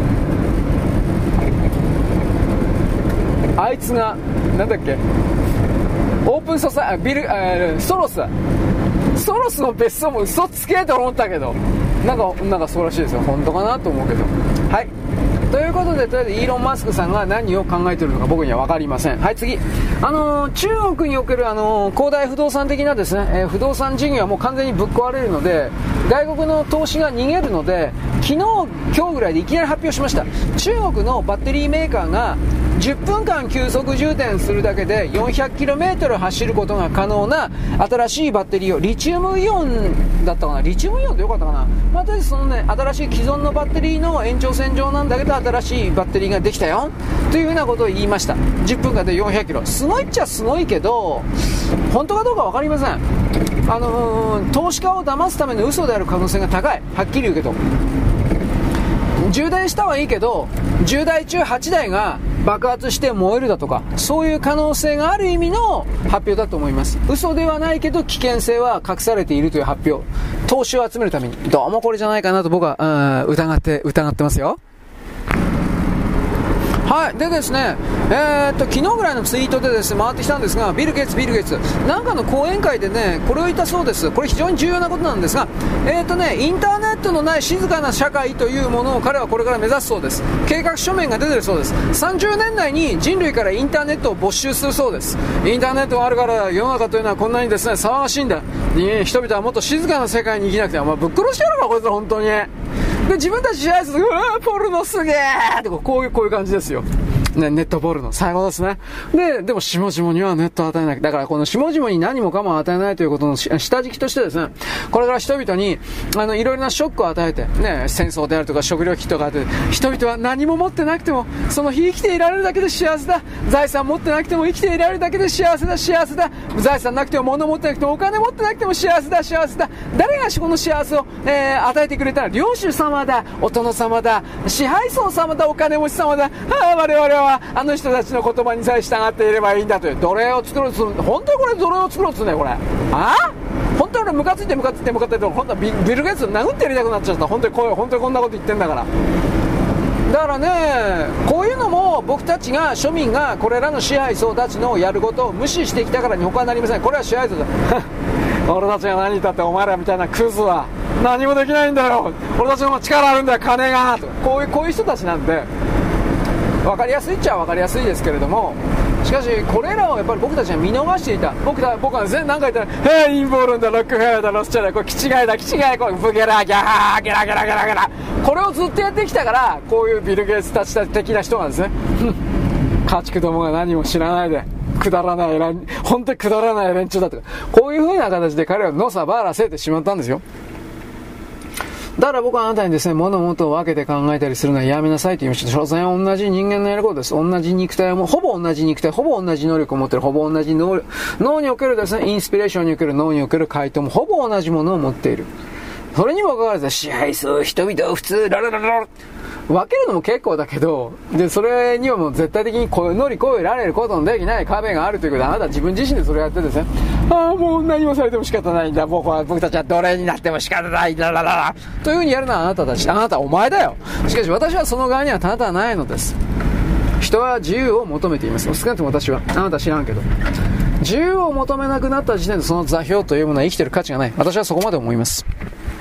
S1: あいつがなんだっけオープンソサイビル、えー、ソロスソロスの別荘も嘘つけと思ったけどなんかなんかそうらしいですよ。本当かなと思うけどはいということでとりあえずイーロン・マスクさんが何を考えているのか僕には分かりません。はい次あのー、中国におけるあのー、恒大不動産的なですね、えー、不動産事業はもう完全にぶっ壊れるので外国の投資が逃げるので昨日今日ぐらいでいきなり発表しました。中国のバッテリーメーカーがじゅっぷんかん急速充電するだけで よんひゃくキロメートル 走ることが可能な新しいバッテリーをリチウムイオンだったかなリチウムイオンでよかったかな、まあ、とりあえずそのね新しい既存のバッテリーの延長線上なんだけど新しいバッテリーができたよというふうなことを言いました。じゅっぷんかんでよんひゃくキロすごいっちゃすごいけど本当かどうか分かりません。あのー、投資家を騙すための嘘である可能性が高いはっきり言うけど充電したはいいけどじゅうだいちゅうはちだいが爆発して燃えるだとかそういう可能性がある意味の発表だと思います。嘘ではないけど危険性は隠されているという発表投資を集めるためにどうもこれじゃないかなと僕は、うん、疑って疑ってますよ。 はい。でですね、えー、っと、昨日ぐらいのツイートでですね、回ってきたんですが、ビル・ゲイツ、ビル・ゲイツ。なんかの講演会でね、これを言ったそうです。これ非常に重要なことなんですが、えー、っとね、インターネットのない静かな社会というものを彼はこれから目指すそうです。計画書面が出てるそうです。さんじゅうねんだいに人類からインターネットを没収するそうです。インターネットがあるから世の中というのはこんなにですね、騒がしいんだ。人々はもっと静かな世界に生きなくて、お前ぶっ殺してやろうか、こいつら本当に。で、自分たち支配する、うわー、ポルノすげーってこういう、こういう感じですよ。ね、ネットボールの最後ですね。で、でも下々にはネットを与えない。だからこの下々に何もかも与えないということの下敷きとしてですね、これから人々に、あの、いろいろなショックを与えて、ね、戦争であるとか食料危機とかあって、人々は何も持ってなくても、その日生きていられるだけで幸せだ。財産持ってなくても生きていられるだけで幸せだ、幸せだ。財産なくても物持ってなくてもお金持ってなくても幸せだ、幸せだ。誰がこの幸せを、えー、与えてくれたら、領主様だ、お殿様だ、支配層様だ、お金持ち様だ。ああ、我々はあの人たちの言葉にさえ従っていればいいんだという奴隷を作ろうとする。本当にこれ奴隷を作ろうとするね、これ。ああ、本当に俺ムカついてムカついてムカついて、本当はビ, ビル・ゲイツ殴ってやりたくなっちゃった。本当にこう、本当にこんなこと言ってんだから。だからね、こういうのも僕たちが、庶民がこれらの支配層たちのやることを無視してきたからに他はなりません。これは支配層だ。俺たちが何言ったってお前らみたいなクズは何もできないんだよ。俺たちの力あるんだよ、金が。こういう、こういう人たちなんで、分かりやすいっちゃ分かりやすいですけれども、しかしこれらをやっぱり僕たちは見逃していた。僕だ僕はですね、何回言ったら、へえ、陰謀論だ、ロックフェラーだ、ロスチャだ、これ気違いだ、気違い、これブゲラギャー、ゲラゲラゲラゲラ、これをずっとやってきたから、こういうビル・ゲイツたち的な人がですね、家畜どもが何も知らないでくだらない連、本当にくだらない連中だとか、こういう風な形で彼はのさばらせてしまったんですよ。だから僕はあなたにですね、物事を分けて考えたりするのはやめなさいと言いました。所詮は同じ人間のやることです。同じ肉体をも、ほぼ同じ肉体、ほぼ同じ能力を持っている、ほぼ同じ能力、脳におけるですね、インスピレーションにおける脳における回答もほぼ同じものを持っている。それにもかかわらず、支配する人々を普通、ラララララ分けるのも結構だけど、で、それにはもう絶対的に乗り越えられることのできない壁があるということで、あなたは自分自身でそれをやってですね、ああ、もう何もされても仕方ないんだ、僕は、僕たちは奴隷になっても仕方ないんだ、ラララというふうにやるのはあなたたち、あなたはお前だよ。しかし私はその側にはただないのです。人は自由を求めています。少なくとも私は。あなたは知らんけど。自由を求めなくなった時点でその座標というものは生きている価値がない。私はそこまで思います。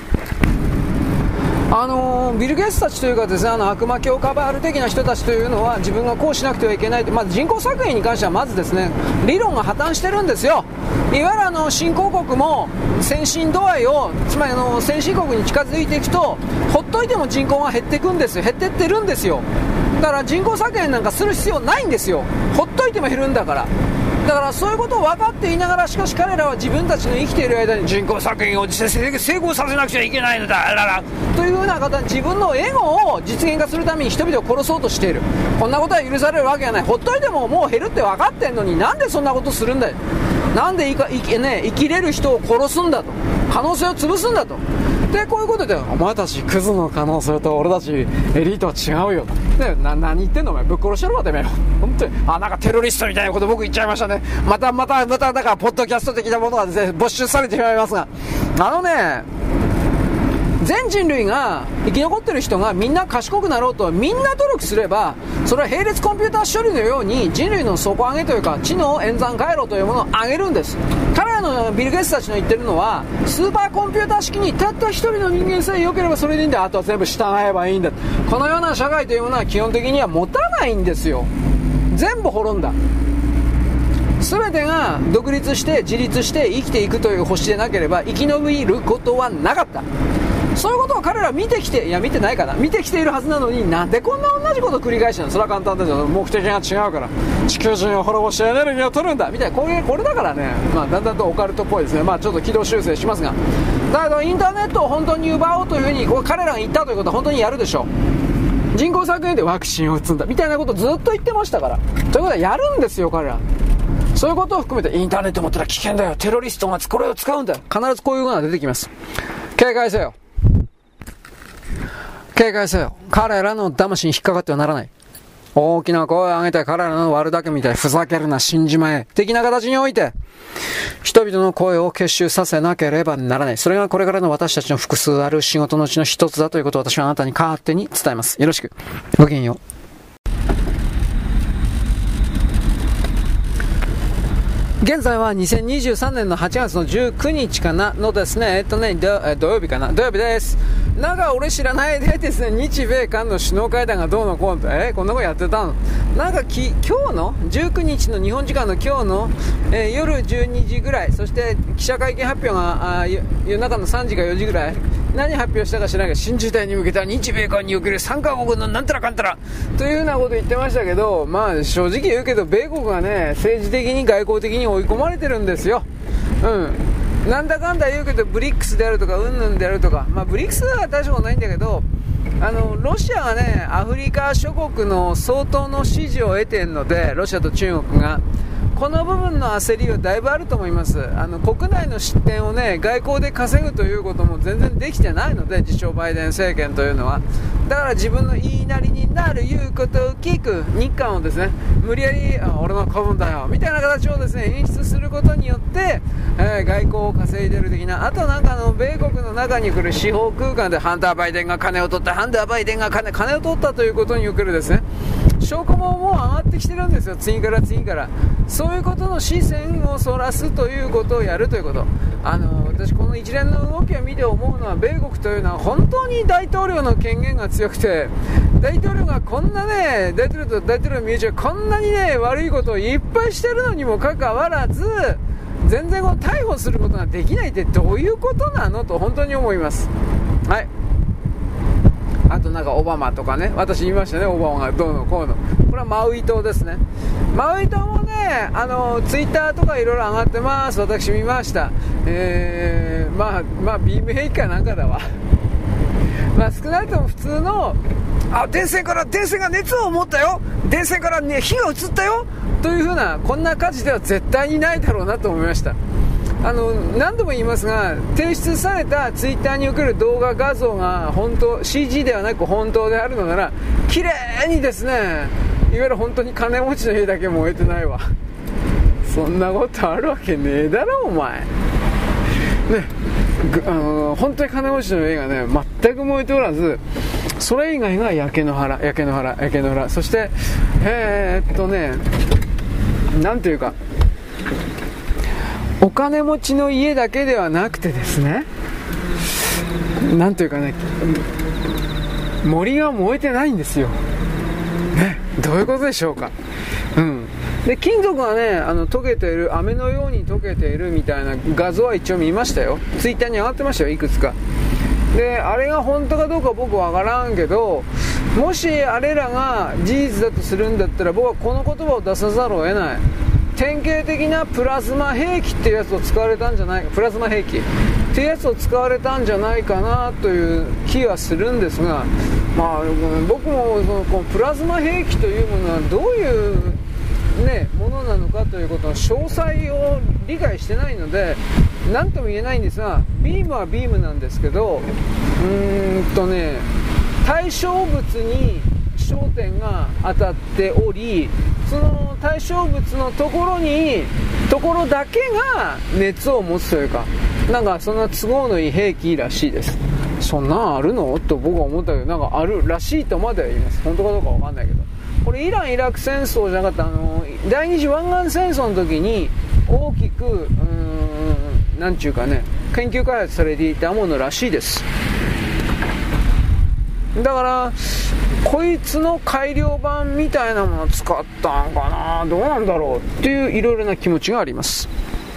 S1: あのー、ビル・ゲイツたちというかですね、あの悪魔教カバール的な人たちというのは自分がこうしなくてはいけないと、まず人口削減に関してはまずですね、理論が破綻してるんですよ。いわゆるあの新興国も先進度合いを、つまりあの先進国に近づいていくとほっといても人口が減っていくんですよ。減ってってるんですよ。だから人口削減なんかする必要ないんですよ。ほっといても減るんだから。だからそういうことを分かっていながら、しかし彼らは自分たちの生きている間に人口削減を成功させなくちゃいけないのだららというふうな方、自分のエゴを実現化するために人々を殺そうとしている。こんなことは許されるわけがない。ほっといてももう減るって分かってんのに、なんでそんなことするんだよ。なんで生き、ね、生きれる人を殺すんだと、可能性を潰すんだと。でこういうことで、お前たちクズの可能性と俺たちエリートは違うよと。でな何言ってんのお前、ぶっ殺してるわてめえ。本当にあなんかテロリストみたいなこと僕言っちゃいましたね。またまたまただからポッドキャスト的なものがですね没収されてしまいますが、あのね、全人類が生き残ってる人がみんな賢くなろうとみんな努力すれば、それは並列コンピューター処理のように人類の底上げというか知能演算回路というものを上げるんです。彼らのビル・ゲイツたちの言ってるのは、スーパーコンピューター式にたった一人の人間さえ良ければそれでいいんだ、あとは全部従えばいいんだ。このような社会というものは基本的には持たないんですよ。全部滅んだ。全てが独立して自立して生きていくという星でなければ生き延びることはなかった。そういうことを彼らは見てきて、いや見てないかな、見てきているはずなのに、なんでこんな同じことを繰り返してるの。それは簡単ですよ。目的が違うから、地球人を滅ぼしてエネルギーを取るんだみたいな、これこれだからね、まあ、だんだんとオカルトっぽいですね。まあちょっと軌道修正しますが、だけどインターネットを本当に奪おうというふうにこう彼らが言ったということは本当にやるでしょう。人口削減でワクチンを打つんだみたいなことをずっと言ってましたから、ということはやるんですよ彼ら。そういうことを含めて、インターネット持ったら危険だよ、テロリストがこれを使うんだよ、必ずこういうのが出てきます。警戒せよ、警戒せよ。彼らの騙しに引っかかってはならない。大きな声を上げて彼らの悪だけみたい、ふざけるな、死んじまえ的な形において人々の声を結集させなければならない。それがこれからの私たちの複数ある仕事のうちの一つだということを私はあなたに勝手に伝えます。よろしく。ごきげんよう。 現在はにせんにじゅうさんねんのはちがつのじゅうくにちかなのですね、えっとね、土曜日かな、土曜日です。なんか俺知らないでですね、日米韓の首脳会談がどうのこうのと、えー、こんなことやってたの。なんかき今日のじゅうくにちの日本時間の今日の、えー、夜じゅうにじぐらい、そして記者会見発表があ夜中のさんじかよじぐらい、何発表したか知らないけど、新時代に向けた日米韓におけるさんカ国のなんたらかんたらというようなこと言ってましたけど、まあ正直言うけど米国がね、政治的に外交的に追い込まれてるんですよ。うん、なんだかんだ言うけどブリックスであるとかうんぬんであるとか、まあブリックスは大したことないんだけど、あのロシアがねアフリカ諸国の相当の支持を得ているので、ロシアと中国がこの部分の焦りはだいぶあると思います。あの国内の失点をね外交で稼ぐということも全然できてないので、自称バイデン政権というのは。だから自分の言いなりになる言うことを聞く日韓をですね、無理やりあ俺の子分だよみたいな形をですね演出することによって、えー、外交を稼いでる的な。あとなんかあの米国の中に来る司法空間でハンター・バイデンが金を取った、ハンター・バイデンが 金, 金を取ったということにおけるですね証拠ももう上がってきてるんですよ、次から次から。そういうことの視線をそらすということをやるということ。あの私この一連の動きを見て思うのは、米国というのは本当に大統領の権限が強くて、大統領がこんなね、大統領と大統領の身内がこんなにね悪いことをいっぱいしてるのにもかかわらず、全然こう逮捕することができないってどういうことなのと本当に思います。はい。あとなんかオバマとかね、私言いましたね、オバマがどうのこうの。これはマウイ島ですね。マウイ島もね、あのツイッターとかいろいろ上がってます。私見ました。えー、まあまあビーム兵器かなんかだわ。まあ少なくとも普通の、あ、電線から電線が熱を持ったよ、電線から、ね、火が移ったよというふうな、こんな火事では絶対にないだろうなと思いました。あの何度も言いますが、提出されたツイッターにおける動画画像が本当 シージー ではなく本当であるのなら、綺麗にですね、いわゆる本当に金持ちの家だけ燃えてないわ。そんなことあるわけねえだろお前ね。あの本当に金持ちの家がね全く燃えておらず、それ以外が焼け野原焼け野原焼け野原、そしてえー、っとねなんというか、お金持ちの家だけではなくてですね、なんというかね、森が燃えてないんですよ、ね、どういうことでしょうか。うん、で金属がねあの溶けている、飴のように溶けているみたいな画像は一応見ましたよ。ツイッターに上がってましたよ、いくつかで。あれが本当かどうか僕は分からんけど、もしあれらが事実だとするんだったら、僕はこの言葉を出さざるを得ない。典型的なプラズマ兵器っていうやつを使われたんじゃないか、プラズマ兵器っていうやつを使われたんじゃないかなという気はするんですが、まあ僕もそのこのプラズマ兵器というものはどういうねものなのかということの詳細を理解してないので何とも言えないんですが、ビームはビームなんですけど、うーんとね対象物に焦点が当たっており、その対象物のところにところだけが熱を持つというか、なんかそんな都合のいい兵器らしいです。そんなんあるのと僕は思ったけど、なんかあるらしいとまでは言います。本当かどうかわかんないけど、これイラン・イラク戦争じゃなかった、あの第二次湾岸戦争の時に大きくうーんなんちゅうかね研究開発されていたものらしいです。だからこいつの改良版みたいなものを使ったんかな、どうなんだろうっていういろいろな気持ちがあります。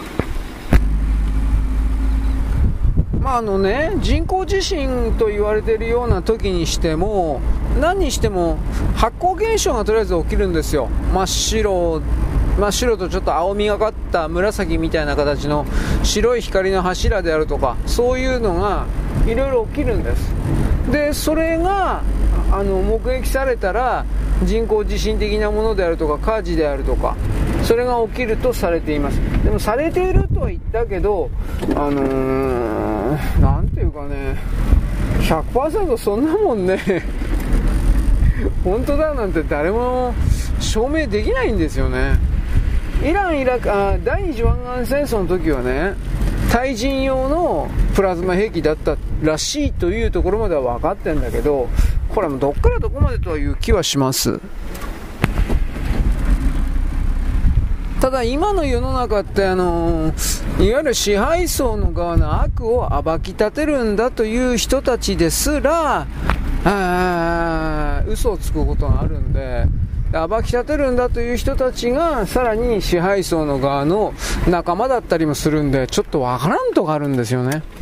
S1: まああのね、人工地震と言われているような時にしても何にしても発光現象がとりあえず起きるんですよ。真っ白真っ白とちょっと青みがかった紫みたいな形の白い光の柱であるとか、そういうのがいろいろ起きるんです。でそれがあの目撃されたら人工地震的なものであるとか火事であるとか、それが起きるとされています。でもされているとは言ったけど、あのー、なんていうかね ひゃくパーセント そんなもんね本当だなんて誰も証明できないんですよね。イラン・イラクあ第二次湾岸戦争の時はね対人用のプラズマ兵器だったらしいというところまでは分かってるんだけど、これもどっからどこまでとはいう気はします。 ただ今の世の中ってあのいわゆる支配層の側の悪を暴き立てるんだという人たちですらあ嘘をつくことがあるんで、暴き立てるんだという人たちがさらに支配層の側の仲間だったりもするんで、ちょっとわからんとこあるんですよね。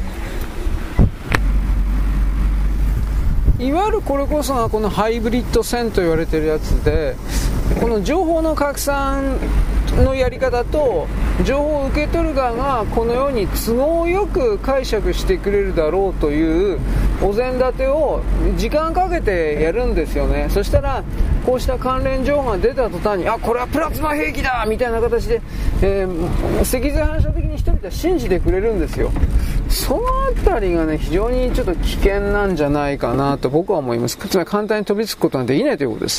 S1: いわゆるこれこそがこのハイブリッド戦と言われているやつで、この情報の拡散のやり方と情報を受け取る側がこのように都合よく解釈してくれるだろうというお膳立てを時間かけてやるんですよね。そしたらこうした関連情報が出た途端に、あ、これはプラズマ兵器だみたいな形で、えー、脊髄反射的に人々は信じてくれるんですよ。そのあたりがね、非常にちょっと危険なんじゃないかなと僕は思います。つまり簡単に飛びつくことができないということです。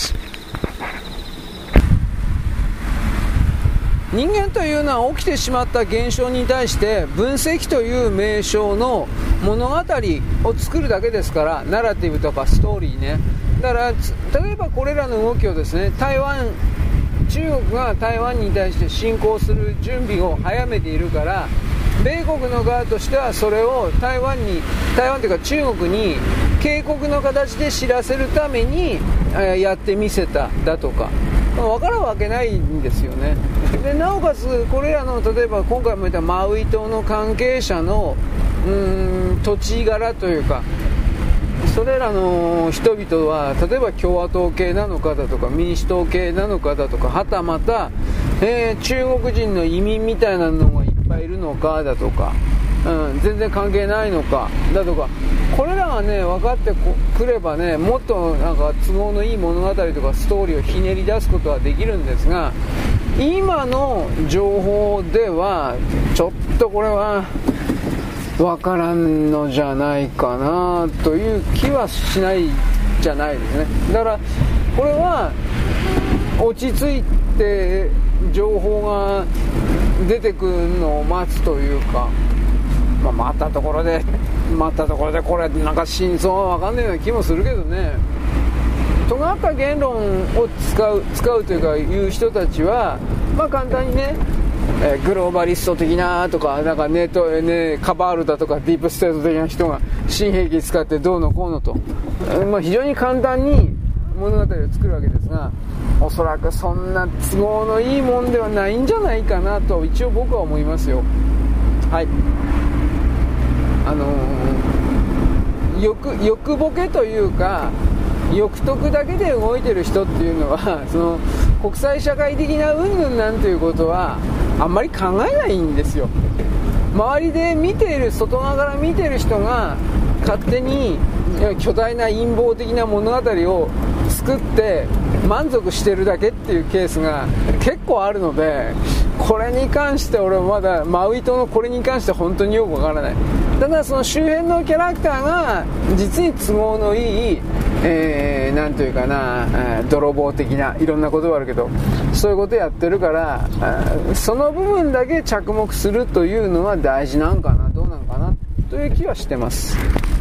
S1: 人間というのは起きてしまった現象に対して分析という名称の物語を作るだけですから、ナラティブとかストーリーね。だから例えばこれらの動きをですね、台湾中国が台湾に対して侵攻する準備を早めているから、米国の側としてはそれを台湾に台湾というか中国に警告の形で知らせるために、えー、やってみせただとか、分からんわけないんですよね。でなおかつこれらの例えば今回も言ったマウイ島の関係者のうーん土地柄というか、それらの人々は例えば共和党系なのかだとか民主党系なのかだとか、はたまた、えー、中国人の移民みたいなのがいっぱいいるのかだとか、うん、全然関係ないのかだとか、これらがね分かってくればね、もっとなんか都合のいい物語とかストーリーをひねり出すことはできるんですが、今の情報ではちょっとこれは分からんのじゃないかなという気はしないじゃないですね。だからこれは落ち着いて情報が出てくるのを待つというか、まあ、待ったところで待ったところでこれなんか真相は分かんないような気もするけどね。尖った言論を使う使うというかいう人たちは、まあ簡単にね、えー、グローバリスト的なとか、なんかネット、ね、カバールだとかディープステート的な人が新兵器使ってどうのこうのと、まあ、非常に簡単に物語を作るわけですが、おそらくそんな都合のいいもんではないんじゃないかなと一応僕は思いますよ。はい、あのー、欲欲ボケというか欲得だけで動いてる人っていうのは、その国際社会的な云々なんていうことはあんまり考えないんですよ。周りで見ている、外側から見ている人が勝手に巨大な陰謀的な物語を作って満足してるだけっていうケースが結構あるので、これに関して俺はまだマウイ島のこれに関して本当によくわからない。ただその周辺のキャラクターが実に都合のいい、えー、なんというかな、泥棒的ないろんな言葉あるけど、そういうことやってるから、その部分だけ着目するというのは大事なんかな、どうなんかなという気はしてます。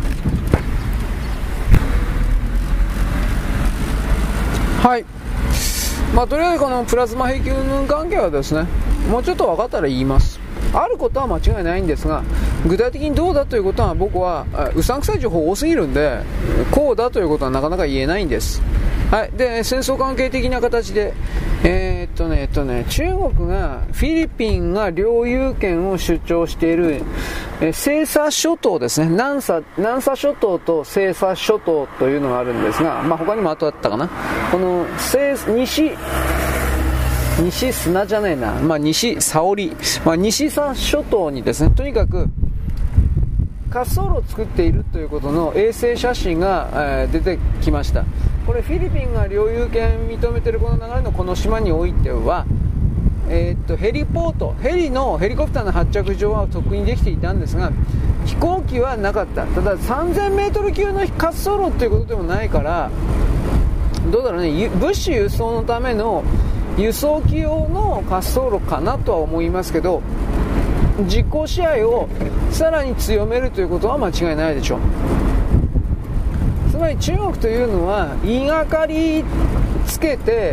S1: はい、まあ、とりあえずこのプラズマ兵器云々関係はですね、もうちょっと分かったら言います。あることは間違いないんですが、具体的にどうだということは僕はうさんくさい情報多すぎるんで、こうだということはなかなか言えないんです。はい、で戦争関係的な形で、えー、っとねえっとね中国がフィリピンが領有権を主張している、え西沙諸島ですね、南沙南沙諸島と西沙諸島というのがあるんですが、まあ、他にも後だったかな、この西西砂じゃねえな、まあ、西沙織、まあ、西沙諸島にですね、とにかく滑走路を作っているということの衛星写真が、えー、出てきました。これフィリピンが領有権認めているこの流れのこの島においては、えー、っとヘリポート、ヘリのヘリコプターの発着場はとっくにできていたんですが、飛行機はなかった。たださんぜんメートル級の滑走路ということでもないから、どうだろうね、物資輸送のための輸送機用の滑走路かなとは思いますけど、実効支配をさらに強めるということは間違いないでしょう。つまり中国というのは言いがかりつけて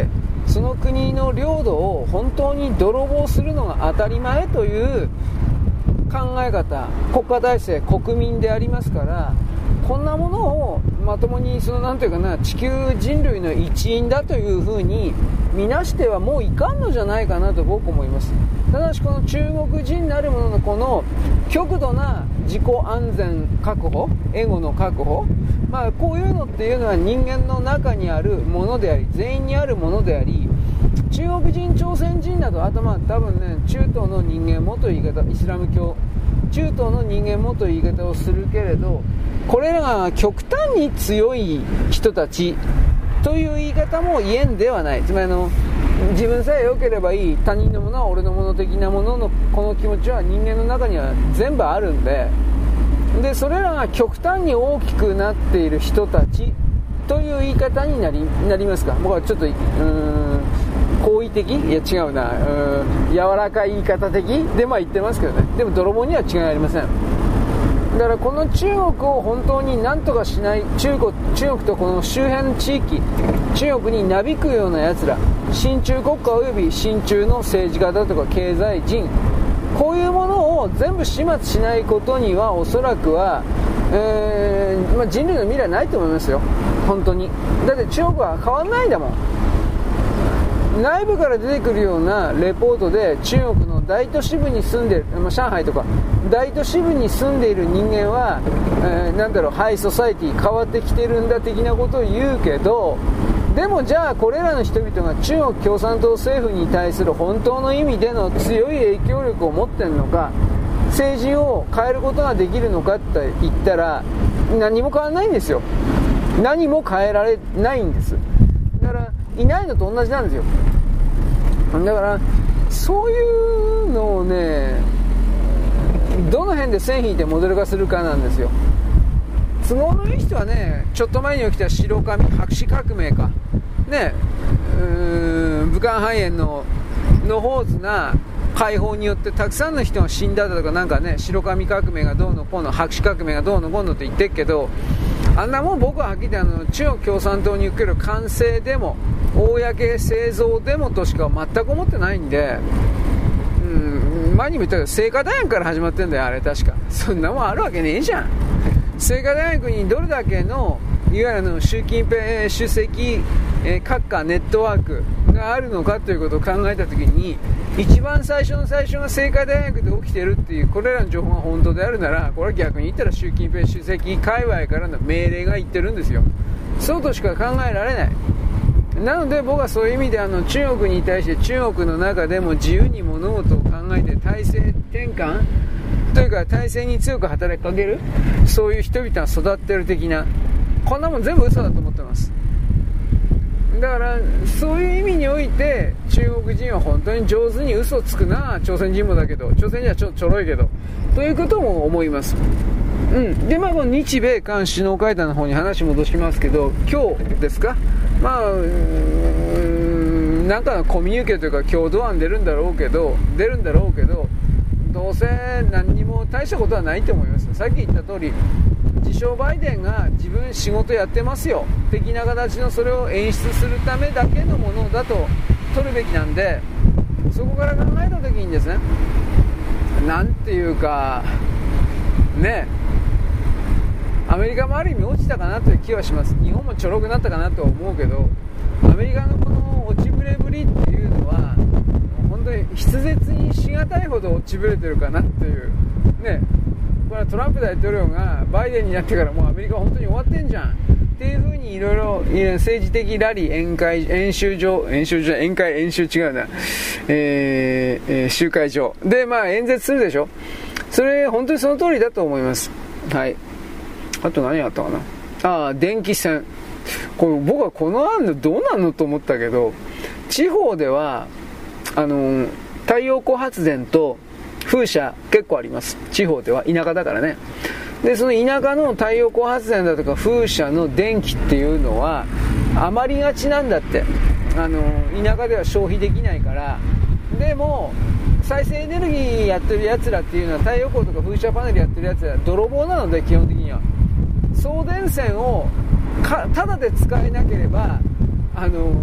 S1: その国の領土を本当に泥棒するのが当たり前という考え方、国家体制、国民でありますから、こんなものをまともにそのなんていうかな、地球人類の一員だというふうに見なしてはもういかんのじゃないかなと僕思います。ただしこの中国人なるもののこの極度な自己安全確保、エゴの確保、まあこういうのっていうのは人間の中にあるものであり、全員にあるものであり、中国人、朝鮮人など、あとまあ多分ね、中東の人間もという言い方、イスラム教、中東の人間もという言い方をするけれど、これらが極端に強い人たちという言い方も言えんではない。つまりあの自分さえ良ければいい、他人のものは俺のもの的なもののこの気持ちは人間の中には全部あるんで、でそれらが極端に大きくなっている人たちという言い方になり、なりますか。僕はちょっとうーん好意的、いや違うな、うーん柔らかい言い方的でまあ言ってますけどね。でも泥棒には違いありません。だからこの中国を本当に何とかしない、中国、中国とこの周辺地域、中国になびくようなやつら、親中国家および親中の政治家だとか経済人、こういうものを全部始末しないことにはおそらくは、えーまあ、人類の未来ないと思いますよ、本当に。だって中国は変わんないんだもん。内部から出てくるようなレポートで中国の大都市部に住んでる、まあ、上海とか大都市部に住んでいる人間は、えー、なんだろう、ハイソサイティ変わってきてるんだ的なことを言うけど、でもじゃあこれらの人々が中国共産党政府に対する本当の意味での強い影響力を持ってるのか、政治を変えることができるのかって言ったら何も変わらないんですよ。何も変えられないんです。だからいないのと同じなんですよ。だからそういうのをね、どの辺で線引いてモデル化するかなんですよ。都合のいい人はね、ちょっと前に起きた白紙白紙革命かね、うーん武漢肺炎の野放図な解放によってたくさんの人が死んだだとか、なんかね、白紙革命がどうのこうの、白紙革命がどうのこうのって言ってるけど、あんなもん僕ははっきり言ってあの中国共産党における完成でも公製造でもとしか全く思ってないんで、うん、前にも言ったけど清華大学から始まってんだよ、あれ確か。そんなもんあるわけねえじゃん。清華大学にどれだけのいわゆるの習近平主席、えー、閣下ネットワークがあるのかということを考えたときに、一番最初の最初が清華大学で起きてるっていうこれらの情報が本当であるなら、これは逆に言ったら習近平主席界隈からの命令が言ってるんですよ。そうとしか考えられない。なので僕はそういう意味であの中国に対して中国の中でも自由に物事を考えて体制転換というか体制に強く働きかける、そういう人々が育ってる的な、こんなもん全部嘘だと思ってます。だからそういう意味において中国人は本当に上手に嘘をつくな、朝鮮人もだけど、朝鮮人はちょっとちょろいけどということも思います。うん、でまあこの日米韓首脳会談の方に話戻しますけど、今日ですか、まあうーんなんかのコミュニケというか共同案出るんだろうけど出るんだろうけどどうせ何にも大したことはないと思います。さっき言った通り、自称バイデンが自分仕事やってますよ的な形のそれを演出するためだけのものだと取るべきなんで、そこから考えた時にですね、なんていうかね、アメリカもある意味落ちたかなという気はします。日本もちょろくなったかなと思うけど、アメリカのこの落ちぶれぶりっていうのは本当に筆舌にしがたいほど落ちぶれてるかなっていうね。これはトランプ大統領がバイデンになってからもうアメリカは本当に終わってんじゃんっていう風にいろいろ政治的ラリー、宴会演習場演習場宴会演習違うな、えーえー、集会場でまあ演説するでしょ。それ本当にその通りだと思います。はい。あと何あったかな。ああ、電気線。これ僕はこの案でどうなんのと思ったけど、地方ではあの太陽光発電と風車結構あります。地方では、田舎だからね。でその田舎の太陽光発電だとか風車の電気っていうのは余りがちなんだって。あの田舎では消費できないから。でも再生エネルギーやってるやつらっていうのは太陽光とか風車パネルやってるやつらは泥棒なので、基本的には送電線をかただで使えなければあの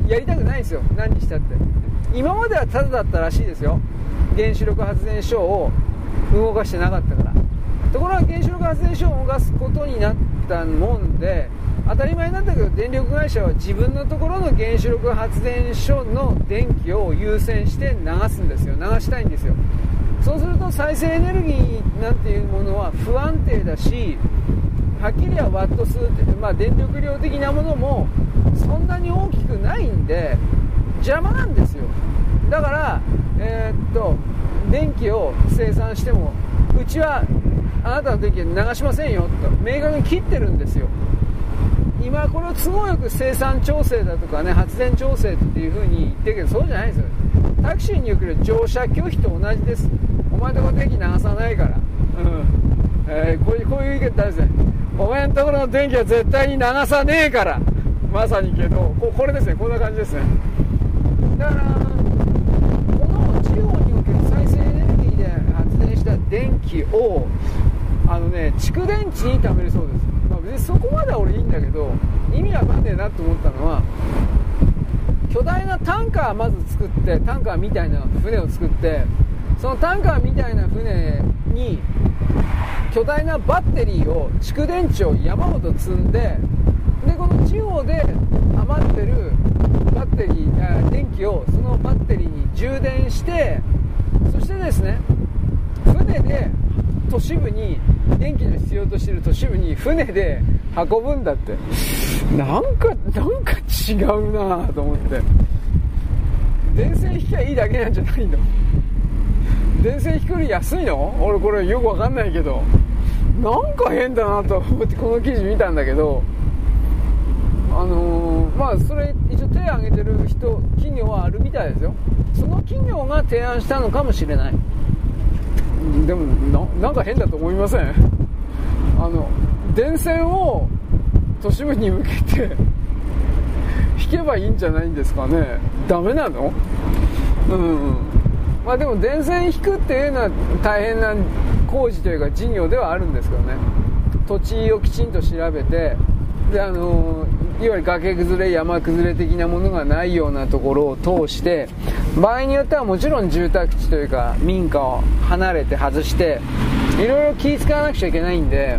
S2: やりたくないんですよ、何にしたって。今まではただだったらしいですよ、原子力発電所を動かしてなかったから。ところが原子力発電所を動かすことになったもんで、当たり前なんだけど電力会社は自分のところの原子力発電所の電気を優先して流すんですよ、流したいんですよ。そうすると再生エネルギーなんていうものは不安定だし、はっきりはワット数って、まあ、電力量的なものもそんなに大きくないんで邪魔なんですよ。だから、えー、っと電気を生産してもうちはあなたの電気流しませんよと明確に切ってるんですよ。今これを都合よく生産調整だとかね、発電調整っていう風に言ってるけど、そうじゃないですよ。タクシーにおける乗車拒否と同じです。お前のところ電気流さないから、うんえー、こういうこういう意見ってあるんですね。お前のところの電気は絶対に流さねえから、まさにけど こ, これですね、こんな感じですね。だからこの地方における再生エネルギーで発電した電気をあのね、蓄電池に貯めるそうです。まあ、別にそこまでは俺いいんだけど、意味わかんねえなと思ったのは、巨大なタンカーまず作って、タンカーみたいな船を作って、そのタンカーみたいな船に巨大なバッテリーを、蓄電池を山ほど積んで、でこの地方で余ってるバッテリー、電気をそのバッテリーに充電して、そしてですね、船で都市部に電気の必要としている都市部に船で運ぶんだって。なんかなんか違うなと思って。電線引きゃいいだけなんじゃないの？電線引くより安いの？俺これよくわかんないけど、なんか変だなと思ってこの記事見たんだけど、あのー、まあそれ一応手を挙げてる人、企業はあるみたいですよ。その企業が提案したのかもしれない。でも な, なんか変だと思いません？あの電線を都市部に向けて引けばいいんじゃないんですかね。ダメなの？うん、まあでも電線引くっていうのは大変な工事というか事業ではあるんですけどね。土地をきちんと調べて、であのいわゆる崖崩れ山崩れ的なものがないようなところを通して、場合によってはもちろん住宅地というか民家を離れて外していろいろ気使わなくちゃいけないんで、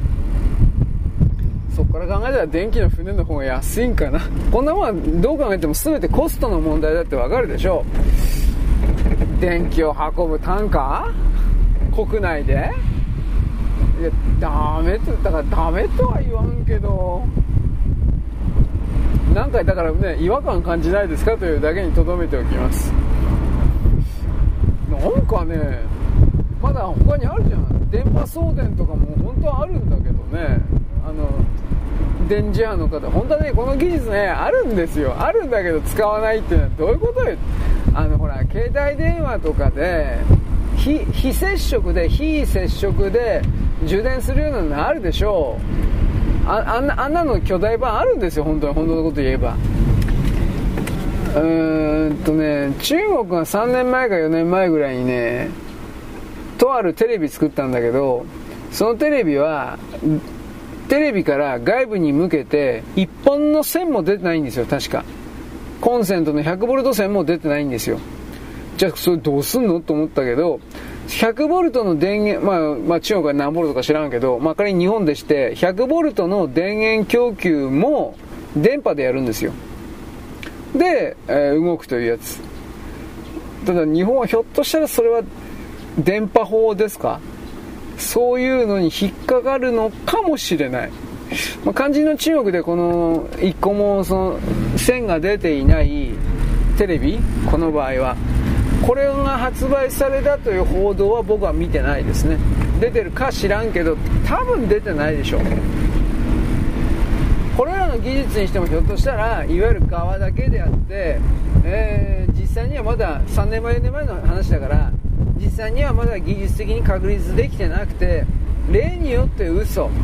S2: そこから考えたら電気の船の方が安いんかな。こんなもんはどう考えても全てコストの問題だってわかるでしょう。電気を運ぶタンカー国内で、いやダメとだからダメとは言わんけど、なんかだからね、違和感感じないですかというだけにとどめておきます。なんかね、まだ他にあるじゃん。電波送電とかも本当はあるんだけどね、あの電磁波の方、本当はねこの技術ねあるんですよ。あるんだけど使わないっていうのはどういうことよ。あのほら携帯電話とかで非、非接触で非接触で充電するようなのあるでしょう。 あ, あ, んなあんなの巨大版あるんですよ。本当に本当のこと言えば、うーんとね中国がさんねんまえかよねんまえぐらいにねとあるテレビ作ったんだけど、そのテレビはテレビから外部に向けて一本の線も出てないんですよ。確かコンセントのひゃくボルト線も出てないんですよ。じゃあそれどうすんのと思ったけど、ひゃくボルトの電源、まあ、まあ中国は何ボルトか知らんけど、まあ仮に日本でしてひゃくボルトの電源供給も電波でやるんですよ。で、えー、動くというやつ。ただ日本はひょっとしたらそれは電波法ですか、そういうのに引っかかるのかもしれない。まあ、肝心の中国でこの一個もその線が出ていないテレビ、この場合はこれが発売されたという報道は僕は見てないですね。出てるか知らんけど多分出てないでしょう。これらの技術にしてもひょっとしたらいわゆる側だけであって、えー、実際にはまださんねんまえよねんまえの話だから、実際にはまだ技術的に確立できてなくて、例によって嘘、うん、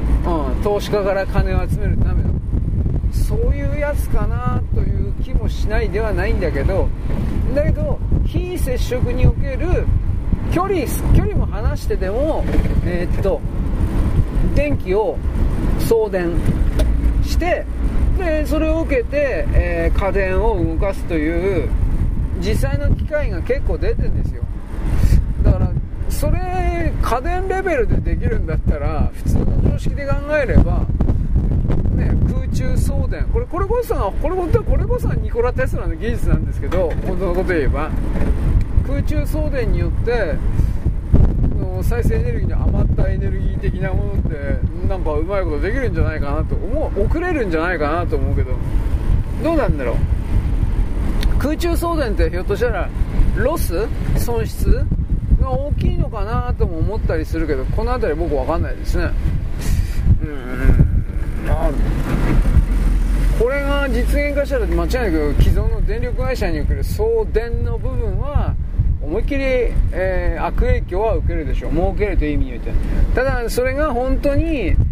S2: 投資家から金を集めるためのそういうやつかなという気もしないではないんだけど、だけど非接触における距離距離も離してでも、えー、っと電気を送電してでそれを受けて、えー、家電を動かすという実際の機械が結構出てるんですよ。だからそれ家電レベルでできるんだったら普通の常識で考えれば、ね、空中送電これこれこそがこれ本当はこれこそがニコラ・テスラの技術なんですけど、本当のこと言えば空中送電によって再生エネルギーに余ったエネルギー的なものってなんかうまいことできるんじゃないかなと思う、遅れるんじゃないかなと思うけど、どうなんだろう。空中送電ってひょっとしたらロス損失が大きいのかなとも思ったりするけど、このあたり僕分かんないですね。うーん、まあこれが実現化したら間違いなく既存の電力会社における送電の部分は思いっきり、えー、悪影響は受けるでしょう。儲けるという意味において。ただそれが本当に、うん、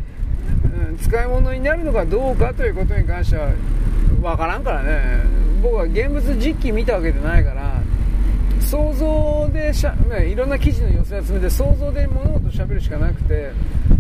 S2: 使い物になるのかどうかということに関しては分からんからね。僕は現物実機見たわけじゃないから、想像でしゃ、ね、いろんな記事の寄せ集めて想像で物事を喋るしかなくて、う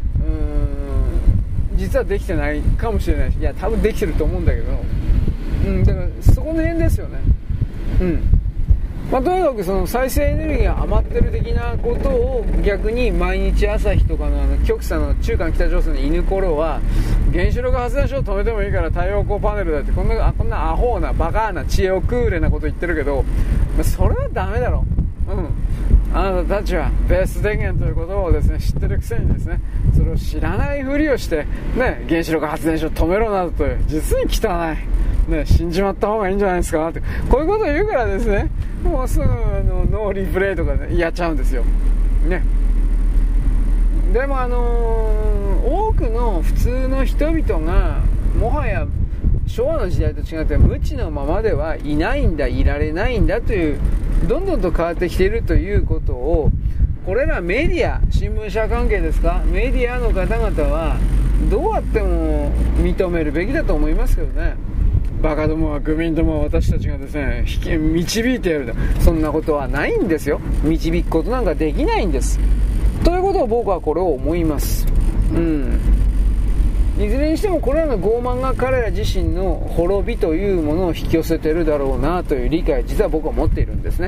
S2: ーん実はできてないかもしれないし、いや多分できてると思うんだけど、うん、だからそこの辺ですよね。うんまあ、とにかくその再生エネルギーが余ってる的なことを逆に毎日朝日とかのあの極左の中間北朝鮮の犬頃は原子力発電所を止めてもいいから太陽光パネルだってこんなこんなアホなバカな知恵をクーレなこと言ってるけど、まあ、それはダメだろ。うんあなたたちはベース電源ということをですね知ってるくせにですねそれを知らないふりをしてね原子力発電所を止めろなどという実に汚いね、死んじまった方がいいんじゃないですかってこういうことを言うからですねもうすぐあのノーリプレイとか、ね、やっちゃうんですよ、ね、でもあのー、多くの普通の人々がもはや昭和の時代と違って無知のままではいないんだいられないんだというどんどんと変わってきているということをこれらメディア新聞社関係ですかメディアの方々はどうやっても認めるべきだと思いますけどね。バカどもは愚民どもは私たちがですね導いてやるんだ。そんなことはないんですよ。導くことなんかできないんですということを僕はこれを思います。うんいずれにしてもこれらの傲慢が彼ら自身の滅びというものを引き寄せているだろうなという理解実は僕は持っているんですね。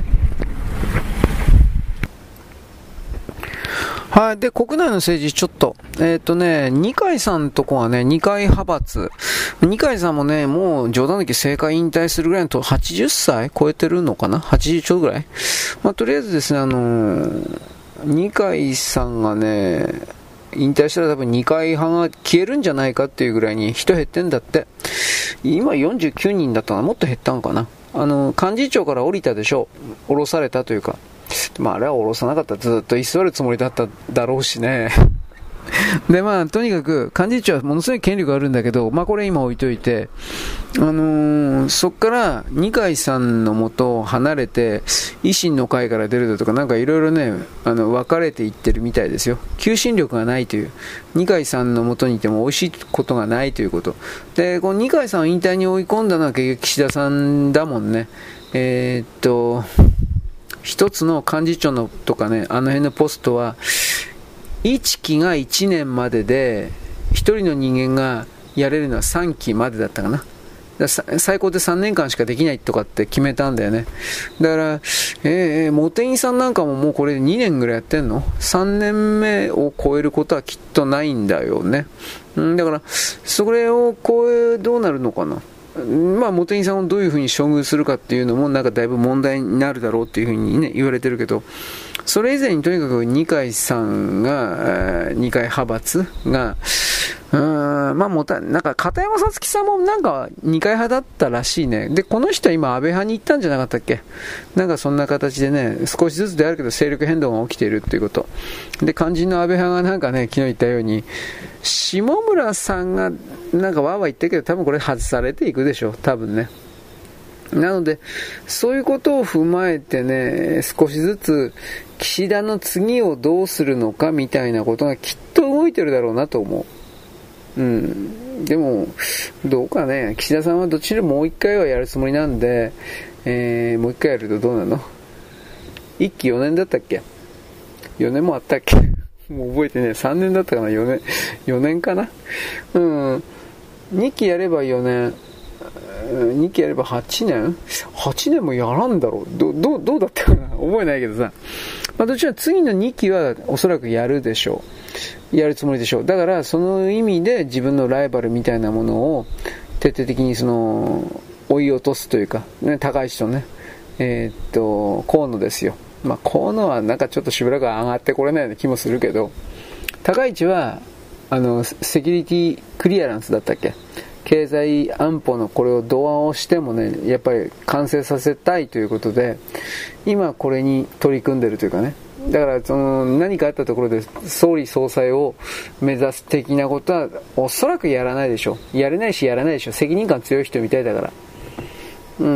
S2: はい。で、国内の政治ちょっと。えっとね、二階さんとこはね、二階派閥。二階さんもね、もう冗談抜き政界引退するぐらいのと、はちじゅっさい超えてるのかな ?はちじゅう ちょうぐらいまあ、とりあえずですね、あのー、二階さんがね、引退したら多分二階派が消えるんじゃないかっていうぐらいに人減ってんだって。今よんじゅうきゅうにんだったのもっと減ったのかなあの、幹事長から降りたでしょ降ろされたというか。まあ、あれは下ろさなかった。ずっと居座るつもりだっただろうしね。で、まあ、とにかく、幹事長はものすごい権力があるんだけど、まあ、これ今置いといて、あのー、そっから、二階さんの元を離れて、維新の会から出るだとか、なんかいろいろね、あの、分かれていってるみたいですよ。求心力がないという。二階さんの元にいても美味しいことがないということ。で、この二階さんを引退に追い込んだのは結局岸田さんだもんね。えー、っと、一つの幹事長のとかね、あの辺のポストは、いっきがいちねんまでで、一人の人間がやれるのはさんきまでだったかな。だから最高でさんねんかんしかできないとかって決めたんだよね。だから、えー、茂木さんなんかももうこれにねんぐらいやってんの ?さん 年目を超えることはきっとないんだよね。うん、だから、それを超え、どうなるのかな。まあ、茂木さんをどういうふうに処遇するかっていうのもなんかだいぶ問題になるだろうっていうふうにね言われてるけど、それ以前にとにかく二階さんが二階派閥がうーんまあもたなんか片山さつきさんもなんか二階派だったらしいね。でこの人は今安倍派に行ったんじゃなかったっけ。なんかそんな形でね少しずつであるけど勢力変動が起きているっていうことで、肝心の安倍派がなんかね昨日言ったように下村さんがなんかわーわー言ってるけど多分これ外されていくでしょ多分ね。なのでそういうことを踏まえてね少しずつ岸田の次をどうするのかみたいなことがきっと動いてるだろうなと思う。うんでもどうかね、岸田さんはどっちでももう一回はやるつもりなんで、えー、もう一回やるとどうなの。いっきよねんだったっけ、よねんもあったっけもう覚えてね、さんねんだったかな、よねんよねんかな。うんにきやればよねん、にきやればはちねん ?はち 年もやらんだろう。ど、どう、どうだったかな覚えないけどさ。まあどちら次のにきはおそらくやるでしょう。やるつもりでしょう。だからその意味で自分のライバルみたいなものを徹底的にその追い落とすというか、ね、高市とね、えー、っと、河野ですよ。まあ河野はなんかちょっとしばらく上がってこれないような気もするけど、高市はあのセキュリティクリアランスだったっけ、経済安保のこれを度合をしてもね、やっぱり完成させたいということで今これに取り組んでるというかね、だからその何かあったところで総理総裁を目指す的なことはおそらくやらないでしょう。やれないしやらないでしょう。責任感強い人みたいだから、うん、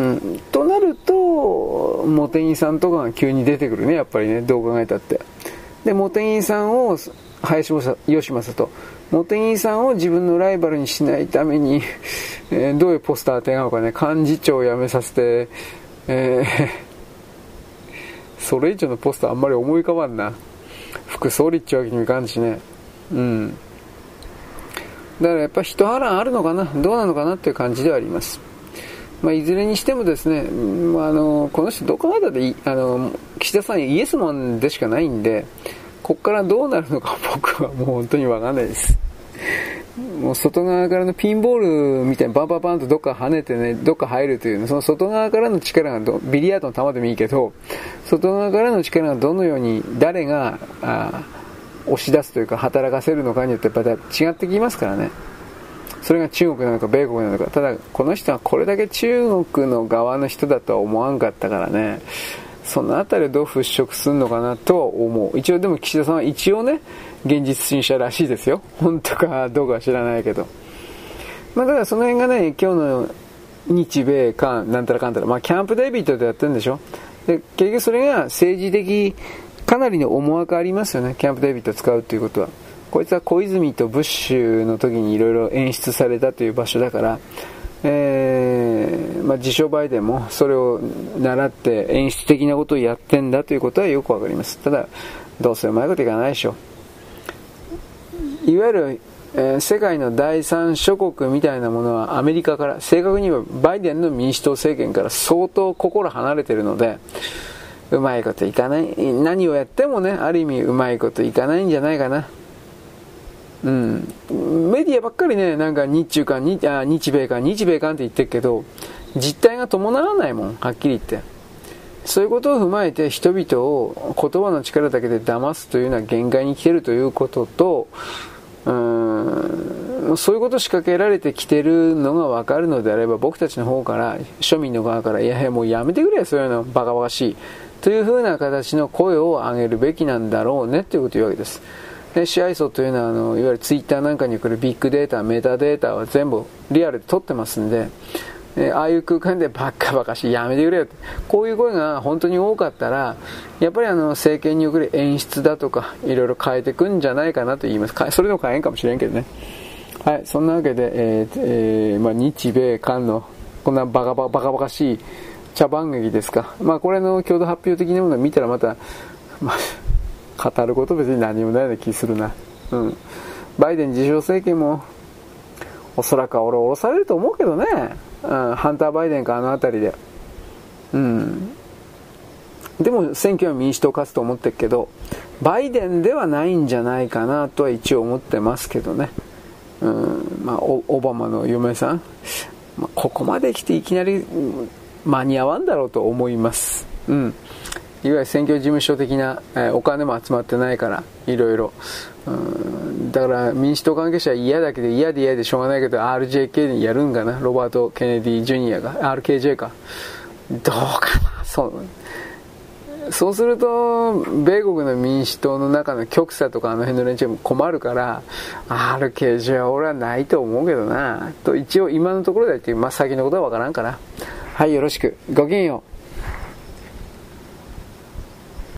S2: となると茂木さんとかが急に出てくるね、やっぱりね、どう考えたって。で茂木さんを林芳正と茂木さんを自分のライバルにしないために、えー、どういうポスター当てがうかね、幹事長を辞めさせて、えー、それ以上のポスターあんまり思い浮かばんな。副総理ってわけにもいかんしね。うん。だからやっぱ一波乱あるのかな、どうなのかなっていう感じではあります。まあ、いずれにしてもですね、まあ、あのこの人どう考えたってあの岸田さんイエスマンでしかないんで、ここからどうなるのか僕はもう本当に分かんないです。もう外側からのピンボールみたいにバンバンバンとどっか跳ねてね、どっか入るという、その外側からの力がど、ビリヤードの球でもいいけど、外側からの力がどのように誰があ押し出すというか働かせるのかによってまた違ってきますからね。それが中国なのか米国なのか。ただこの人はこれだけ中国の側の人だとは思わんかったからね、そのあたりをどう払拭するのかなとは思う。一応でも岸田さんは一応ね現実主義者らしいですよ。本当かどうかは知らないけど、まあだからその辺がね、今日の日米韓なんたらかんたら、まあキャンプデービッドでやってるんでしょ。で結局それが政治的かなりの思惑ありますよね、キャンプデービッドを使うということは。こいつは小泉とブッシュの時にいろいろ演出されたという場所だから、えーまあ、自称バイデンもそれを習って演出的なことをやってんだということはよくわかります。ただどうせうまいこといかないでしょう。いわゆる、えー、世界の第三諸国みたいなものはアメリカから、正確にはバイデンの民主党政権から相当心離れているので、うまいこといかない、何をやってもね、ある意味うまいこといかないんじゃないかな。うん、メディアばっかりね、なんか日中間、日、あ、日米間、日米間って言ってるけど、実態が伴わないもん、はっきり言って。そういうことを踏まえて人々を言葉の力だけで騙すというのは限界に来ているということと、うーん、そういうことを仕掛けられてきているのが分かるのであれば、僕たちの方から、庶民の側から、いやいやもうやめてくれよ、そういうのバカバカしいというふうな形の声を上げるべきなんだろうねということを言うわけです。で支配層というのはあのいわゆるツイッターなんかに来るビッグデータ、メタデータは全部リアルで取ってますんで、えああいう空間でバカバカしいやめてくれよって、こういう声が本当に多かったらやっぱりあの政権に送る演出だとかいろいろ変えていくんじゃないかなと言います。それでも変えんかもしれんけどね。はい、そんなわけで、えーえーまあ、日米韓のこんなバカバカバカバカしい茶番劇ですか。まあこれの共同発表的なものを見たらまた、まあ語ること別に何もないような気するな。うん。バイデン自称政権もおそらくは俺降ろされると思うけどね。うん、ハンター・バイデンかあのあたりで。うん。でも選挙は民主党勝つと思ってるけど、バイデンではないんじゃないかなとは一応思ってますけどね。うん。まあオバマの嫁さん、まあ、ここまで来ていきなり間に合わんだろうと思います。うん。いわゆる選挙事務所的な、えー、お金も集まってないからいろいろ、うん、だから民主党関係者は嫌だけど嫌で嫌でしょうがないけど アールジェーケー にやるんかな、ロバート・ケネディ・ジュニアが アールケージェー かどうかな。そうそうすると米国の民主党の中の極左とかあの辺の連中も困るから アールケージェー は俺はないと思うけどなと一応今のところで言って、まあ、先のことはわからんから。はい、よろしく、ごきげんよう。